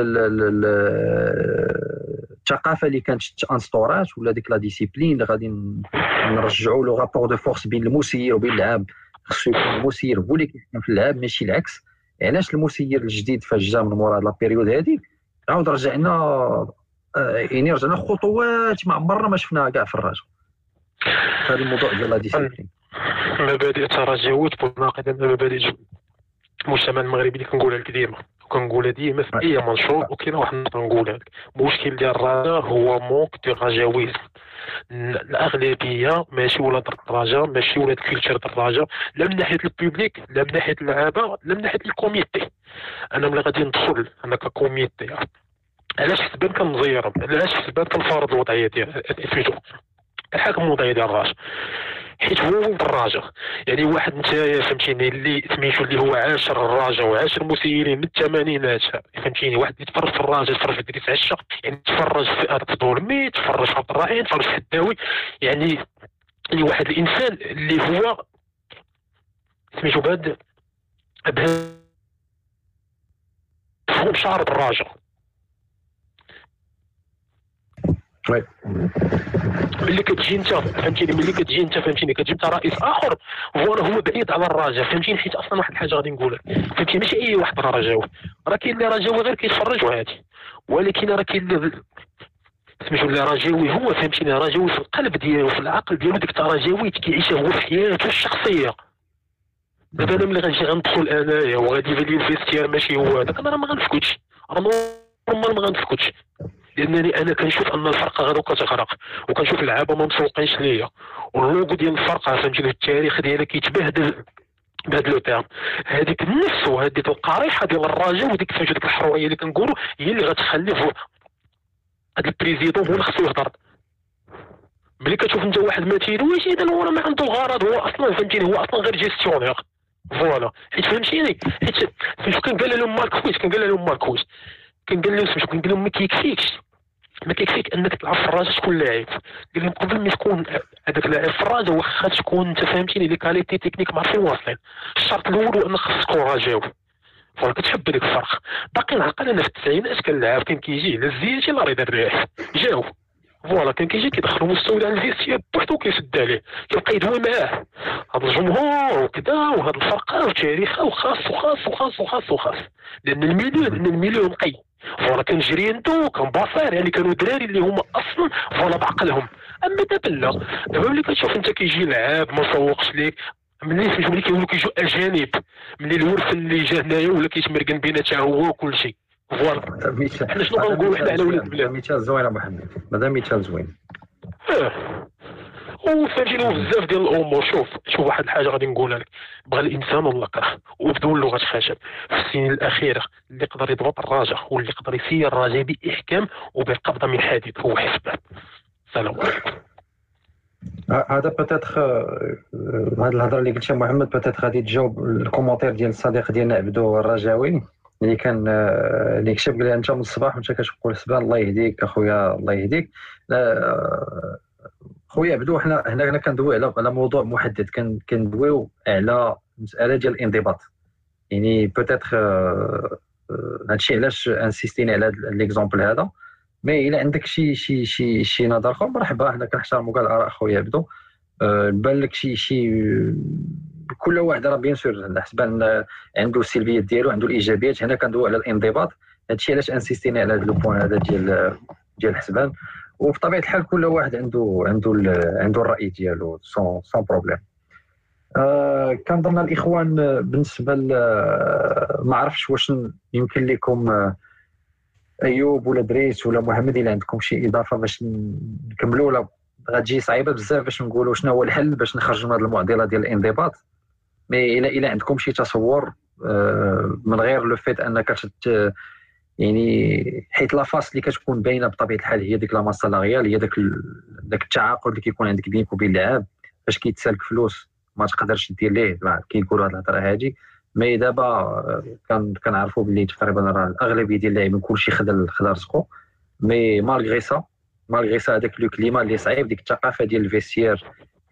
الثقافه اللي كانت انستورات، ولا ديك لا ديسيبلين اللي غادي نرجعوا لو رابور دو فورس بين المسير وبين اللعاب، خصو يكون المسير هو اللي كيحكم في اللعاب ماشي العكس. علاش المسير الجديد فاش جا من مورا هاد لا بيريود هادي عاود رجعنا يعني رجعنا خطوات ما عمرنا ما شفناها كاع في الرجاء في هذا الموضوع ديال لا ديسيبلين. مبادئ الترجوات مناقضه مبادئ المجتمع المغربي اللي كنقولها لك ديما وكنقولها ديما في اي منشور، وكاين واحد النقطه نقولها لك، المشكل ديال الرجاء هو مونك دو رجاويزم. الاغلبيه ماشي ولاد الرجاء، ماشي ولاد الكولتور ديال الرجاء، لا من ناحيه البوبليك لا من ناحيه اللعابه لا من ناحيه الكوميتي. انا ملي غادي ندخل انا ككوميتي علاش حسبان كنزيرهم، علاش حسبان كنفرض الوضعيه ديال سميتو الحاكم الوضعيه ديال الرجاء، حيت هو ولد الرجاء. يعني واحد نتايا فهمتيني اللي سميتو اللي هو عاشر الرجاء وعاشر المسيرين من الثمانينات، فهمتيني واحد يتفرج في الرجاء يتفرج في ادريس عشا، يعني تفرج في الظلمي، تفرج في عبد الرحيم، تفرج في الداوي، يعني واحد الانسان اللي هو سميتو بهاد هو شعر الرجاء. ملي كتجي انت فهمتيني كتجي انت رئيس اخر هو بعيد على الرجاء، فهمتيني، حيت اصلا واحد الحاجه غادي نقولها فهمتيني، ماشي اي واحد رجاوي، راه كاين اللي رجاوي غير كيتفرج وعادي، ولكن راه كاين اللي سميتو اللي رجاوي هو فهمتيني رجاوي في القلب ديالو في العقل ديالو، ديك الرجاوي كيعيشها هو في حياته الشخصيه. دابا انا ملي غنجي غندخل انايا وغادي يبان لي الفيستير ماشي هو هذاك، انا راه ما غنفكتش، راه نورمال ما غنفكتش، لانني انا كنشوف ان الفرقه غادي كتغرق، وكنشوف اللعابه ما مسوقينش ليا، واللوغو ديال الفرقه فهمتيني التاريخ ديالها كيتبهدل بهذا لو تيرم. هذيك النفس وهذيك القريحه ديال الرجاء وديك فهمتي ديك الحرويه اللي كنقولوا هي اللي غتخلي هذا البريزيدون هو اللي خصو يهضر. ملي كتشوف انت واحد مثيل واش اذا هو راه ما عنده غرض، هو اصلا فهمتيني هو اصلا غير جيستيونير فوالا، حيت فهمتيني حيت فاش كنقال لهم ماركويس كنقال لهم ما كيكفيك انك تلعب في الرجاء تكون لاعب، قال لهم قبل ما تكون هذاك لاعب في الرجاء واخا تكون انت فهمتيني لي كاليتي تكنيك معرفين واصلين، الشرط الاول هو انك خصك تكون رجاوي، فوالا كتحب هذاك الفرق. باقي العقل انا في التسعينات كنلعب كان كيجي لا الزياتي لا رضا الرياح جاو فوالا كان كيجي كيدخلوا مستولى على الفيستير بوحدو كيسد عليه كيبقى يدوي معاه هذا الجمهور وكذا وهاد الفرقه وتاريخها وخاص لان المليون نقي فوالا كنجري انتو كنباصير يعني كانوا دراري اللي هما اصلا فوالا بعقلهم. اما دابا لا دابا ملي كتشوف انت كيجي لعاب ما سوقش ليك ملي كيقولوا كيجيو اجانب ملي الورث اللي جا هنايا ولا كيتمركن بينا حتى هو وكل شيء فوالا حنا شنو غنقولوا حنا على ولاد البلاد. مثال زوين ابو حميد ماذا مثال زوين وفهمتيني بزاف ديال الامور. شوف واحد الحاجه غادي نقولها لك بغى الانسان والله كره وبدون لغه خشب في السنين الاخيره اللي يقدر يضبط الراجا واللي يقدر يسير الراجا باحكام وبقبضه من حديد هو حسبان. السلام عليكم. هذا بوتيتر هذه الهضره اللي قلتها محمد بوتيتر غادي تجاوب الكومونتير ديال الصديق ديالنا عبدو الرجاوي اللي كان اللي كتب قال انت من الصباح وانت كتقول حسبان. الله يهديك اخويا الله يهديك. خويا عبدو حنا كندويو على موضوع محدد كندويو على مساله ديال الانضباط يعني بوتيتر هادشي علاش انسيستيني على هذا ليكزامبل هذا. مي الا عندك شي نظر اخر مرحبا حنا كنحترموا كاع الاراء خويا عبدو. بان لك شي كل واحد راه بيان سور حسبان عنده السلبيات ديالو عنده الايجابيات. هنا كندويو على الانضباط هادشي علاش انسيستيني على هذا لو بوين هذا ديال الحسبان. وبطبيعه الحال كل واحد عنده الراي ديالو سون بروبليم. كنظن الاخوان بالنسبه ما عرفتش واش يمكن لكم ايوب ولا دريس ولا محمد الا عندكم شي اضافه باش نكملوا ولا غتجي صعيبه بزاف باش نقولوا شنو هو الحل باش نخرجوا من هذه المعضله ديال الانضباط. مي الا عندكم شي تصور من غير لو فيت انك يعني حيت لافاس اللي كتكون باينه بطبيعه الحال هي ديك لا ماس سالاريال هي داك التعاقد اللي كيكون عندك بينك وبين اللاعب فاش كيتسالك فلوس ما تقدرش دير ليه كيقولوا هذه الهضره هذه. مي دابا كنعرفوا باللي تقريبا راه الاغلبيه ديال اللاعبين كلشي خدا رزقو. مي مالغري سا هذاك لو كليما اللي صعيب ديك الثقافه ديال الفيستير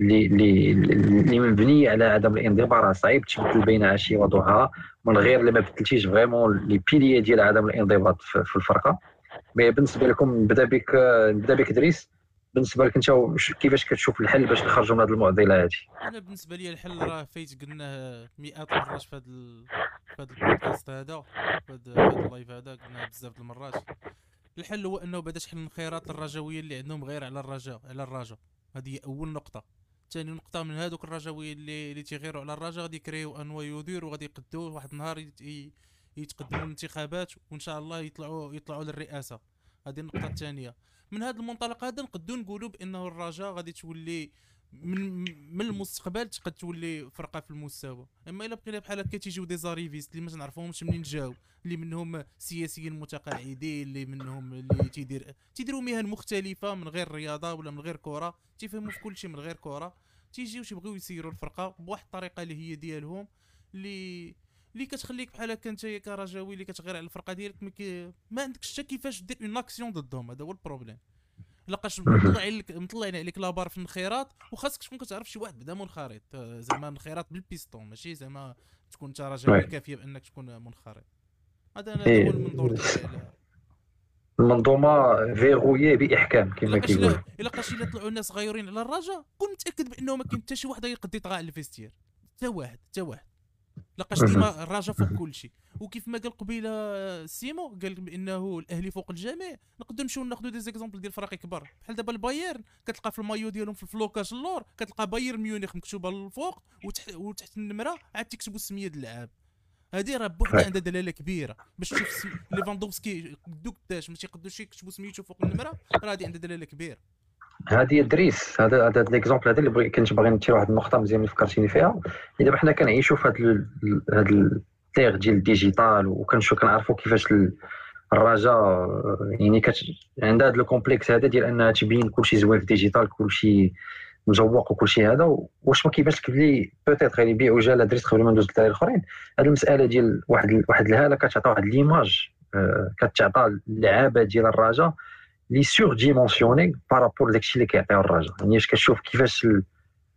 اللي مبنيه على عدم الانضباط راه صعيب تبدل بينها شي وضوحها من غير لما بدلتيش فريمون لي بيليي ديال عدم الانضباط في الفرقه. مي بالنسبه لكم نبدا بك دريس. بالنسبه لك انت كيفاش كتشوف الحل باش نخرجوا من هذه المعضله هذه؟ انا بالنسبه لي الحل راه فايت قلناه مئات المرات في هذا البودكاست هذا في هذا اللايف هذا قلناه بزاف د المرات. الحل هو انه بدا شحال من خيارات الرجاويه اللي عندهم غير على الرجاء. هذه اول نقطه. ثاني نقطه من هذوك الرجاويه اللي تيغيروا على الرجاء غادي يكريو انواع يديروا وغادي يقدوا واحد النهار يتقدموا للانتخابات وان شاء الله يطلعوا للرئاسه. هذه النقطه الثانيه. من هذا المنطلق هذا نقدروا نقولوا بانه الرجاء غادي تولي من المستقبل تقد تولي فرقه في المستوى. اما الا بقينا بحال هكا تيجيو دي زاريفيست اللي ما تنعرفوهمش منين جاو اللي منهم سياسيين متقاعدين اللي منهم اللي تيديروا مهن مختلفه من غير رياضه ولا من غير كره تيفهموا في كل شيء من غير كره تيجيو تيبغيو يسيروا الفرقه بواحد الطريقه اللي هي ديالهم اللي كتخليك بحال هكا انت كرجاوي اللي كتغير على الفرقه ديالك ما عندكش حتى كيفاش دير اون اكسيون ضدهم. هذا هو البروبليم. لقاش مطلعين عليك لابار في الخيرات وخاصك تكون كتعرف شي واحد بدا منخرط زعما منخرط بالبيستون ماشي زعما تكون انت رجاوي كافيه بانك تكون منخرط. هذا هو المنظور ديالي. المنظومه فيغويه باحكام كما كيقول. الا لقاش الا طلعوا الناس غايرين على الرجاء كون متاكد بانه ما كاين حتى شي واحد يقد يطغى على الفيستير حتى واحد لقاش ديما الرجاء فوق كل شيء. وكيف ما قال قبيله سيمو قال بانه الاهلي فوق الجميع. نقدروا نمشيو ناخذوا دي زيكزامبل ديال فرق كبار بحال دابا البايرن كتلقى في المايو ديالهم في الفلوكاج اللور كتلقى بايرن ميونخ مكتوبه للفوق وتحت النمره عاد تكتبوا السميه ديال اللعاب. هذه راه بوحدها عندها دلاله كبيره باش تشوف ليفاندوفسكي دوك داش ماشي يقدروش يكتبوا سميتو فوق النمره راه هذه عندها دلاله كبيره. هذه دريس هذا ليكزامبل هذا اللي كنت باغي نثير واحد النقطه مزيان اللي فكرتيني فيها. دابا حنا كنعيشوا في هذا التيغ ديال الديجيتال كنعرفوا كيفاش الرجاء يعني عندها هذا الكومبلكس هذا ديال انها تبين كلشي زوين في الديجيتال كلشي مزوق وكلشي هذا. واش ما كيبانش لك بلي بوتيت غير يبيعوا جا دريس قبل ما ندوز للدراري الاخرين هذه المساله ديال واحد الهاله كتعطي واحد ليماج كتعطى اللعابه ديال الرجاء لي سور ديمونسيوني بارابور داكشي اللي كيعطيو الرجاء. يعني اش كتشوف كيفاش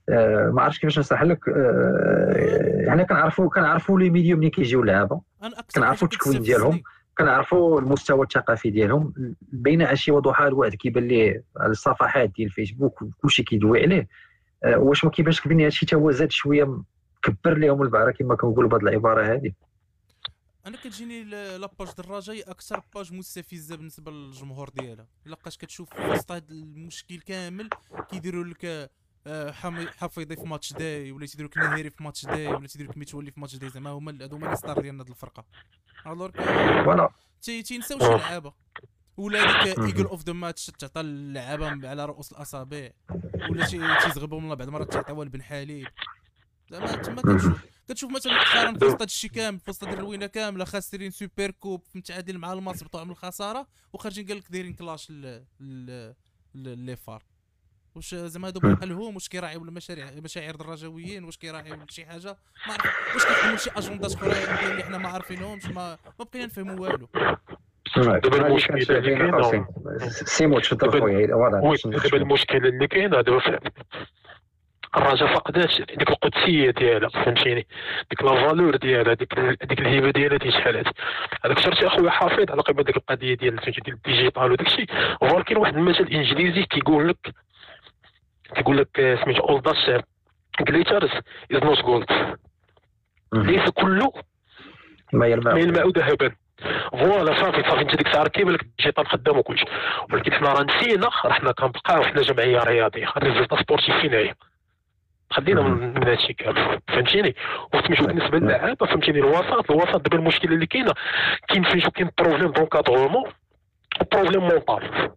ما عرفتش كيفاش نشرح لك. حنا كنعرفوا لي ميديوم ملي كيجيو اللعابه، كنعرفوا التكوين ديالهم، كنعرفوا المستوى الثقافي ديالهم. بين عشيه وضحاها الواحد كيبان ليه على الصفحات ديال الفيسبوك كلشي كيدوي عليه. واش ما كيبانش لك بان هادشي تا هو زاد شويه كبر لهم البعره كما كنقولوا بهذه العباره هذه؟ انا كتجيني لاباج دراجه اكثر باج مستفزه بالنسبه للجمهور ديالها. لقاش كتشوف في وسط هذا المشكل كامل كيديروا لك حفيظي في ماتش داي، ولا تيديروا لك نهيري في ماتش داي، ولا تيديروا لك متولي في ماتش داي. زعما هما لي ستار ديالنا هاد الفرقه. الوغ فوالا تينساو شي لعابه، ولا ديك ايجل اوف ذا ماتش تعطى اللعابه على رؤوس الاصابع، ولا تيزغبوا من بعض المرات تعطيوها لبن حليب. زعما تما كتشوف مثلا مؤخرا في وسط هادشي كامل، في وسط هاد الروينه كامله، خاسرين سوبر كوب متعادل مع الماتش بطوع من الخساره، وخارجين قال لك دايرين كلاش لي فار. واش زعما هادو بحالهم؟ واش كيراعيو المشاعر الرجاويين؟ واش كيراعيو شي حاجه؟ ما عرفت. واش كيخدموا شي اجندات اخرى اللي حنا ما عارفينهمش؟ ما بقينا نفهموا والو. دابا المشكل اللي كاين سيمو تفضل خويا. دابا المشكل اللي كاين دابا الرجاء فقدات ديك القدسيه ديالها، فهمتيني؟ ديك لا فالور ديالها، ديك الهيبه ديالها شحالات. هذاك شرتي اخويا حافظ على قبل ديك القضيه ديال الديجيتال وداك الشيء. ولكن واحد المثل انجليزي كيقول لك سميتو اول داش جليترز از نوت جولد. ليس كله ما يلمع ذهبا. فوالا صافي انت ديك الساعه كيبان لك الديجيتال خدام وكلشي، ولكن حنا راه نسينا، راه حنا كنبقاو حنا جمعيه رياضيه، الريزلت سبورتيف فين هي؟ خلينا من هادشي كامل، فهمتيني؟ وسميتو بالنسبه للعابه، فهمتيني؟ الوسط دابا المشكله اللي كاين سميتو كاين بروبليم دونكادرومون وبروبليم مونطال.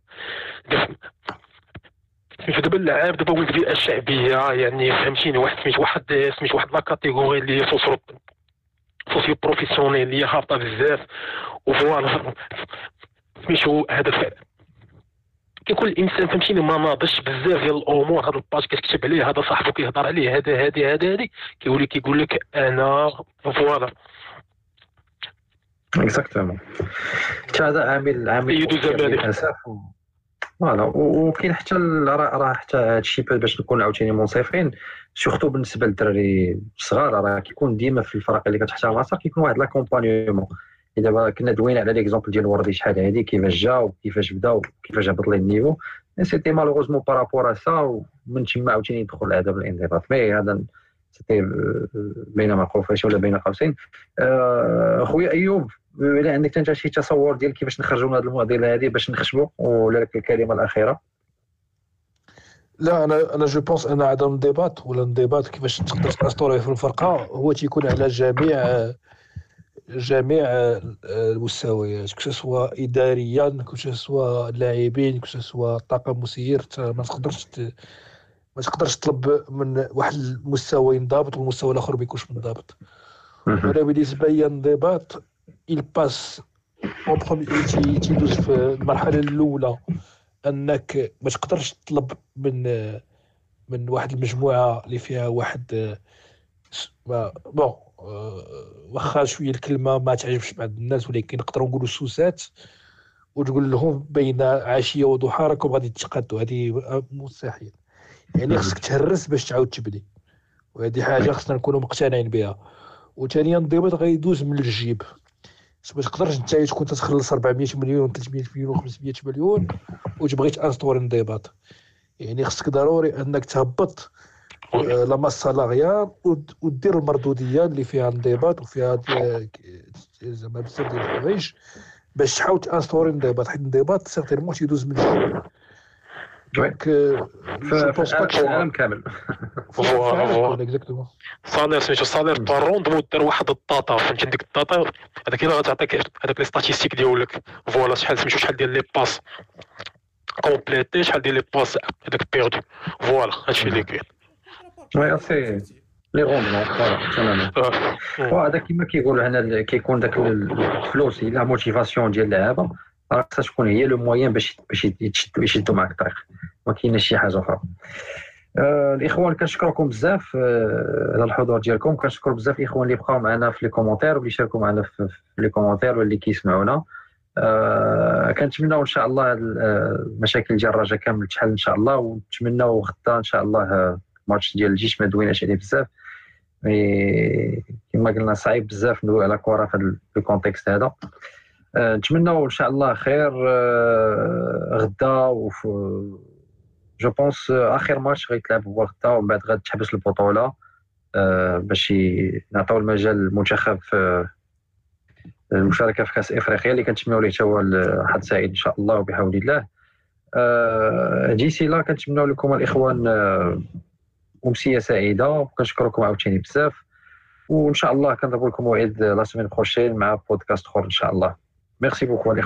سميتو دابا اللعاب دابا ولد البيئه الشعبيه، يعني فهمتيني؟ سميتو واحد لا كاتيجوري اللي سوسيو بروفيسيونيل اللي هي هابطه بزاف. وفوالا سميتو هذا كيكون الانسان فهمتيني ما ناضش بزاف ديال الامور. هذا الباج كتكتب عليه، هذا صاحبو كيهضر عليه، هذا كيقول لك انا فوالا اكزاكتومون. هذا عامل للاسف. فوالا. وكاين حتى راه حتى هادشي باش نكون عاوتاني منصفين، سورتو بالنسبه للدراري الصغار، راه كيكون ديما في الفرق اللي كتحتها مصر كيكون واحد لاكومبانيومون. دابا كنا دوينا على ليكزومبل ديال وردي شحال هادي، كيفاش جا وكيفاش بدا وكيفاش هبط ليه النيفو. سيتي مالوغوزمون بارابور ا سا، ومن تما عاوتاني يدخل الادب الانضباط. مي هذا سيتي بين مقوفات ولا بين قوسين. خويا ايوب، الا عندك انت شي تصور ديال كيفاش نخرجوا من هذه المعضله هذه باش نخشبوا، ولا لك الكلمه الاخيره؟ لا، انا جو بونس ان عدم الانضباط ولا الانضباط كيفاش تقدر تاسطوري في الفرقه هو تيكون على جميع المستويات، كو سوا اداريا، كو سوا اللاعبين، كو سوا الطاقم مسير. ما تقدرش تطلب من واحد المستوى ينضبط والمستوى الاخر ما يكونش منضبط. انا بالنسبه لي الانضباط الباس اون بروميير تيدوز في المرحله الاولى، انك ما تقدرش تطلب من واحد المجموعه اللي فيها واحد بون واخا شويه الكلمه ما تعجبش بعض الناس، ولكن نقدروا نقولوا سوسات، وتقول لهم بين عشيه وضحى راكم غادي تقادوا. هذه مستحيل. يعني خصك تهرس باش تعاود تبني، وهذه حاجه خصنا نكونوا مقتنعين بها. وثانيا الانضباط غيدوز من الجيب. ما تقدرش انت تكون تخلص 400 مليون 300 مليون 500 مليون وتبغي تانستوري انضباط. يعني خصك ضروري انك تهبط لا ماس سالاريال ودير المردوديه اللي فيها انضباط وفيها زعما بزاف ديال الحوايج باش تحاول تانستوري انضباط، حيت الانضباط سيغتيرمون تيدوز من الجيب. دونك في العالم كامل. اكزاكتومون. صالير سميتو صالير باروند دار واحد الداتا، فهمتي؟ ديك الداتا هذاك اللي غتعطيك هذاك لي ستاتيستيك ديالك. فوالا شحال سميتو شحال ديال لي باس كومبليتي، شحال ديال لي باس هذاك بيردو. فوالا هادشي اللي كاين. وي سي لي روندمون. فوالا تماما. وهذا كما كيقول هنا كيكون داك الفلوس هي لا موتيفاسيون ديال اللعابه، راه خصها تكون هي لو موين باش يشدوا معك الطريق، ما كايناش شي حاجه اخرى. الاخوان كنشكركم بزاف على الحضور ديالكم. كنشكر بزاف الاخوان اللي بقاو معنا في لي كومونتير واللي شاركوا معنا في لي كومونتير واللي كيسمعونا. كنتمناو ان شاء الله المشاكل ديال الرجاء كامل تحل ان شاء الله، ونتمناو غدا ان شاء الله ماتش ديال الجيش ما دويناش عليه بزاف، مي كما قلنا صعيب بزاف ندوي على كره في هذا الكونتكست هذا. نتمنوا ان شاء الله خير غدا، جو بونس اخر ماتش غيتلعب هو غدا، ومن بعد غتحبس البطوله باش نعطيو المجال للمنتخب في المشاركه في كاس افريقيا اللي كنتمنوا ليه حتى هو حد سعيد ان شاء الله وبحول الله. ديسي لا كنتمنوا لكم الاخوان امسيه سعيده، وكنشكركم عاوتاني بزاف، وان شاء الله كنضرب لكم موعد لا سيمين بروشين مع بودكاست اخر ان شاء الله. ميرسي بوكو.